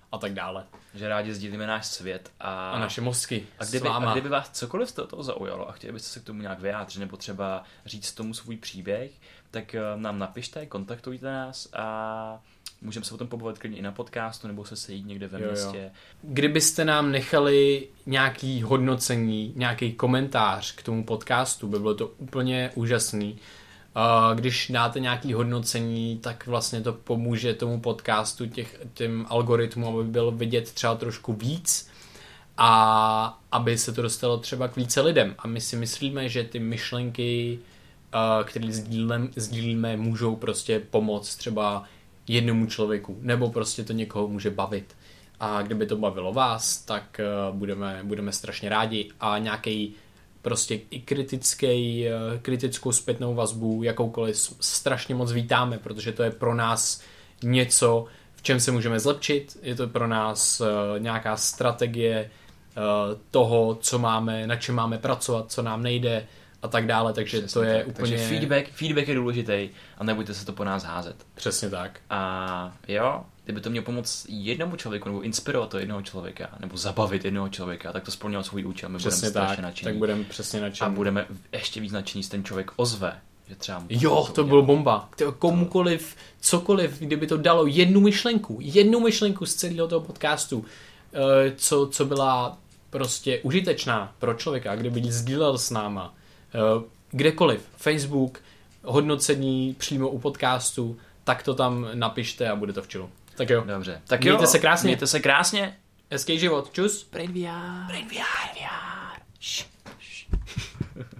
a tak dále. Že rádi sdílíme náš svět a, a naše mozky. A kdyby, a kdyby vás cokoliv z toho zaujalo a chtěli byste se k tomu nějak vyjádřit nebo třeba říct tomu svůj příběh, tak nám napište, kontaktujte nás a můžeme se o tom pobavit klidně i na podcastu nebo se sejít někde ve jo, městě. Jo. Kdybyste nám nechali nějaký hodnocení, nějaký komentář k tomu podcastu, by bylo to úplně úžasný. Když dáte nějaký hodnocení, tak vlastně to pomůže tomu podcastu, těch, těm algoritmům, aby byl vidět třeba trošku víc a aby se to dostalo třeba k více lidem. A my si myslíme, že ty myšlenky, které sdílíme, sdílíme, můžou prostě pomoct třeba jednomu člověku, nebo prostě to někoho může bavit. A kdyby to bavilo vás, tak budeme, budeme strašně rádi a nějaký prostě i kritický, kritickou zpětnou vazbu, jakoukoliv strašně moc vítáme, protože to je pro nás něco, v čem se můžeme zlepšit, je to pro nás nějaká strategie toho, co máme, na čem máme pracovat, co nám nejde a tak dále, takže přesně to je tak. úplně... Takže feedback, feedback je důležitý a nebojte se to po nás házet. Přesně tak. A jo, kdyby to mělo pomoct jednomu člověku, nebo inspirovat to jednoho člověka, nebo zabavit jednoho člověka, tak to splnilo svůj účel, my přesně budeme strašně tak, nadšení. tak budeme přesně nadšení. A budeme ještě víc nadšení, ten člověk ozve. Že třeba jo, to bylo bomba. Komukoliv, cokoliv, kdyby to dalo jednu myšlenku, jednu myšlenku z celého toho podcastu, co, co byla prostě užitečná pro člověka, kdyby sdílel s náma, kdekoliv, Facebook, hodnocení přímo u podcastu, tak to tam napište a bude to v čilu. Tak jo. Dobře. Tak mějte jo, se krásně. Mějte se krásně. Hezký život. Čus. Brain V R. Brain V R. Brain V R.